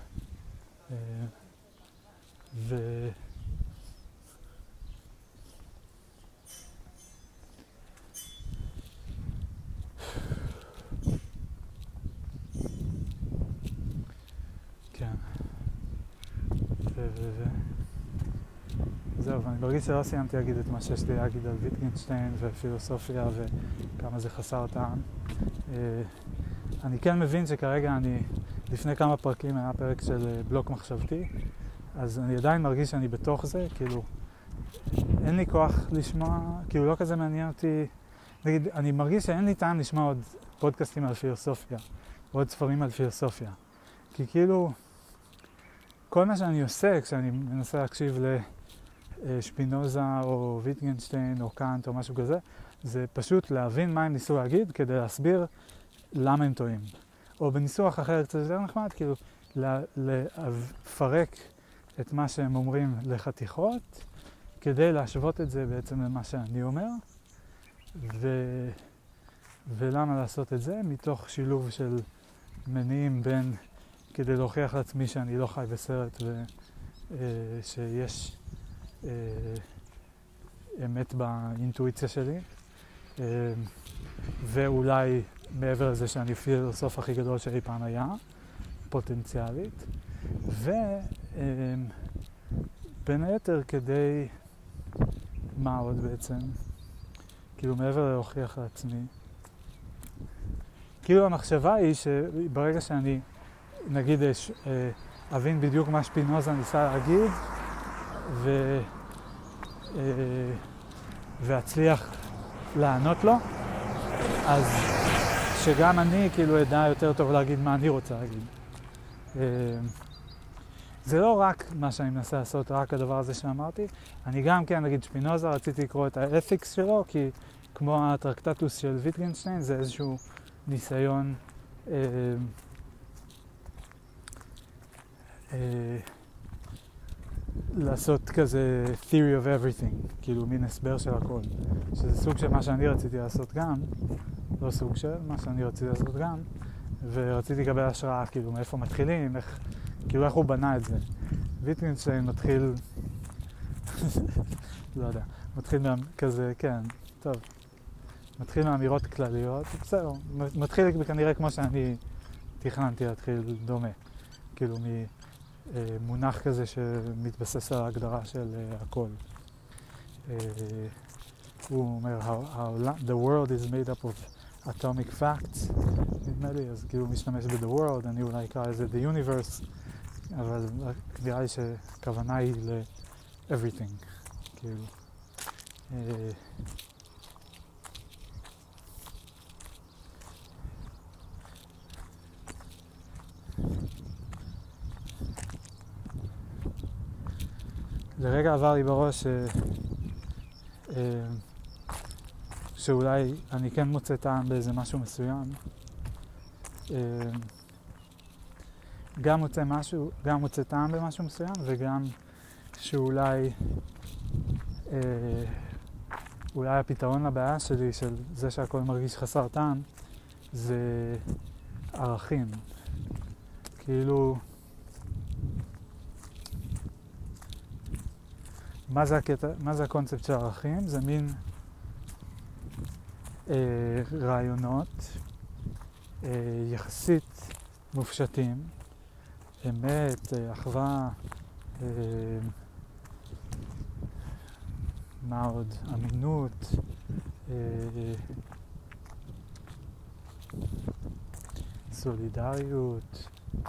כן. זהו, ואני מרגיש שלא סיימתי להגיד את מה שיש לי להגיד על ויטגנשטיין ופילוסופיה וכמה זה חסר טעם. אני כן מבין שכרגע לפני כמה פרקים היה פרק של בלוק מחשבתי, אז אני עדיין מרגיש שאני בתוך זה, כאילו, אין לי כוח לשמוע, כאילו לא כזה מעניין אותי, נגיד, אני מרגיש שאין לי טעם לשמוע עוד פודקאסטים על פילוסופיה, עוד ספרים על פילוסופיה, כי כאילו, כל מה שאני עושה כשאני מנסה להקשיב לשפינוזה או ויטגנשטיין או קאנט או משהו כזה, זה פשוט להבין מה הם ניסו להגיד כדי להסביר למה הם טועים. או בניסוח אחר קצת יותר נחמד, כאילו לפרק את מה שהם אומרים לחתיכות, כדי להשוות את זה בעצם למה שאני אומר, ולמה לעשות את זה? מתוך שילוב של מניעים בין, כדי להוכיח לעצמי שאני לא חי בסרט ושיש אמת באינטואיציה שלי, ואולי מעבר לזה שאני פילוסוף הכי גדול שאי פעם היה, פוטנציאלית, ובין היתר כדי, מה עוד בעצם? כאילו מעבר להוכיח לעצמי, כאילו המחשבה היא שברגע שאני נגיד אבין בדיוק מה שפינוזה ניסה להגיד ואצליח לענות לו, אז שגם אני כאילו אדע יותר טוב להגיד מה אני רוצה להגיד. זה לא רק מה שאני מנסה לעשות, רק הדבר הזה שאמרתי. אני גם כן, נגיד שפינוזה, רציתי לקרוא את האתיקס שלו, כי כמו הטרקטטוס של ויטגנשטיין, זה איזשהו ניסיון לעשות כזה theory of everything, כאילו מין הסבר של הכל. שזה סוג של מה שאני רציתי לעשות גם, לא סוג של מה שאני רציתי לעשות גם, ורציתי לקבל השראה, כאילו מאיפה מתחילים, כאילו איך הוא בנה את זה. ויטגנשטיין מתחיל, לא יודע, מתחיל כזה, כן, טוב, מתחיל מאמירות כלליות, בסדר, מתחיל כנראה כמו שאני תכננתי להתחיל דומה, כאילו מונח כזה שמתבסס על ההגדרה של הכל. הוא אומר, the world is made up of atomic facts, נדמה לי, אז כאילו הוא משתמש ב-the world, אני אולי אקרא לזה the universe, אבל נראה לי שהכוונה היא ל-everything, כאילו. לרגע עבר לי בראש שאולי אני כן מוצא טעם באיזה משהו מסוים. גם מוצא טעם במשהו מסוים, וגם שאולי אולי הפתרון לבעיה שלי, של זה שהכל מרגיש חסר טעם, זה ערכים. כאילו, מה זה הקונספט של ערכים? זה מין רעיונות יחסית מופשטים, אמת, אחווה, מה עוד? אמינות, סולידריות.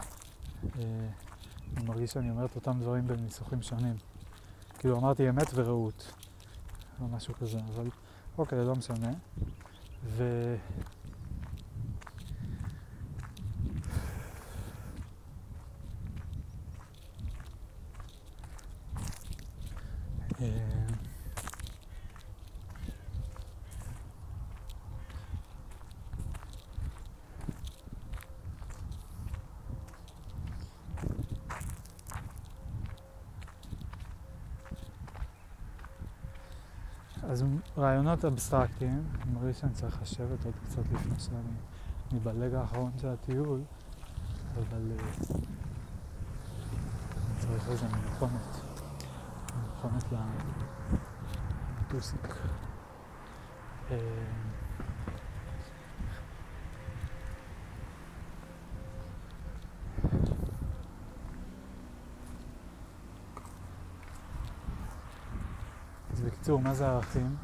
אני מרגיש שאני אומר את אותם דברים בניסוחים שונים. כאילו אמרתי אמת ורעות, או משהו כזה, אבל אוקיי, לא משנה. אז רעיונות אבסטרקטיים, אני מרגיש שאני צריך לשבת עוד קצת לפני שאני בלג האחרון של הטיול, אבל אני צריך איזה מכונת לטוסיק. בקיצור, מה זה ערכים?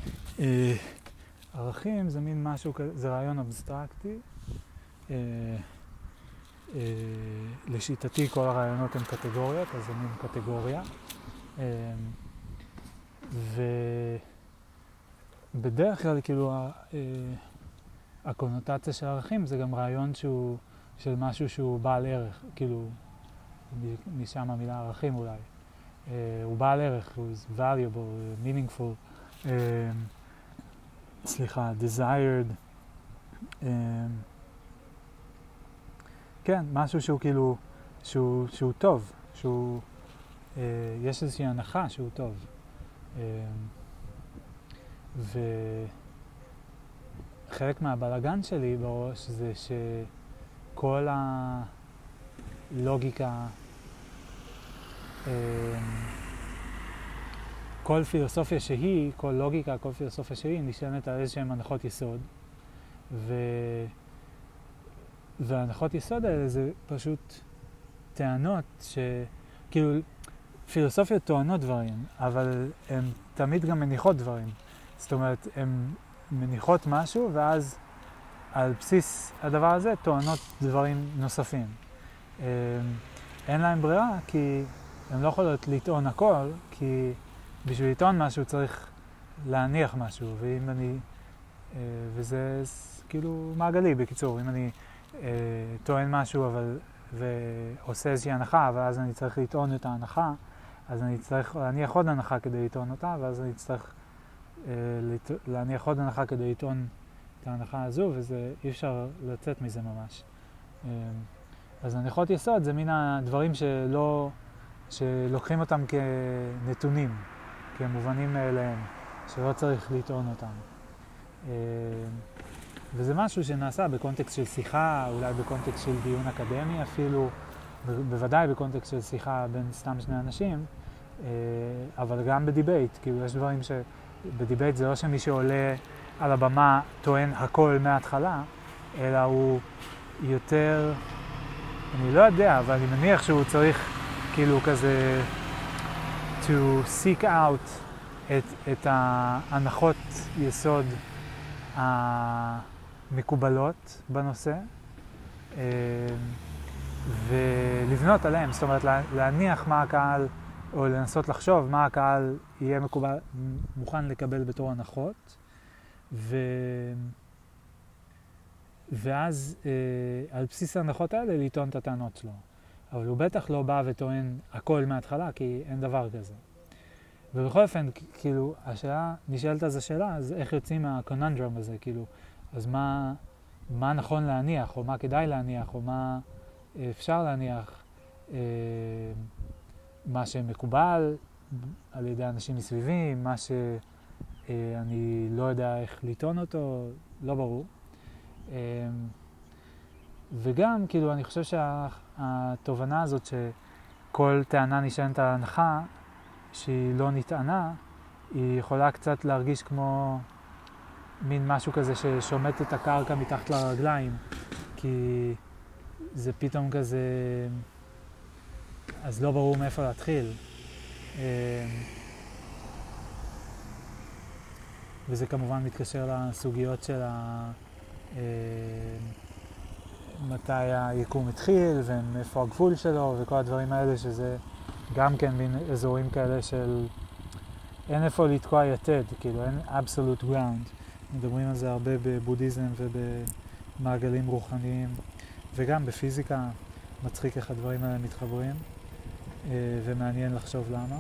ערכים זה מין משהו, זה רעיון אבסטרקטי. לשיטתי כל הרעיונות הן קטגוריות, אז זה מין קטגוריה. ובדרך כלל כאילו הקונוטציה של ערכים זה גם רעיון שהוא של משהו שהוא בעל ערך, כאילו משם המילה ערכים אולי. הוא בעל ערך, הוא valuable, meaningful, desired, כן, משהו שהוא כאילו, שהוא טוב, יש איזושהי הנחה שהוא טוב. וחלק מהבלגן שלי בראש זה שכל הלוגיקה, כל פילוסופיה שהיא, כל לוגיקה, כל פילוסופיה שהיא נשענת על איזשהם הנחות יסוד. והנחות יסוד האלה זה פשוט טענות כאילו פילוסופיות טוענות דברים, אבל הן תמיד גם מניחות דברים. זאת אומרת, הן מניחות משהו ואז על בסיס הדבר הזה טוענות דברים נוספים. אין להם ברירה כי הן לא יכולות לטעון הכל, כי בשביל לטעון משהו צריך להניח משהו, ואם אני, וזה כאילו מעגלי בקיצור, אם אני טוען משהו ועושה איזושהי הנחה, אבל אז אני צריך לטעון את ההנחה, אז אני צריך להניח עוד הנחה כדי לטעון אותה, ואז אני צריך להניח עוד הנחה כדי לטעון את ההנחה הזו, וזה אי אפשר לצאת מזה ממש. אז הנחות יסוד זה מין הדברים שלוקחים אותם כנתונים, כמובנים מאליהם, שלא צריך לטעון אותם. וזה משהו שנעשה בקונטקסט של שיחה, אולי בקונטקסט של דיון אקדמי אפילו, בוודאי בקונטקסט של שיחה בין סתם שני אנשים, אבל גם בדיבייט, כאילו יש דברים שבדיבייט זה לא שמי שעולה על הבמה טוען הכל מההתחלה, אלא הוא יותר אני לא יודע, אבל אני מניח שהוא צריך כאילו כזה to seek out את ההנחות יסוד המקובלות בנושא ולבנות עליהם, זאת אומרת להניח מה הקהל, או לנסות לחשוב מה הקהל יהיה מוכן לקבל בתור הנחות, ואז על בסיס ההנחות האלה לטעון את הטענות שלו. אבל הוא בטח לא בא וטוען הכל מההתחלה, כי אין דבר כזה. ובכל אופן, כאילו, נשאלת אז השאלה, אז איך יוצאים מהקוננדרום הזה, כאילו, אז מה נכון להניח, או מה כדאי להניח, או מה אפשר להניח, מה שמקובל על ידי אנשים מסביבי, מה שאני לא יודע איך לטעון אותו, לא ברור. וגם, כאילו, אני חושב שהתובנה הזאת שכל טענה נשענת על ההנחה, שהיא לא נטענה, היא יכולה קצת להרגיש כמו מין משהו כזה ששומט את הקרקע מתחת לרגליים, כי זה פתאום כזה, אז לא ברור מאיפה להתחיל. וזה כמובן מתקשר לסוגיות של מתי היקום התחיל ומאיפה הגבול שלו וכל הדברים האלה, שזה גם כן בין אזורים כאלה של אין איפה לתקוע יתד, כאילו אין absolute ground. מדברים על זה הרבה בבודהיזם ובמעגלים רוחניים, וגם בפיזיקה מצחיק איך הדברים האלה מתחברים, ומעניין לחשוב למה.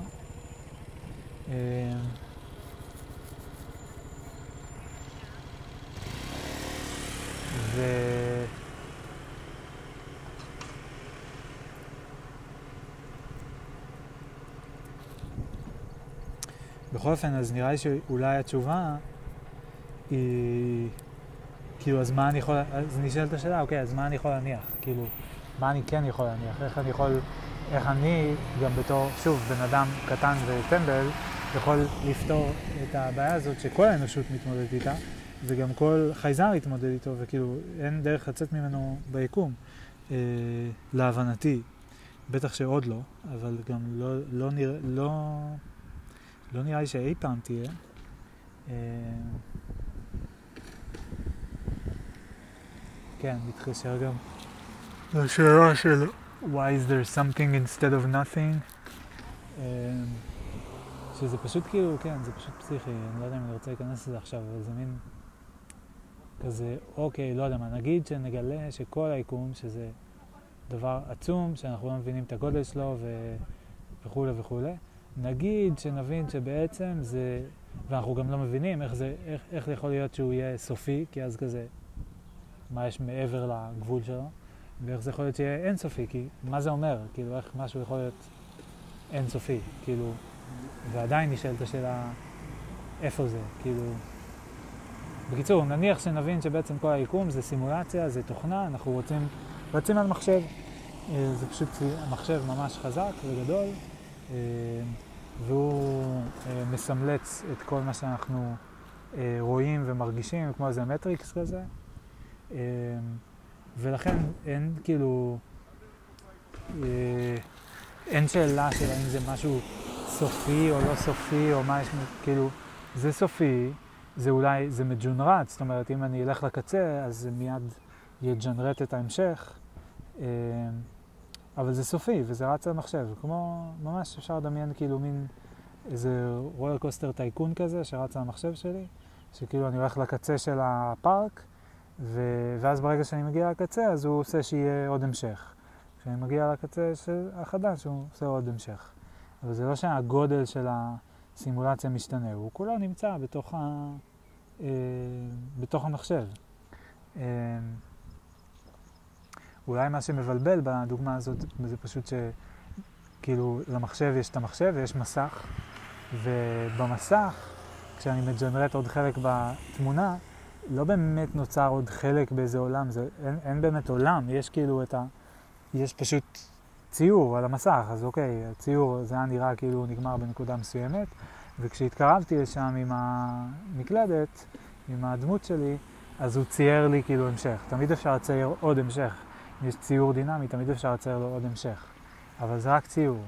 בכל אופן, אז נראה לי שאולי התשובה היא, כאילו, אז מה אני יכול, אז נשאלת השאלה, אוקיי, אז מה אני יכול להניח? כאילו, מה אני כן יכול להניח? איך אני, גם בתור, שוב, בן אדם קטן וטמבל, יכול לפתור את הבעיה הזאת שכל האנושות מתמודדת איתה, וגם כל חייזר יתמודד איתו, וכאילו, אין דרך לצאת ממנו ביקום, להבנתי. בטח שעוד לא, אבל גם לא נראה לי שאי פעם תהיה. כן, מתקשר גם לשאלה של why is there something instead of nothing, שזה פשוט כאילו, כן, זה פשוט פסיכי, אני לא יודע אם אני רוצה להיכנס לזה עכשיו, אבל זה מין כזה, אוקיי, לא יודע מה, נגיד שנגלה שכל היקום, שזה דבר עצום, שאנחנו לא מבינים את הגודל שלו וכו' וכו', נגיד שנבין שבעצם זה, ואנחנו גם לא מבינים איך יכול להיות שהוא יהיה סופי, כי אז כזה, מה יש מעבר לגבול שלו, ואיך זה יכול להיות שיהיה אינסופי, כי מה זה אומר? כאילו, איך משהו יכול להיות אינסופי, כאילו, ועדיין נשאלת השאלה, איפה זה? כאילו, בקיצור, נניח שנבין שבעצם כל היקום זה סימולציה, זה תוכנה, אנחנו רצים על מחשב, זה פשוט מחשב ממש חזק וגדול, והוא מסמלץ את כל מה שאנחנו רואים ומרגישים, כמו איזה מטריקס כזה, ולכן אין כאילו, אין שאלה של האם זה משהו סופי או לא סופי, או מה יש, כאילו, זה סופי, זה אולי, זה מג'ונרט, זאת אומרת, אם אני אלך לקצה, אז זה מיד יג'נרט את ההמשך, אבל זה סופי, וזה רץ על מחשב, כמו, ממש אפשר לדמיין כאילו מין איזה רולר קוסטר טייקון כזה, שרץ על המחשב שלי, שכאילו אני הולך לקצה של הפארק, ואז ברגע שאני מגיע לקצה, אז הוא עושה שיהיה עוד המשך. כשאני מגיע לקצה של החדש, הוא עושה עוד המשך. אבל זה לא שהגודל של הסימולציה משתנה, הוא כולו נמצא בתוך המחשב. אולי מה שמבלבל בדוגמה הזאת, זה פשוט שכאילו למחשב יש את המחשב ויש מסך, ובמסך, כשאני מג'נרט עוד חלק בתמונה, לא באמת נוצר עוד חלק באיזה עולם, אין באמת עולם, יש כאילו יש פשוט ציור על המסך, אז אוקיי, הציור זה היה נראה כאילו נגמר בנקודה מסוימת, וכשהתקרבתי לשם עם המקלדת, עם הדמות שלי, אז הוא צייר לי כאילו המשך. תמיד אפשר לצייר עוד המשך. יש ציור דינמי, תמיד אפשר לצייר לו עוד המשך. אבל זה רק ציור.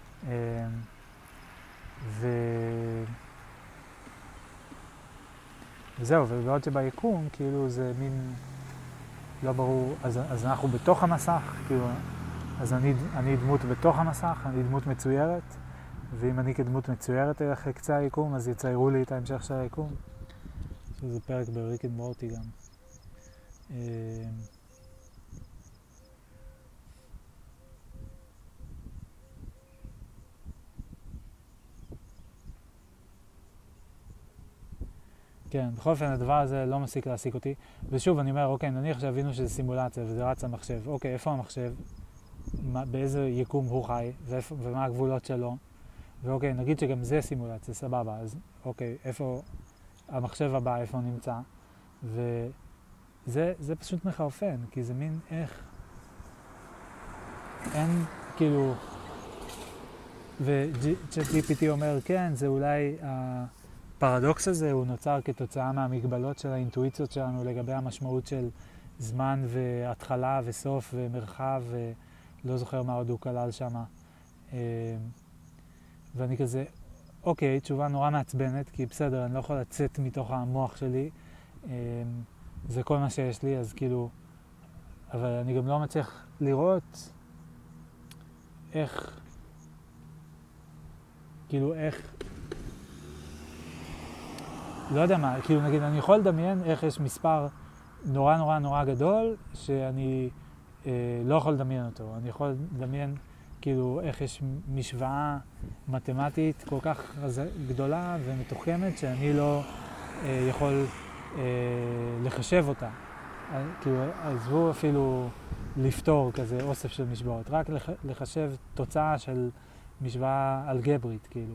וזהו, ובעוד שביקום, כאילו זה מין, לא ברור, אז אנחנו בתוך המסך, כאילו, אז אני דמות בתוך המסך, אני דמות מצוירת, ואם אני כדמות מצוירת אלך לקצה היקום, אז יציירו לי את ההמשך של היקום. זה פרק בריק אנד מורטי גם. כן, בכל אופן הדבר הזה לא מפסיק להעסיק אותי. ושוב אני אומר, אוקיי, נניח שהבינו שזה סימולציה וזה רץ המחשב. אוקיי, איפה המחשב? באיזה יקום הוא חי? ומה הגבולות שלו? ואוקיי, נגיד שגם זה סימולציה, סבבה. אז אוקיי, איפה המחשב הבא, איפה הוא נמצא? וזה פשוט מחרפן, כי זה מין איך... אין, כאילו... ו-GPT אומר, כן, זה אולי... הפרדוקס הזה הוא נוצר כתוצאה מהמגבלות של האינטואיציות שלנו לגבי המשמעות של זמן והתחלה וסוף ומרחב ולא זוכר מה עוד הוא כלל שם. ואני כזה, אוקיי, תשובה נורא מעצבנת, כי בסדר, אני לא יכול לצאת מתוך המוח שלי, זה כל מה שיש לי, אז כאילו, אבל אני גם לא מצליח לראות איך, כאילו איך, לא יודע מה, כאילו נגיד אני יכול לדמיין איך יש מספר נורא נורא נורא גדול שאני לא יכול לדמיין אותו. אני יכול לדמיין כאילו איך יש משוואה מתמטית כל כך גדולה ומתוחכמת שאני לא יכול לחשב אותה. כאילו עזבו אפילו לפתור כזה אוסף של משוואות, רק לחשב תוצאה של משוואה אלגברית כאילו.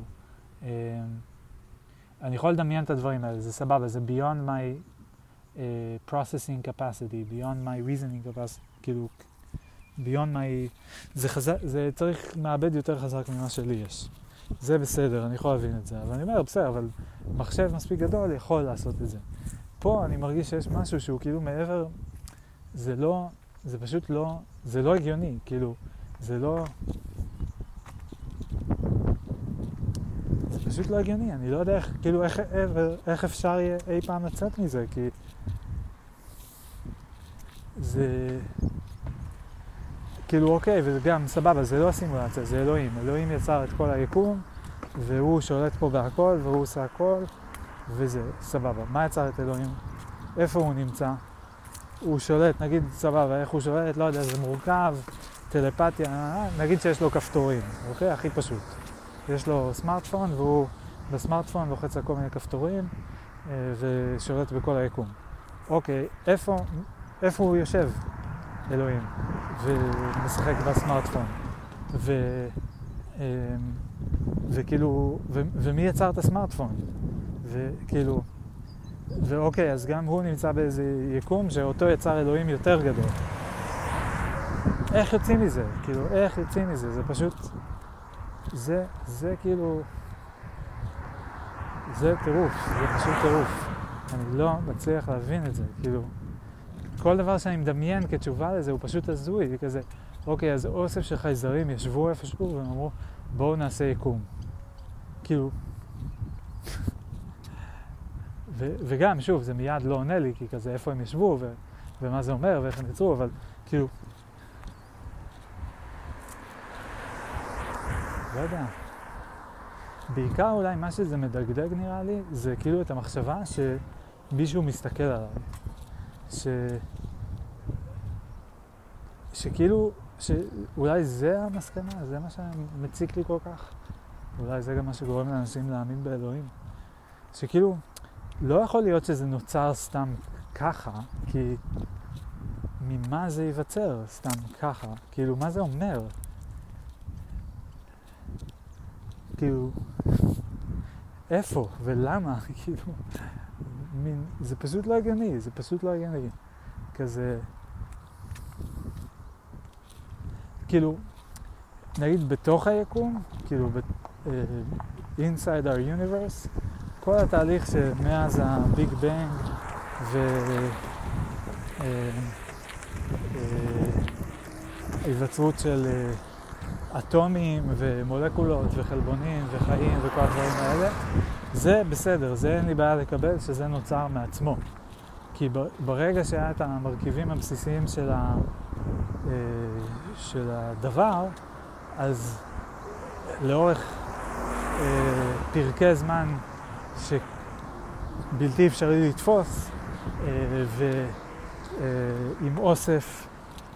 אני יכול לדמיין את הדברים האלה, זה סבבה, זה beyond my processing capacity, beyond my reasoning capacity, כאילו, beyond my... זה צריך מעבד יותר חזק ממה שלי יש. זה בסדר, אני יכול להבין את זה, אבל אני אומר, בסדר, אבל מחשב מספיק גדול יכול לעשות את זה. פה אני מרגיש שיש משהו שהוא כאילו מעבר, זה לא, זה פשוט לא, זה לא הגיוני, כאילו, זה לא... פשוט לא הגיוני, אני לא יודע איך, כאילו, איך אפשר יהיה אי פעם לצאת מזה, כי זה, כאילו, אוקיי, וזה גם סבבה, זה לא הסימולציה, זה אלוהים. אלוהים יצר את כל היקום, והוא שולט פה בהכל, והוא עושה הכל, וזה, סבבה. מה יצר את אלוהים? איפה הוא נמצא? הוא שולט, נגיד, סבבה, איך הוא שולט? לא יודע, זה מורכב, טלפתיה, נגיד שיש לו כפתורים, אוקיי? הכי פשוט. יש לו סמארטפון, והוא בסמארטפון לוחץ על כל מיני כפתורים ושולט בכל היקום. אוקיי, איפה הוא יושב, אלוהים, ומשחק בסמארטפון? וכאילו, ומי יצר את הסמארטפון? וכאילו, ואוקיי, אז גם הוא נמצא באיזה יקום שאותו יצר אלוהים יותר גדול. איך יוצאים מזה? כאילו, איך יוצאים מזה? זה פשוט... זה כאילו, זה טירוף, זה פשוט טירוף. אני לא מצליח להבין את זה, כאילו, כל דבר שאני מדמיין כתשובה לזה הוא פשוט הזוי, כזה, אוקיי, אז אוסף של חייזרים ישבו איפשהו והם אמרו, בואו נעשה יקום. כאילו, וגם, שוב, זה מיד לא עונה לי, כי כזה, איפה הם ישבו ומה זה אומר ואיך הם יצרו, אבל כאילו, לא יודע. בעיקר אולי מה שזה מדגדג נראה לי, זה כאילו את המחשבה שמישהו מסתכל עליו. שכאילו, שאולי זה המסקנה, זה מה שמציק לי כל כך. אולי זה גם מה שגורם לאנשים להאמין באלוהים. שכאילו, לא יכול להיות שזה נוצר סתם ככה, כי ממה זה ייווצר סתם ככה? כאילו, מה זה אומר? כאילו, איפה ולמה? כאילו, זה פשוט לא הגיוני, זה פשוט לא הגיוני. כזה, כאילו, נגיד בתוך היקום, כאילו, inside our universe, כל התהליך שמאז הביג בנג ההיווצרות של אטומים ומולקולות וחלבונים וחיים וכל הדברים האלה, זה בסדר, זה אין לי בעיה לקבל שזה נוצר מעצמו. כי ברגע שהיה את המרכיבים הבסיסיים של הדבר, אז לאורך פרקי זמן שבלתי אפשרי לתפוס, ועם אוסף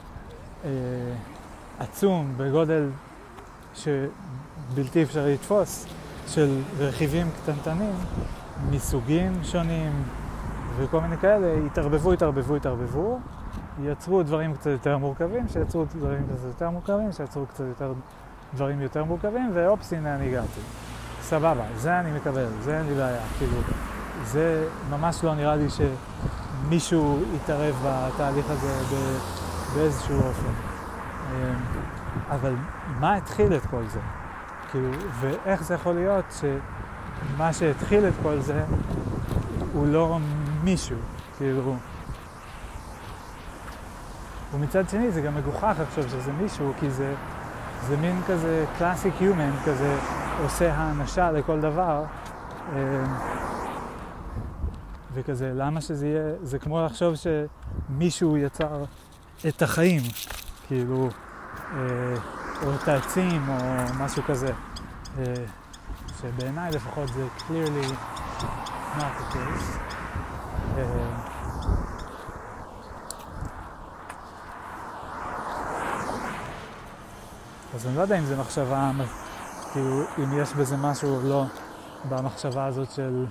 עצום בגודל שבלתי אפשרי לתפוס, של רכיבים קטנטנים מסוגים שונים וכל מיני כאלה, התערבבו, יצרו דברים קצת יותר מורכבים, שיצרו דברים קצת יותר מורכבים, שיצרו קצת יותר דברים יותר מורכבים, ואופס, הנה אני הגעתי. סבבה, זה אני מקבל, זה אין לי בעיה, כאילו, זה ממש לא נראה לי שמישהו יתערב בתהליך הזה באיזשהו אופן. אבל מה התחיל את כל זה? כאילו, ואיך זה יכול להיות שמה שהתחיל את כל זה הוא לא מישהו, כאילו, ומצד שני זה גם מגוחך לחשוב שזה מישהו, כי זה מין כזה קלאסיק יומן, כזה עושה האנשה לכל דבר, וכזה, למה שזה יהיה, זה כמו לחשוב שמישהו יצר את החיים, כאילו, או את העצים, או משהו כזה, שבעיניי לפחות זה clearly not the case. אז אני לא יודע אם זה מחשבה, כאילו, אם יש בזה משהו או לא, במחשבה הזאת של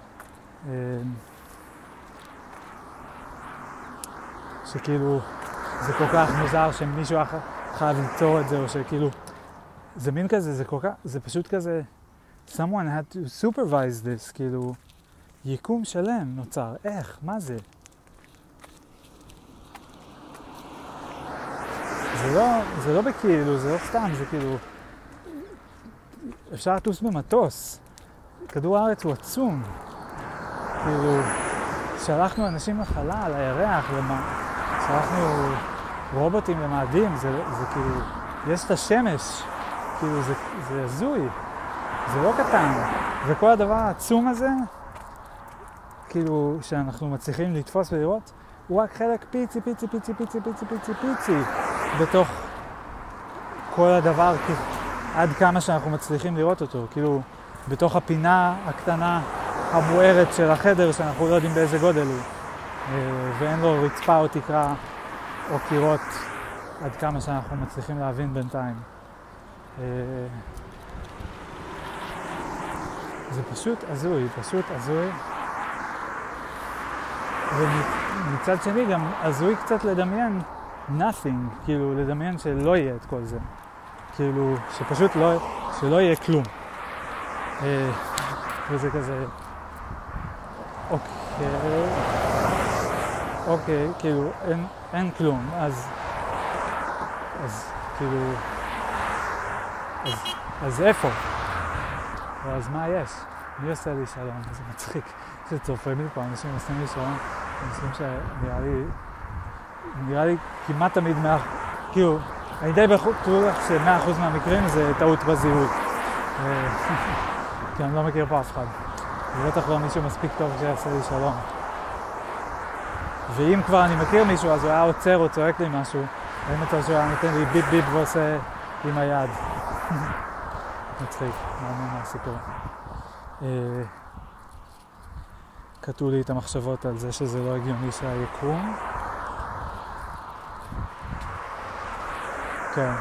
שכאילו זה כל כך מוזר שמישהו חייב ליצור את זה, או שכאילו זה מין כזה, זה כל כך, זה פשוט כזה someone had to supervise this, כאילו יקום שלם נוצר, איך, מה זה? זה לא בכאילו, זה לא סתם, זה כאילו אפשר לטוס במטוס, כדור הארץ הוא עצום, כאילו שלחנו אנשים לחלל, לירח, שלחנו רובוטים למאדים, זה כאילו, יש את השמש, כאילו זה הזוי, זה לא קטן, וכל הדבר העצום הזה, כאילו שאנחנו מצליחים לתפוס ולראות, הוא רק חלק פיצי בתוך כל הדבר, עד כמה שאנחנו מצליחים לראות אותו, כאילו בתוך הפינה הקטנה המוארת של החדר שאנחנו לא יודעים באיזה גודל הוא, ואין לו רצפה או תקרה או קירות עד כמה שאנחנו מצליחים להבין בינתיים. זה פשוט הזוי, ומצד שני גם הזוי קצת לדמיין nothing, כאילו לדמיין שלא יהיה את כל זה, כאילו שפשוט שלא יהיה כלום, וזה כזה אוקיי, כאילו אין כלום, אז כאילו אז איפה? אז מה יש? מי עושה לי שלום? זה מצחיק שצופרים לי פה אנשים עושים לי שלום, אנשים שנראה לי כמעט תמיד כאילו אני די בטוח ש100% מהמקרים זה טעות בזיהוי, כי אני לא מכיר פה אף אחד, ובטח לא מישהו מספיק טוב שיעשה לי שלום. ואם כבר אני מכיר מישהו, אז הוא היה עוצר או צועק לי משהו, אין מצב שהוא היה נותן לי ביפ ביפ ועושה עם היד. מצחיק, מעניין מהסיפור. קטעו לי את המחשבות על זה שזה לא הגיוני שהיקום. כן.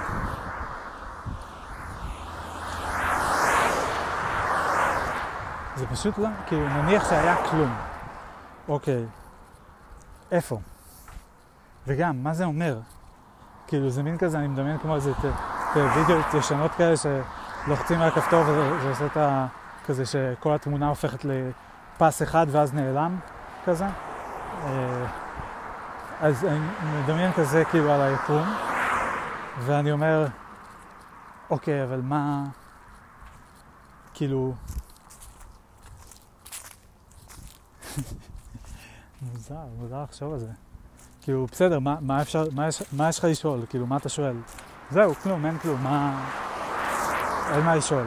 זה פשוט לא, כאילו נניח שהיה כלום. אוקיי. איפה? וגם, מה זה אומר? כאילו זה מין כזה, אני מדמיין כמו איזה וידאו ישנות כאלה שלוחצים על הכפתור וזה עושה את כזה שכל התמונה הופכת לפס אחד ואז נעלם כזה. אז אני מדמיין כזה כאילו על היקום, ואני אומר, אוקיי, אבל מה, כאילו, מוזר לחשוב על זה. כאילו, בסדר, מה יש לך לשאול? כאילו, מה אתה שואל? זהו, כלום, אין כלום, אין מה לשאול.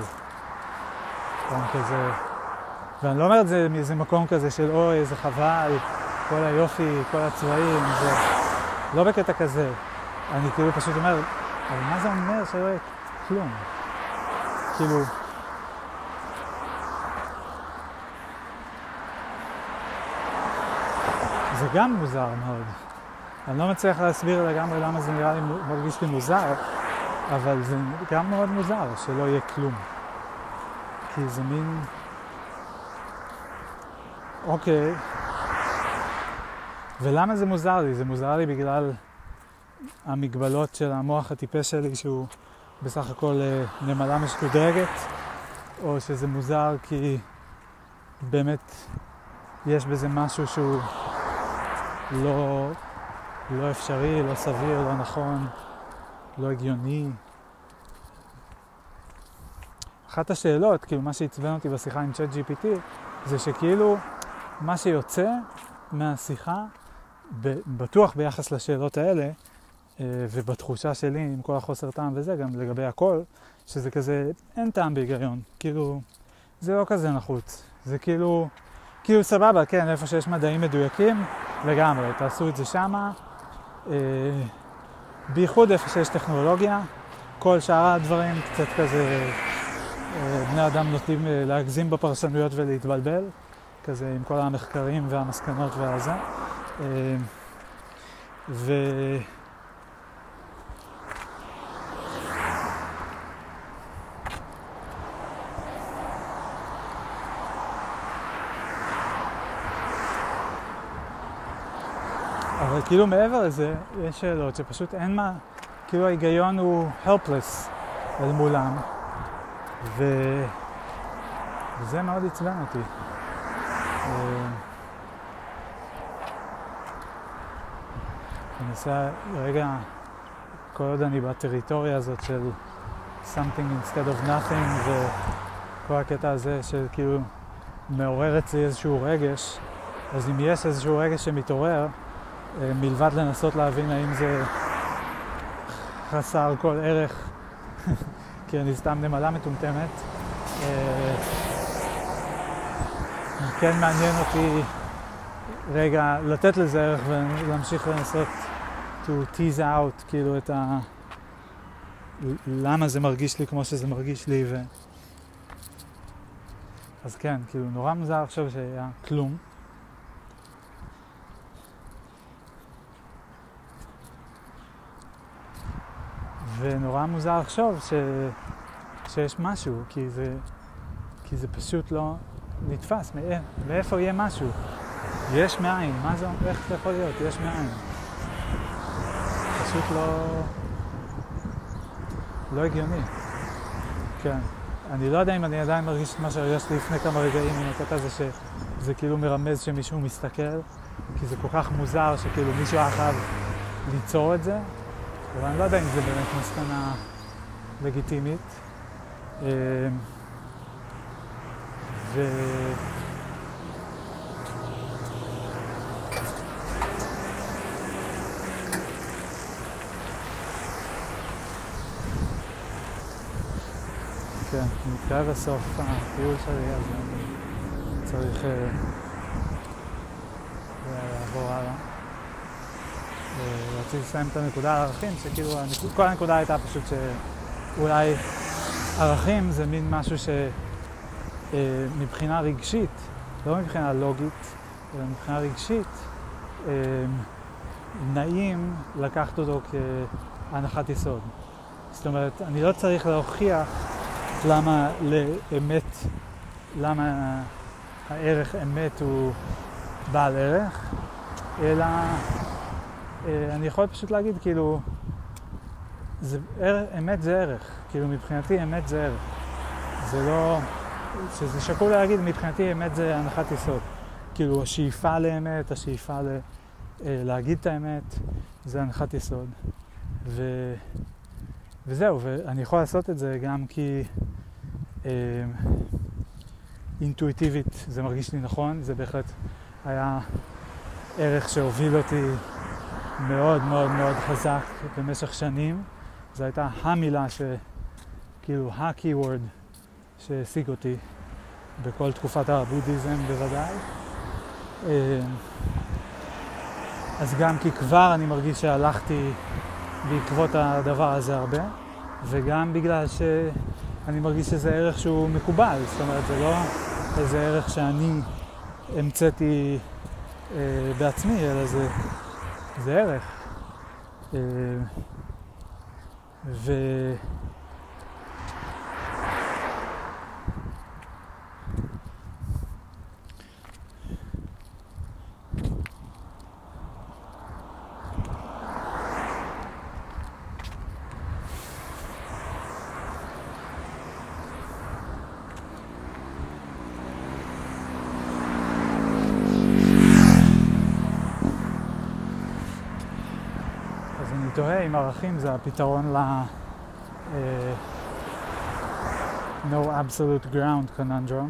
כזה, ואני לא אומר את זה מאיזה מקום כזה של אוי, איזה חבל, כל היופי, כל הצבעים, זה לא בקטע כזה. אני כאילו פשוט אומר, אבל מה זה אומר שלא יהיה כלום? כאילו, זה גם מוזר מאוד. אני לא מצליח להסביר לגמרי למה זה נראה לי מרגיש לי מוזר, אבל זה גם מאוד מוזר שלא יהיה כלום. כי זה מין... אוקיי. ולמה זה מוזר לי? זה מוזר לי בגלל המגבלות של המוח הטיפש שלי, שהוא בסך הכל נמלה משתודרגת, או שזה מוזר כי באמת יש בזה משהו שהוא לא אפשרי, לא סביר, לא נכון, לא הגיוני. אחת השאלות, כאילו מה שהצבן אותי בשיחה עם ChatGPT, זה שכאילו מה שיוצא מהשיחה, בטוח ביחס לשאלות האלה, ובתחושה שלי עם כל החוסר טעם וזה, גם לגבי הכל, שזה כזה, אין טעם בהיגיון. כאילו, זה לא כזה נחוץ. זה כאילו סבבה, כן, איפה שיש מדעים מדויקים, לגמרי, תעשו את זה שמה. בייחוד איפה שיש טכנולוגיה, כל שאר הדברים קצת כזה, בני אדם נוטים להגזים בפרשנויות ולהתבלבל, כזה עם כל המחקרים והמסקנות והזה. אבל כאילו מעבר לזה, יש שאלות שפשוט אין מה, כאילו ההיגיון הוא helpless אל מולם, וזה מאוד עצבן אותי. אני עושה רגע, כל עוד אני בטריטוריה הזאת של something instead of nothing, וכל הקטע הזה של כאילו מעורר אצלי איזשהו רגש, אז אם יש איזשהו רגש שמתעורר, מלבד לנסות להבין האם זה חסר כל ערך, כי אני סתם נמלה מטומטמת, כן מעניין אותי רגע לתת לזה ערך ולהמשיך לנסות to tease out כאילו את למה זה מרגיש לי כמו שזה מרגיש לי אז כן, כאילו נורא מוזר עכשיו שהיה כלום. ונורא מוזר לחשוב שיש משהו, כי זה פשוט לא נתפס. מאיפה יהיה משהו? יש מאין. מה זה? איך זה יכול להיות? יש מאין. פשוט לא הגיוני. כן. אני לא יודע אם אני עדיין מרגיש את מה שהרגשתי לפני כמה רגעים עם הקטע הזה שזה כאילו מרמז שמישהו מסתכל, כי זה כל כך מוזר שכאילו מישהו חייב ליצור את זה. אבל אני לא יודע אם זה באמת מסקנה לגיטימית. כן, מתקרב לסוף הטיול שלי, אז אני צריך לעבור הלאה. רציתי לסיים את הנקודה על ערכים, שכאילו כל הנקודה הייתה פשוט שאולי ערכים זה מין משהו שמבחינה רגשית, לא מבחינה לוגית, אלא מבחינה רגשית, נעים לקחת אותו כהנחת יסוד. זאת אומרת, אני לא צריך להוכיח למה הערך אמת הוא בעל ערך, אלא אני יכול פשוט להגיד, כאילו, אמת זה ערך. כאילו, מבחינתי אמת זה ערך. זה לא... שזה שקול להגיד, מבחינתי אמת זה הנחת יסוד. כאילו, השאיפה לאמת, השאיפה להגיד את האמת, זה הנחת יסוד. וזהו, ואני יכול לעשות את זה גם כי אינטואיטיבית זה מרגיש לי נכון, זה בהחלט היה ערך שהוביל אותי מאוד מאוד מאוד חזק במשך שנים. זו הייתה המילה כאילו ה-keyword שהשיג אותי בכל תקופת הבודהיזם בוודאי. אז גם כי כבר אני מרגיש שהלכתי בעקבות הדבר הזה הרבה, וגם בגלל שאני מרגיש שזה ערך שהוא מקובל, זאת אומרת זה לא איזה ערך שאני המצאתי בעצמי, אלא זה ערך. תוהה אם ערכים זה הפתרון no absolute ground conundrum.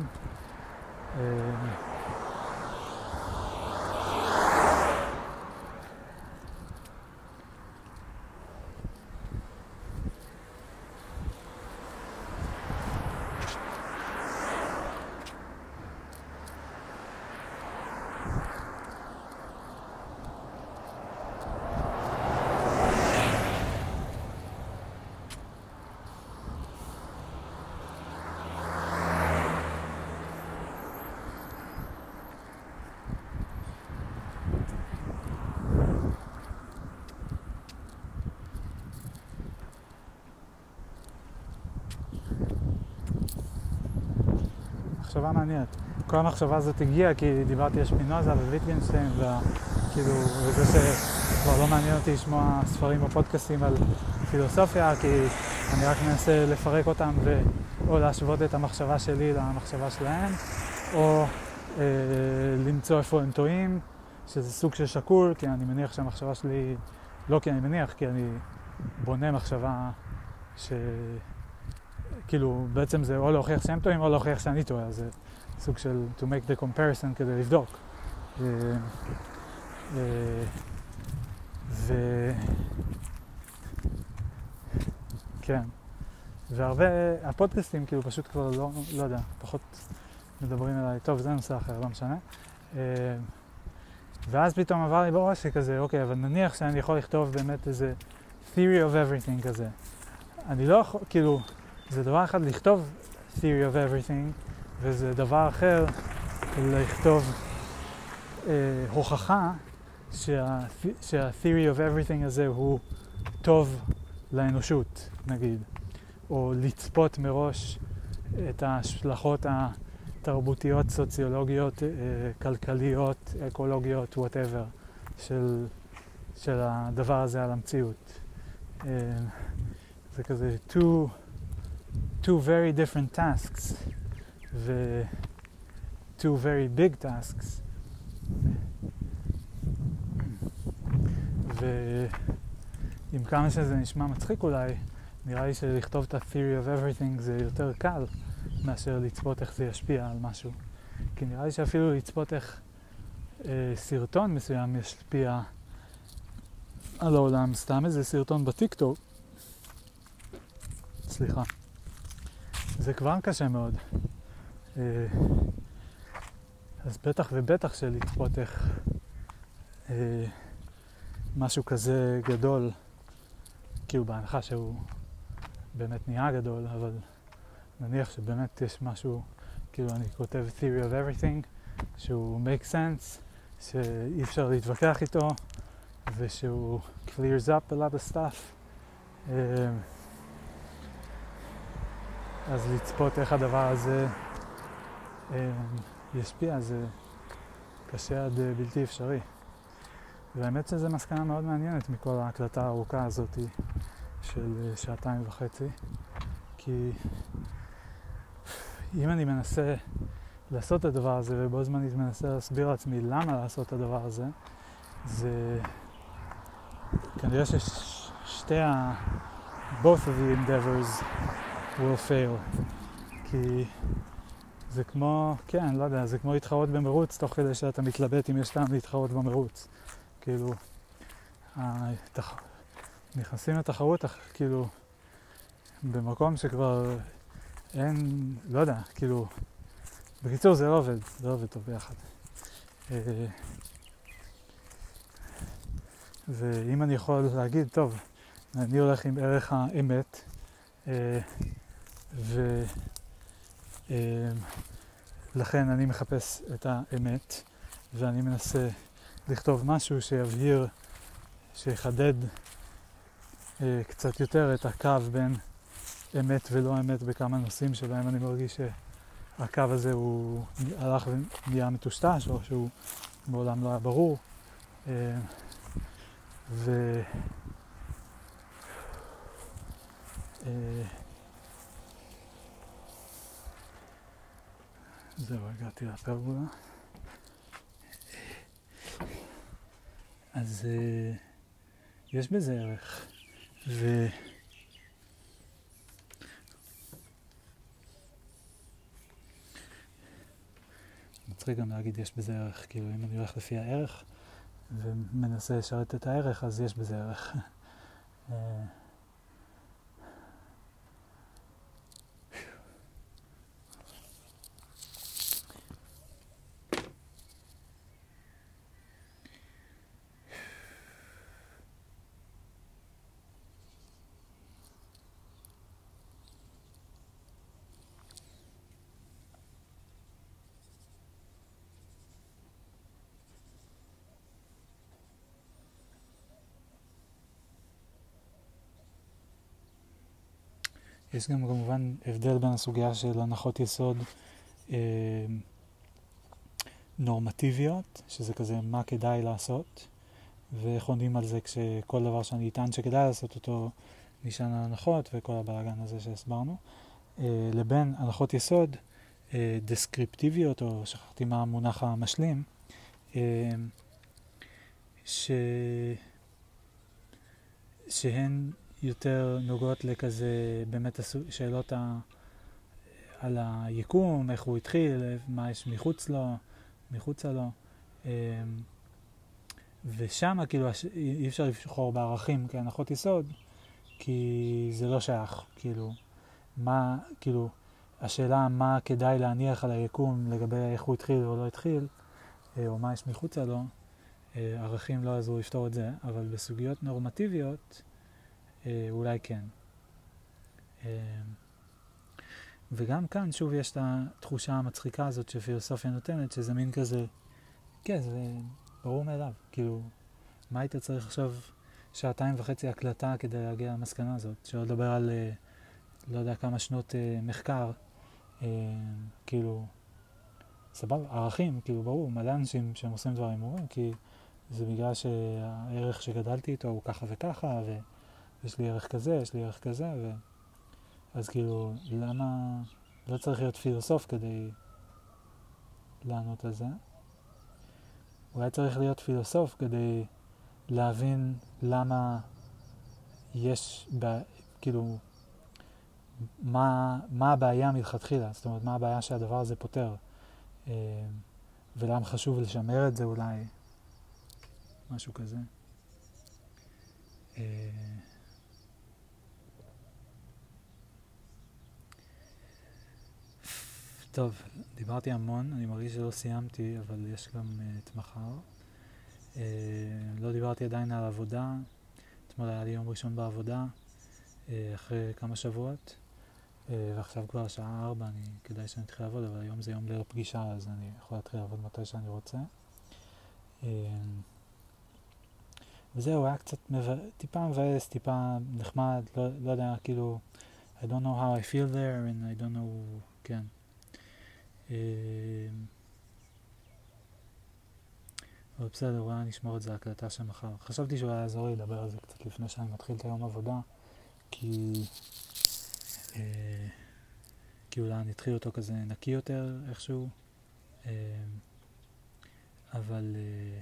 מחשבה מעניינת. כל המחשבה הזאת הגיעה כי דיברתי על שפינוזה וויטגנשטיין וכאילו, וזה שכבר לא מעניין אותי לשמוע ספרים או פודקאסטים על פילוסופיה, כי אני רק מנסה לפרק אותם או להשוות את המחשבה שלי למחשבה שלהם, או למצוא איפה הם טועים, שזה סוג של שקול, כי אני מניח שהמחשבה שלי, לא כי אני מניח, כי אני בונה מחשבה כאילו בעצם זה או להוכיח שהם טועים או להוכיח שאני טועה, אז זה סוג של to make the comparison כדי לבדוק. כן. והרבה, הפודקאסטים כאילו פשוט כבר לא יודע, פחות מדברים אליי, טוב זה נושא אחר, לא משנה. ואז פתאום עבר לי בראש שכזה, אוקיי, אבל נניח שאני יכול לכתוב באמת איזה theory of everything כזה. אני לא יכול, כאילו, זה דבר אחד לכתוב theory of everything, וזה דבר אחר לכתוב הוכחה שה-theory of everything הזה הוא טוב לאנושות, נגיד. או לצפות מראש את ההשלכות התרבותיות, סוציולוגיות, כלכליות, אקולוגיות, whatever, של הדבר הזה על המציאות. זה כזה two very different tasks ו two very big tasks. ועם כמה שזה נשמע מצחיק אולי, נראה לי שלכתוב את ה-theory of everything זה יותר קל מאשר לצפות איך זה ישפיע על משהו. כי נראה לי שאפילו לצפות איך סרטון מסוים ישפיע על העולם, סתם איזה סרטון בטיקטוק, סליחה, זה כבר קשה מאוד. אז בטח ובטח שלצפות איך משהו כזה גדול, כאילו בהנחה שהוא באמת נהיה גדול, אבל נניח שבאמת יש משהו, כאילו אני כותב theory of everything, שהוא make sense, שאי אפשר להתווכח איתו, ושהוא clears up a lot of stuff. אז לצפות איך הדבר הזה ישפיע, זה קשה עד בלתי אפשרי. והאמת שזו מסקנה מאוד מעניינת מכל ההקלטה הארוכה הזאת של 2.5 שעות, כי אם אני מנסה לעשות את הדבר הזה ובו זמנית מנסה להסביר לעצמי למה לעשות את הדבר הזה, זה כנראה ששתי both of the endeavors will fail, כי זה כמו, כן, לא יודע, זה כמו להתחרות במרוץ תוך כדי שאתה מתלבט אם יש טעם להתחרות במרוץ. כאילו, נכנסים לתחרות, כאילו, במקום שכבר אין, לא יודע, כאילו, בקיצור זה לא עובד טוב ביחד. ואם אני יכול להגיד, טוב, אני הולך עם ערך האמת, ולכן אני מחפש את האמת, ואני מנסה לכתוב משהו שיבהיר, שיחדד קצת יותר את הקו בין אמת ולא אמת בכמה נושאים שבהם אני מרגיש שהקו הזה הוא הלך ונהיה מטושטש, או שהוא מעולם לא היה ברור. זהו, הגעתי לפרגולה. אז יש בזה ערך. מצחיק גם להגיד יש בזה ערך, כאילו אם אני הולך לפי הערך ומנסה לשרת את הערך, אז יש בזה ערך. יש גם כמובן הבדל בין הסוגיה של הנחות יסוד נורמטיביות, שזה כזה מה כדאי לעשות, ואיך עונים על זה כשכל דבר שאני אטען שכדאי לעשות אותו נשען על הנחות וכל הבלגן הזה שהסברנו, לבין הנחות יסוד דסקריפטיביות, או שכחתי מה המונח המשלים, שהן יותר נוגעות לכזה באמת שאלות על היקום, איך הוא התחיל, מה יש מחוצה לו, ושם כאילו אי אפשר לבחור בערכים כהנחות יסוד, כי זה לא שייך, כאילו השאלה מה כדאי להניח על היקום לגבי איך הוא התחיל או לא התחיל, או מה יש מחוצה לו, ערכים לא עזרו לפתור את זה, אבל בסוגיות נורמטיביות אולי כן. וגם כאן שוב יש את התחושה המצחיקה הזאת שפילוסופיה נותנת, שזה מין כזה, כן, זה ברור מאליו, כאילו, מה היית צריך עכשיו 2.5 שעות הקלטה כדי להגיע למסקנה הזאת, שלא לדבר על לא יודע כמה שנות מחקר, כאילו, סבבה, ערכים, כאילו ברור, מלא אנשים שהם עושים דברים אומרים, כי זה בגלל שהערך שגדלתי איתו הוא ככה וככה, ויש לי ערך כזה, יש לי ערך כזה, אז כאילו, למה לא צריך להיות פילוסוף כדי לענות על זה? אולי צריך להיות פילוסוף כדי להבין למה יש, כאילו, מה הבעיה מלכתחילה, זאת אומרת, מה הבעיה שהדבר הזה פותר, ולמה חשוב לשמר את זה אולי, משהו כזה. טוב, דיברתי המון, אני מרגיש שלא סיימתי, אבל יש גם את מחר. לא דיברתי עדיין על עבודה, אתמול היה לי יום ראשון בעבודה, אחרי כמה שבועות, ועכשיו כבר השעה 4, כדאי שאני אתחיל לעבוד, אבל היום זה יום ליל פגישה, אז אני יכול להתחיל לעבוד מתי שאני רוצה. וזהו, היה קצת טיפה מבאס, טיפה נחמד, לא יודע, כאילו, I don't know how I feel there, and I don't know, כן. אבל בסדר, אולי נשמור את זה הקלטה של מחר. חשבתי שהוא היה יעזור לי לדבר על זה קצת לפני שאני מתחיל את היום עבודה, כי אולי אני אתחיל אותו כזה נקי יותר איכשהו, אבל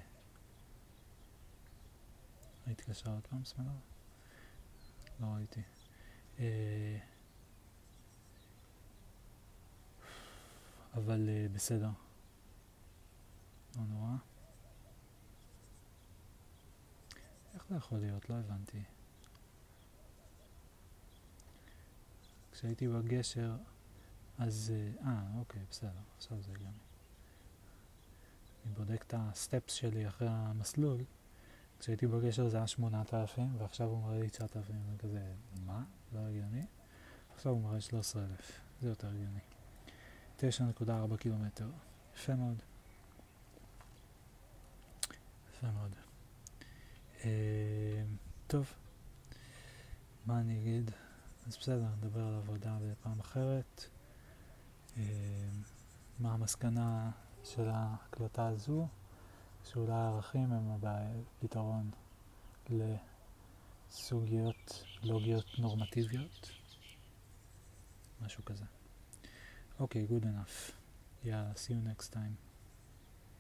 ראיתי קשר עוד פעם, סמלה? לא ראיתי. אבל בסדר. לא נורא. איך זה יכול להיות? לא הבנתי. כשהייתי בגשר, אז... אוקיי, בסדר, עכשיו זה הגיוני. אני בודק את הסטפס שלי אחרי המסלול. כשהייתי בגשר זה היה 8,000, ועכשיו הוא מראה לי 9,000, וכזה, מה? לא הגיוני. עכשיו הוא מראה 13,000, זה יותר הגיוני. 9.4 קילומטר. יפה מאוד. יפה מאוד. טוב, מה אני אגיד? אז בסדר, נדבר על עבודה בפעם אחרת. מה המסקנה של ההקלטה הזו? שאולי הערכים הם הפתרון לסוגיות לוגיות נורמטיביות. משהו כזה. אוקיי, good enough. Yeah, see you next time.